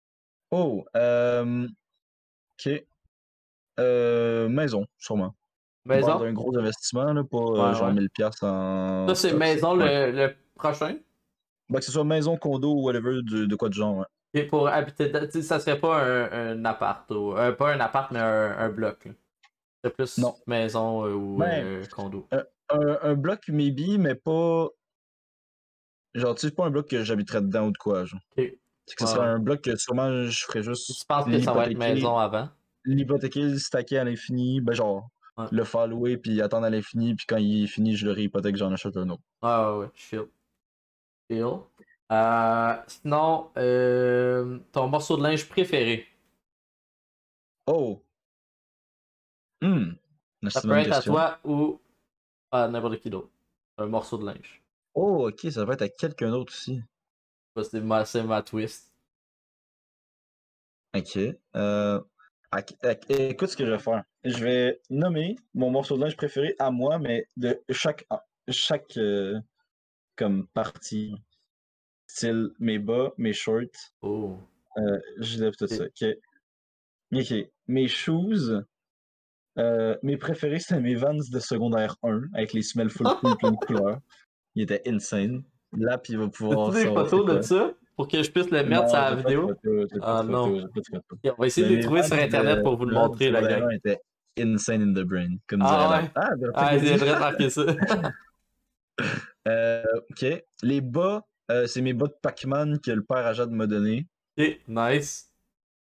Oh, euh, ok. Euh, maison, sûrement. On parle Maison. d'un gros investissement, là, pas euh, Ouais, genre ouais. mille piastres en. Ça, c'est stocks. maison Ouais. le, le prochain. Ben, que ce soit maison, condo ou whatever, de, de quoi de genre, ouais. Et pour habiter, tu sais, ça serait pas un, un appart, ou, euh, pas un appart, mais un, un bloc. Là. C'est plus Non. maison euh, ou Ben, euh, condo. un, un, un bloc, maybe, mais pas. Genre, tu sais, pas un bloc que j'habiterais dedans ou de quoi, genre. Ok. C'est que ce Ouais, serait ouais. un bloc que sûrement je ferais Tu juste penses que ça va être l'hypothéquer, maison avant? l'hypothéquer, le stacker à l'infini, ben genre, Ouais, le faire louer puis attendre à l'infini, puis quand il est fini, je le réhypothèque, j'en achète un autre. ouais, ouais, ouais. Chill. Chill. Euh, sinon, euh, ton morceau de linge préféré. Oh! Hmm! Ça C'est une peut bonne être à question. toi ou à n'importe qui d'autre. Un morceau de linge. Oh, ok, ça va être à quelqu'un d'autre aussi. Ça, C'est ma, c'est ma twist. Ok. Euh, ac- ac- écoute ce que je vais faire. Je vais nommer mon morceau de linge préféré à moi, mais de chaque, chaque euh, comme partie. Style mes bas, mes shorts. Oh. Euh, je lève tout Ok. ça. Ok. Ok. Mes shoes. euh, mes préférés, c'était mes Vans de secondaire un, avec les semelles full cool, plein de couleurs. Il était insane. Là, puis il va pouvoir As-tu des savoir c'est photos de quoi. ça pour que je puisse le mettre sur Non, la j'ai pas de vidéo? photo, j'ai pas de Ah non. photo, j'ai pas de photo. Ok, on va essayer Mais de les mes trouver Vans sur internet de, pour vous le Vans de montrer, la secondaire gang. un étaient insane in the brain, comme dirait Ah la. ouais? Ah, ben, Ah, j'ai vas-y. de remarquer ça. Euh, ok. Les bas, euh, c'est mes bas de Pac-Man que le père à Jade m'a donné. Ok, nice.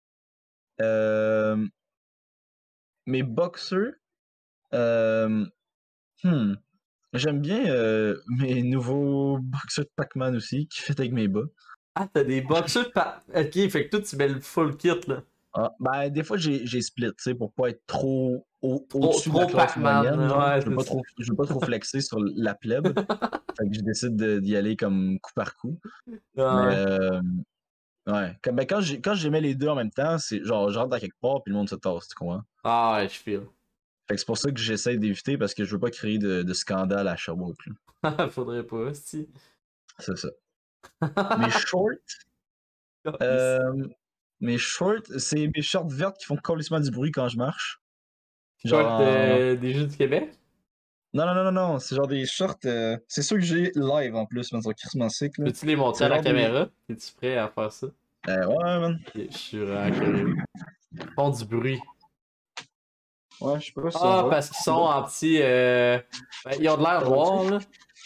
Euh, mes boxers, euh, hmm, j'aime bien euh, mes nouveaux boxers de Pac-Man aussi, qui fait avec mes bas. Ah, t'as des boxers pas. Ok, fait que toi, tu mets le full kit, là. Ah, ben, des fois, j'ai j'ai split, tu sais, pour pas être trop au- Trop, au-dessus de la trop classe Pac-Man, moyenne, genre. là. Je veux Ouais, pas c'est ça. trop, je veux pas trop flexer sur la plèbe. Fait que je décide de- d'y aller comme coup par coup. Ah, Mais ouais. euh, ouais. Comme, ben, quand j'ai- quand j'aimais les deux en même temps, c'est genre, je rentre à quelque part puis le monde se tasse, tu comprends? Ah, ouais, je feel. Fait que c'est pour ça que j'essaie d'éviter parce que je veux pas créer de, de scandale à Sherbrooke, là. Faudrait pas, si. C'est ça. Mes shorts, euh, mes shorts, c'est mes shorts vertes qui font complètement du bruit quand je marche. Genre Short en- euh, des Jeux du Québec? Non, non, non, non, non, c'est genre des shorts. euh, C'est sûr que j'ai live en plus, man, sur Christmas Sick, là. Peux-tu les montrer C'est à la genre des. caméra? Es-tu prêt à faire ça? Euh, ouais, man. Ok, je suis vraiment curieux. Ils font du bruit. Ouais, je sais pas si on Ah, voit. parce qu'ils sont en petit. Euh... ben, ils ont de l'air noirs, là.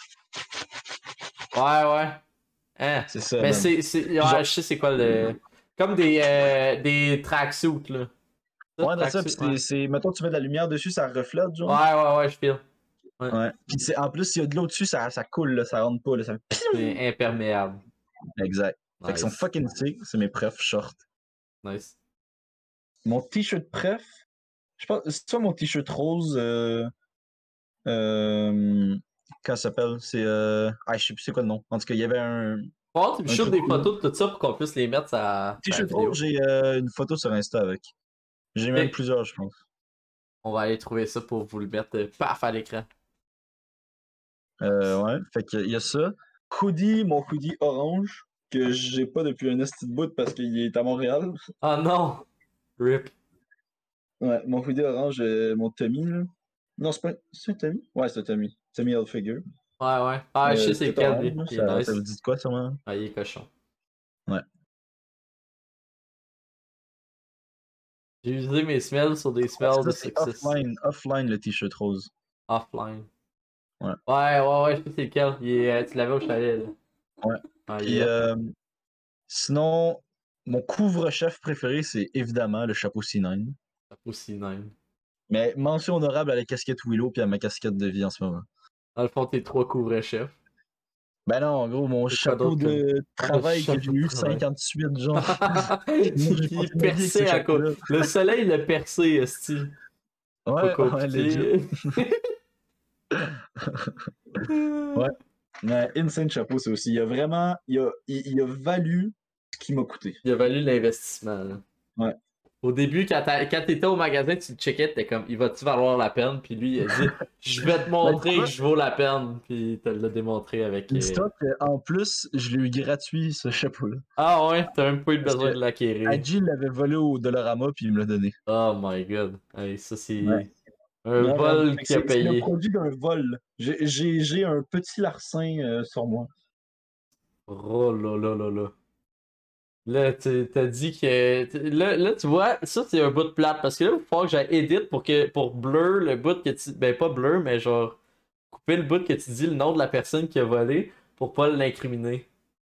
Ouais, ouais. Hein. C'est ça, Mais man. c'est. c'est... Ouais, Genre- je sais c'est quoi le. Comme des, euh, des tracksuits, là. Ça, Ouais, dans ça, tracksuit, pis ouais. c'est, c'est. Mettons, tu mets de la lumière dessus, ça reflète, genre. Ouais, ouais, ouais, je feel. Ouais. Ouais. Pis c'est, en plus, s'il y a de l'eau dessus, ça, ça coule, là, ça rentre pas, là, ça fait. C'est imperméable. Exact. Fait qu'ils sont Nice. fucking sick, c'est mes prefs shorts. Nice. Mon t-shirt pref, je pense, c'est ça mon t-shirt rose, euh. Euh. Comment ça s'appelle? C'est, euh. Ah, je sais plus c'est quoi le nom. En tout cas, il y avait un. Bon, tu me Un shootes truc des cool. photos de tout ça pour qu'on puisse les mettre sur la, sur la T-shirt vidéo. rose, j'ai euh, une photo sur Insta avec. J'ai même Ok. plusieurs, je pense. On va aller trouver ça pour vous le mettre euh, paf à l'écran. Euh, ouais, fait qu'il y a ça. Hoodie, mon hoodie orange, que j'ai pas depuis un esti de bout parce qu'il est à Montréal. Ah non! Rip. Ouais, mon hoodie orange, euh, mon Tommy, là. Non, c'est pas. C'est un Tommy? Ouais, c'est un Tommy. Tommy Hilfiger. Ouais, ouais. Ah, je sais Euh, c'est tout lequel, orange, lui. là, Il est ça, ça vous nice. dit de quoi, sûrement? Ah, il est cochon. Ouais. J'ai usé mes smells sur des smells de Ça, c'est success. offline, offline le t-shirt rose. Offline. Ouais. Ouais, ouais, ouais, je sais c'est lequel. Il est, euh, tu l'avais au chalet, là. Ouais. Ah, il Puis, est hot. euh, sinon, mon couvre-chef préféré, c'est évidemment le chapeau C neuf. Aussi nice. Mais mention honorable à la casquette Willow puis à ma casquette de vie en ce moment. Dans le fond, t'es trois couvre-chefs. Ben non, en gros, mon C'est quoi chapeau d'autre comme- de travail que chapeau j'ai de eu travail. cinquante-huit, genre. Moi, j'ai Il passé est ma vie avec percé ce à cause. chapeau-là. Le soleil l'a percé, esti. Pas Ouais, ouais, legit. compliqué. Ouais. Mais insane chapeau, c'est aussi. Il a vraiment. Il a, il, il a valu ce qu'il m'a coûté. Il a valu l'investissement, là. Ouais. Au début, quand t'as- quand t'étais au magasin, tu le checkais, t'es comme, il va-tu valoir la peine? Puis lui, il a dit, je vais te montrer Ben, que je vaux la peine. Puis il te l'a démontré avec. euh, Dis-toi qu'en plus, je l'ai eu gratuit, ce chapeau-là. Ah ouais, t'as même pas eu Parce besoin que de l'acquérir. Adji l'avait volé au Dollarama, puis il me l'a donné. Oh my god. Hey, ça c'est. Ouais. Un Non, vol fait que qui a c'est c'est le payé. produit d'un vol. J'ai- J'ai j'ai un petit larcin euh, sur moi. Oh là là là là. Là, tu t'as dit que. Là, là, tu vois, ça c'est un bout de plate parce que là, il va falloir que j'aille edit pour que pour blur le bout que tu. Ben pas blur, mais genre couper le bout que tu dis le nom de la personne qui a volé pour pas l'incriminer.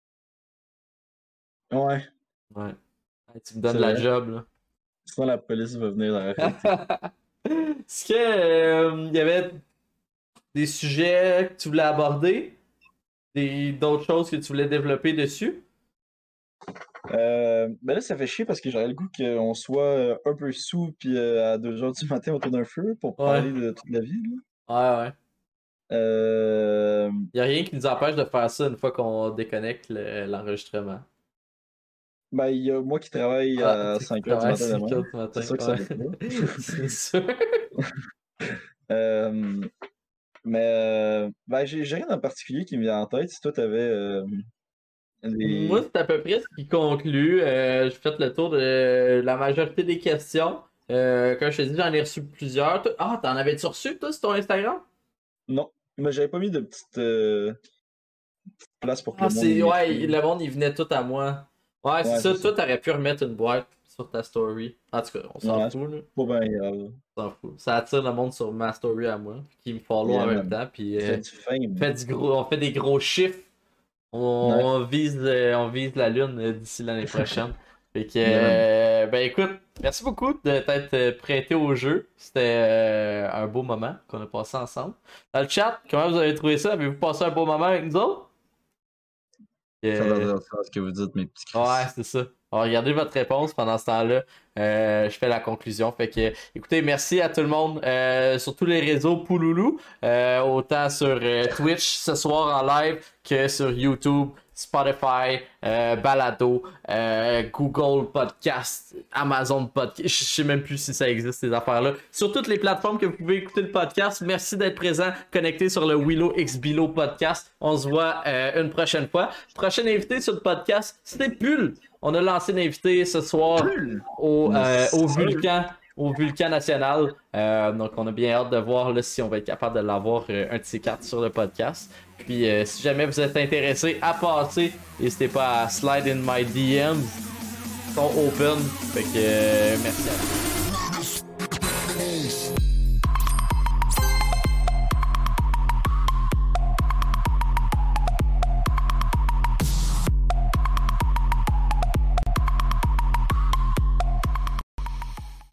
Ouais, Ouais. Hey, tu me c'est donnes la vrai. job là. Sinon, la police va venir l'arrêter. Est-ce que euh, il y avait des sujets que tu voulais aborder? Des d'autres choses que tu voulais développer dessus? Euh, ben là, ça fait chier parce que j'aurais le goût qu'on soit euh, un peu sous puis euh, à deux heures du matin autour d'un feu pour Ouais. parler de toute la vie. Là. Ouais, ouais. Euh, Il y a rien qui nous empêche de faire ça une fois qu'on déconnecte le- l'enregistrement. ben, il y a moi qui travaille Ah, à tu cinq heures du travailles matin cinq demain. heures du matin. C'est sûr que ça Ouais. va pas. C'est sûr. Euh, mais euh, ben, j'ai j'ai rien en particulier qui me vient en tête. Si toi, t'avais euh, Moi, des. c'est à peu près ce qui conclut. Euh, j'ai fait le tour de la majorité des questions. Euh, comme je te dis, j'en ai reçu plusieurs. Toi- Ah, t'en avais-tu reçu, toi, sur ton Instagram? Non, mais j'avais pas mis de petite euh, place pour que Ah, le monde c'est. y Ouais, écrive. le monde, il venait tout à moi. Ouais, c'est Ouais, ça. c'est ça. Toi, t'aurais pu remettre une boîte sur ta story. En tout cas, on s'en Ouais, c'est fout, là. pas bien grave. On s'en fout. Ça attire le monde sur ma story à moi, qui me follow en Yeah, même man. temps. Puis, Fait euh, du fame. fait du gros, on fait des gros chiffres. On, Ouais, on vise, euh, on vise la lune euh, d'ici l'année prochaine. Fait que, yeah, man. euh, ben écoute, merci beaucoup de t'être euh, prêté au jeu. C'était euh, un beau moment qu'on a passé ensemble. Dans le chat, comment vous avez trouvé ça? Avez-vous passé un beau moment avec nous autres? Ça Euh, doit être ce que vous dites, mes petits Ouais, Chris. c'est ça. Alors, regardez votre réponse pendant ce temps-là. Euh, je fais la conclusion. Fait que, écoutez, merci à tout le monde euh, sur tous les réseaux Pouloulou, euh, autant sur euh, Twitch ce soir en live que sur YouTube, Spotify, euh, Balado, euh, Google Podcast, Amazon Podcast. Je sais même plus si ça existe ces affaires-là. Sur toutes les plateformes que vous pouvez écouter le podcast. Merci d'être présent, connecté sur le Willow X Bilo podcast. On se voit euh, une prochaine fois. Prochain invité sur le podcast, c'était Pull. On a lancé un invité ce soir au, euh, au Vulcan, au Vulcan National. Euh, donc, on a bien hâte de voir là, si on va être capable de l'avoir euh, un de ces quatre sur le podcast. Puis, euh, si jamais vous êtes intéressé à passer, n'hésitez pas à slide in my D Ms. Ils sont open. Fait que, euh, merci à vous.